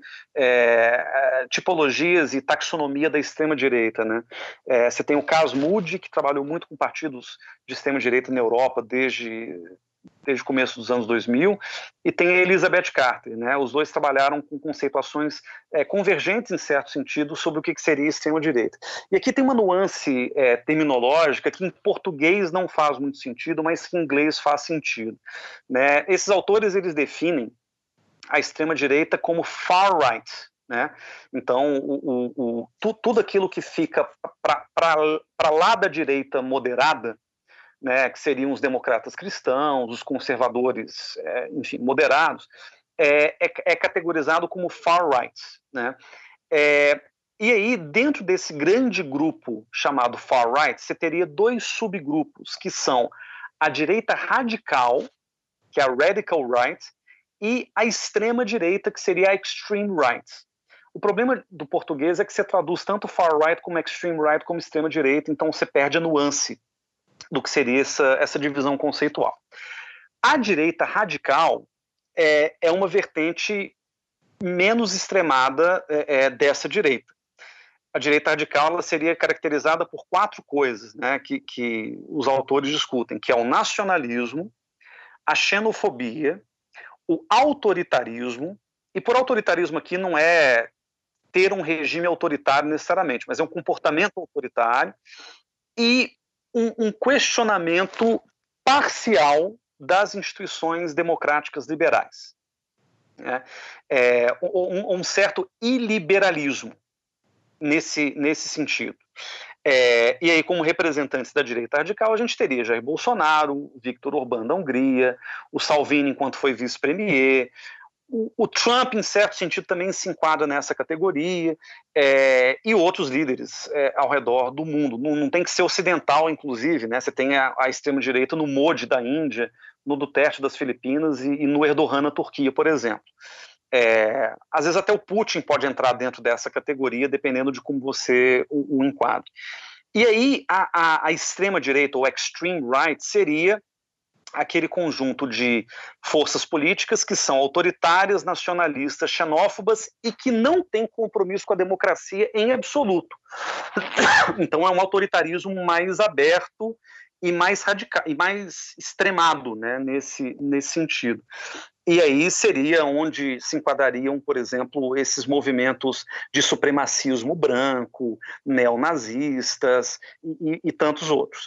é, tipologias e taxonomia da extrema-direita, né? É, você tem o Cas Mudde, que trabalhou muito com partidos de extrema-direita na Europa desde... desde o começo dos anos dois mil, e tem a Elizabeth Carter, né? Os dois trabalharam com conceituações é, convergentes, em certo sentido, sobre o que seria extrema-direita. E aqui tem uma nuance é, terminológica que em português não faz muito sentido, mas que em inglês faz sentido, né? Esses autores, eles definem a extrema-direita como far-right, né? Então, o, o, o, tu, tudo aquilo que fica para lá da direita moderada, né, que seriam os democratas cristãos, os conservadores, é, enfim, moderados, é, é, é categorizado como far-right, né? É, e aí, dentro desse grande grupo chamado far-right, você teria dois subgrupos, que são a direita radical, que é a radical right, e a extrema-direita, que seria a extreme right. O problema do português é que você traduz tanto far-right como extreme right como extrema-direita, então você perde a nuance do que seria essa, essa divisão conceitual. A direita radical é, é uma vertente menos extremada é, é, dessa direita. A direita radical ela seria caracterizada por quatro coisas, né, que, que os autores discutem, que é o nacionalismo, a xenofobia, o autoritarismo, e por autoritarismo aqui não é ter um regime autoritário necessariamente, mas é um comportamento autoritário e um, um questionamento parcial das instituições democráticas liberais. Né? É, um, um certo iliberalismo nesse, nesse sentido. É, e aí, como representantes da direita radical, a gente teria Jair Bolsonaro, Viktor Orbán da Hungria, o Salvini enquanto foi vice-premier, o, o Trump, em certo sentido, também se enquadra nessa categoria, é, e outros líderes é, ao redor do mundo. Não, não tem que ser ocidental, inclusive, né? Você tem a, a extrema-direita no Modi da Índia, no Duterte das Filipinas e, e no Erdogan na Turquia, por exemplo. É, às vezes até o Putin pode entrar dentro dessa categoria, dependendo de como você o, o enquadre. E aí a, a, a extrema-direita, ou extreme right, seria aquele conjunto de forças políticas que são autoritárias, nacionalistas, xenófobas e que não têm compromisso com a democracia em absoluto. Então é um autoritarismo mais aberto e mais radical, e mais extremado, né, nesse, nesse sentido. E aí seria onde se enquadrariam, por exemplo, esses movimentos de supremacismo branco, neonazistas e, e, e tantos outros.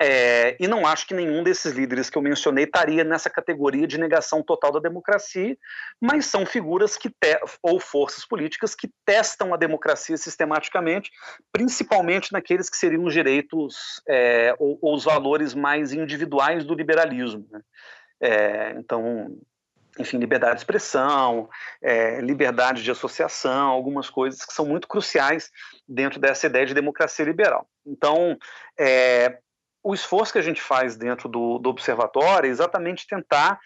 É, e não acho que nenhum desses líderes que eu mencionei estaria nessa categoria de negação total da democracia, mas são figuras que te, ou forças políticas que testam a democracia sistematicamente, principalmente naqueles que seriam os direitos é, ou, ou os valores mais individuais do liberalismo. Né? É, então, enfim, liberdade de expressão, é, liberdade de associação, algumas coisas que são muito cruciais dentro dessa ideia de democracia liberal. Então, é, o esforço que a gente faz dentro do, do observatório é exatamente tentar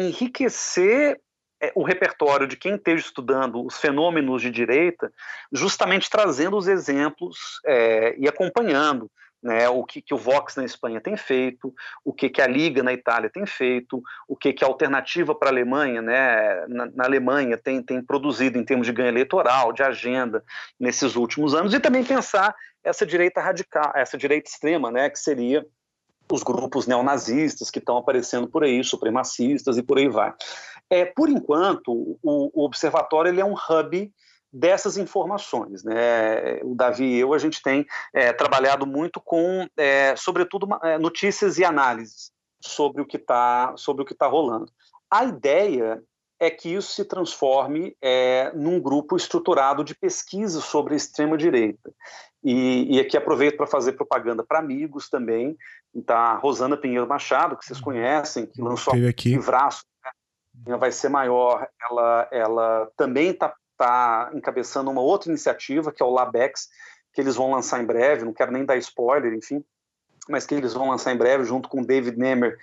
enriquecer é, o repertório de quem esteja estudando os fenômenos de direita, justamente trazendo os exemplos é, e acompanhando, né, o que, que o Vox na Espanha tem feito, o que, que a Liga na Itália tem feito, o que, que a Alternativa para a Alemanha, né, na, na Alemanha tem, tem produzido em termos de ganho eleitoral, de agenda nesses últimos anos, e também pensar essa direita radical, essa direita extrema, né, que seria os grupos neonazistas que estão aparecendo por aí, supremacistas e por aí vai. É, por enquanto, o, o observatório ele é um hub dessas informações, né? O Davi e eu, a gente tem é, trabalhado muito com, é, sobretudo, é, notícias e análises sobre o que está sobre o que está rolando. A ideia é que isso se transforme é, num grupo estruturado de pesquisa sobre a extrema-direita. E, e aqui aproveito para fazer propaganda para amigos também. Está a Rosana Pinheiro Machado, que vocês conhecem, que lançou um livraço, né? Vai Ser Maior. Ela, ela também está tá encabeçando uma outra iniciativa, que é o Labex, que eles vão lançar em breve, não quero nem dar spoiler, enfim, mas que eles vão lançar em breve, junto com o David Nemer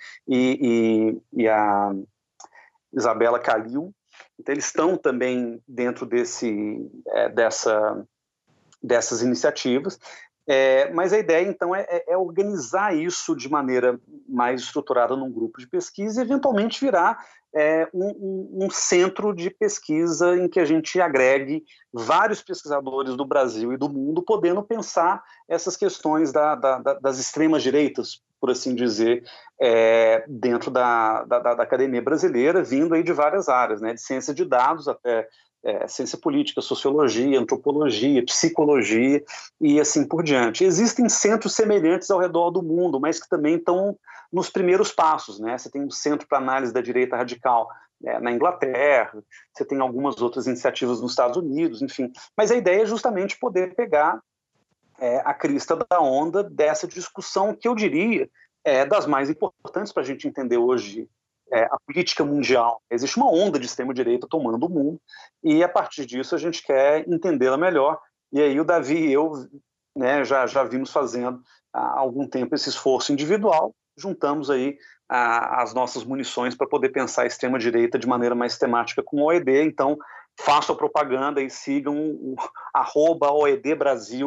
e, e, e a Isabela Calil. Então eles estão também dentro desse, é, dessa, dessas iniciativas, é, mas a ideia então é, é organizar isso de maneira mais estruturada num grupo de pesquisa e eventualmente virar é, um, um, um centro de pesquisa em que a gente agregue vários pesquisadores do Brasil e do mundo podendo pensar essas questões da, da, da, das extremas direitas, por assim dizer, é, dentro da, da, da academia brasileira, vindo aí de várias áreas, né, de ciência de dados até é, ciência política, sociologia, antropologia, psicologia e assim por diante. Existem centros semelhantes ao redor do mundo, mas que também estão nos primeiros passos, né? Você tem um centro para análise da direita radical é, na Inglaterra, você tem algumas outras iniciativas nos Estados Unidos, enfim. Mas a ideia é justamente poder pegar É, a crista da onda dessa discussão que eu diria é das mais importantes para a gente entender hoje é, a política mundial. Existe uma onda de extrema-direita tomando o mundo e a partir disso a gente quer entendê-la melhor. E aí o Davi e eu né, já, já vimos fazendo há algum tempo esse esforço individual, juntamos aí a, as nossas munições para poder pensar a extrema-direita de maneira mais temática com o O E D. Então façam a propaganda e sigam o arroba O E D Brasil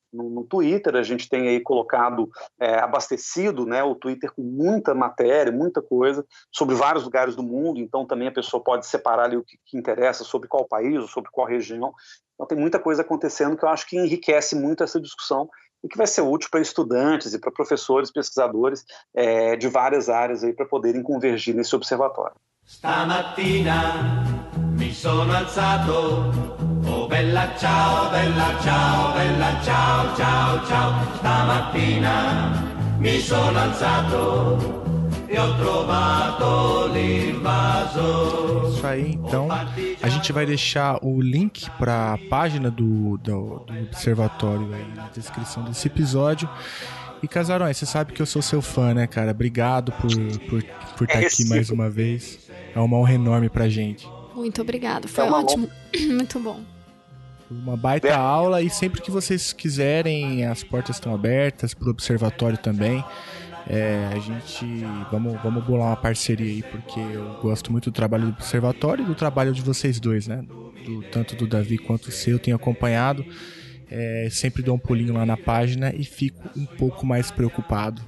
no, no Twitter. A gente tem aí colocado, é, abastecido, né, o Twitter com muita matéria, muita coisa, sobre vários lugares do mundo, então também a pessoa pode separar ali o que, que interessa, sobre qual país, ou sobre qual região. Então tem muita coisa acontecendo que eu acho que enriquece muito essa discussão e que vai ser útil para estudantes e para professores, pesquisadores é, de várias áreas aí para poderem convergir nesse observatório. Stamattina mi sono alzato, oh bella ciao, bella ciao, bella ciao, ciao, ciao. Stamattina mi sono alzato e ho trovato l'invasor. Isso aí, então a gente vai deixar o link para a página do, do, do observatório aí na descrição desse episódio. E Casarões, você sabe que eu sou seu fã, né, cara? Obrigado por, por, por estar aqui mais uma vez. É uma honra enorme pra gente. Muito obrigado, foi é ótimo. Muito bom. Uma baita aula, e sempre que vocês quiserem, as portas estão abertas pro observatório também. É, a gente, vamos, vamos bolar uma parceria aí, porque eu gosto muito do trabalho do observatório e do trabalho de vocês dois, né? Do, tanto do Davi quanto o seu, eu tenho acompanhado. É, sempre dou um pulinho lá na página e fico um pouco mais preocupado.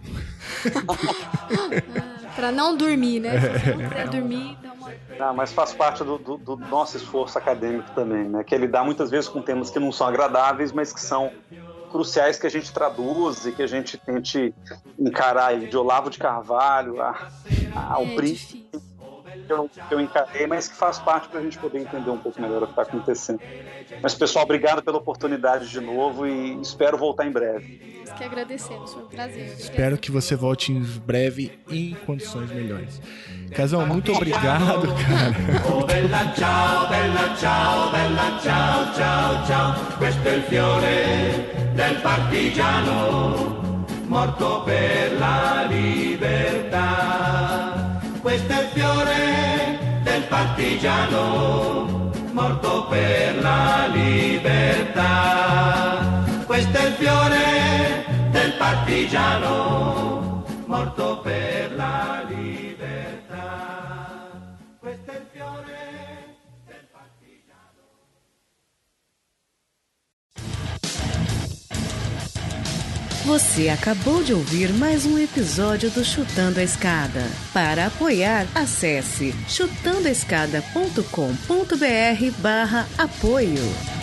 Pra não dormir, né? Se não quiser dormir, dá uma... Ah, mas faz parte do, do, do nosso esforço acadêmico também, né? Que ele dá muitas vezes com temas que não são agradáveis, mas que são cruciais, que a gente traduz e que a gente tente encarar aí, de Olavo de Carvalho a, a, ao é príncipe que eu, que eu encarei, mas que faz parte para a gente poder entender um pouco melhor o que está acontecendo. Mas, pessoal, obrigado pela oportunidade de novo e espero voltar em breve. Nós que agradecemos, foi um prazer. Espero que você volte em breve em condições melhores. Casão, muito obrigado, cara. Oh bella ciao, bella ciao, bella ciao, ciao, ciao. Questo è il fiore del partigiano morto per la libertà. Questo è il fiore del partigiano morto per la libertà. Questo è il fiore del partigiano morto per la libertà. Questo è il fiore del partigiano. Você acabou de ouvir mais um episódio do Chutando a Escada. Para apoiar, acesse chutando a escada ponto com ponto br barra apoio.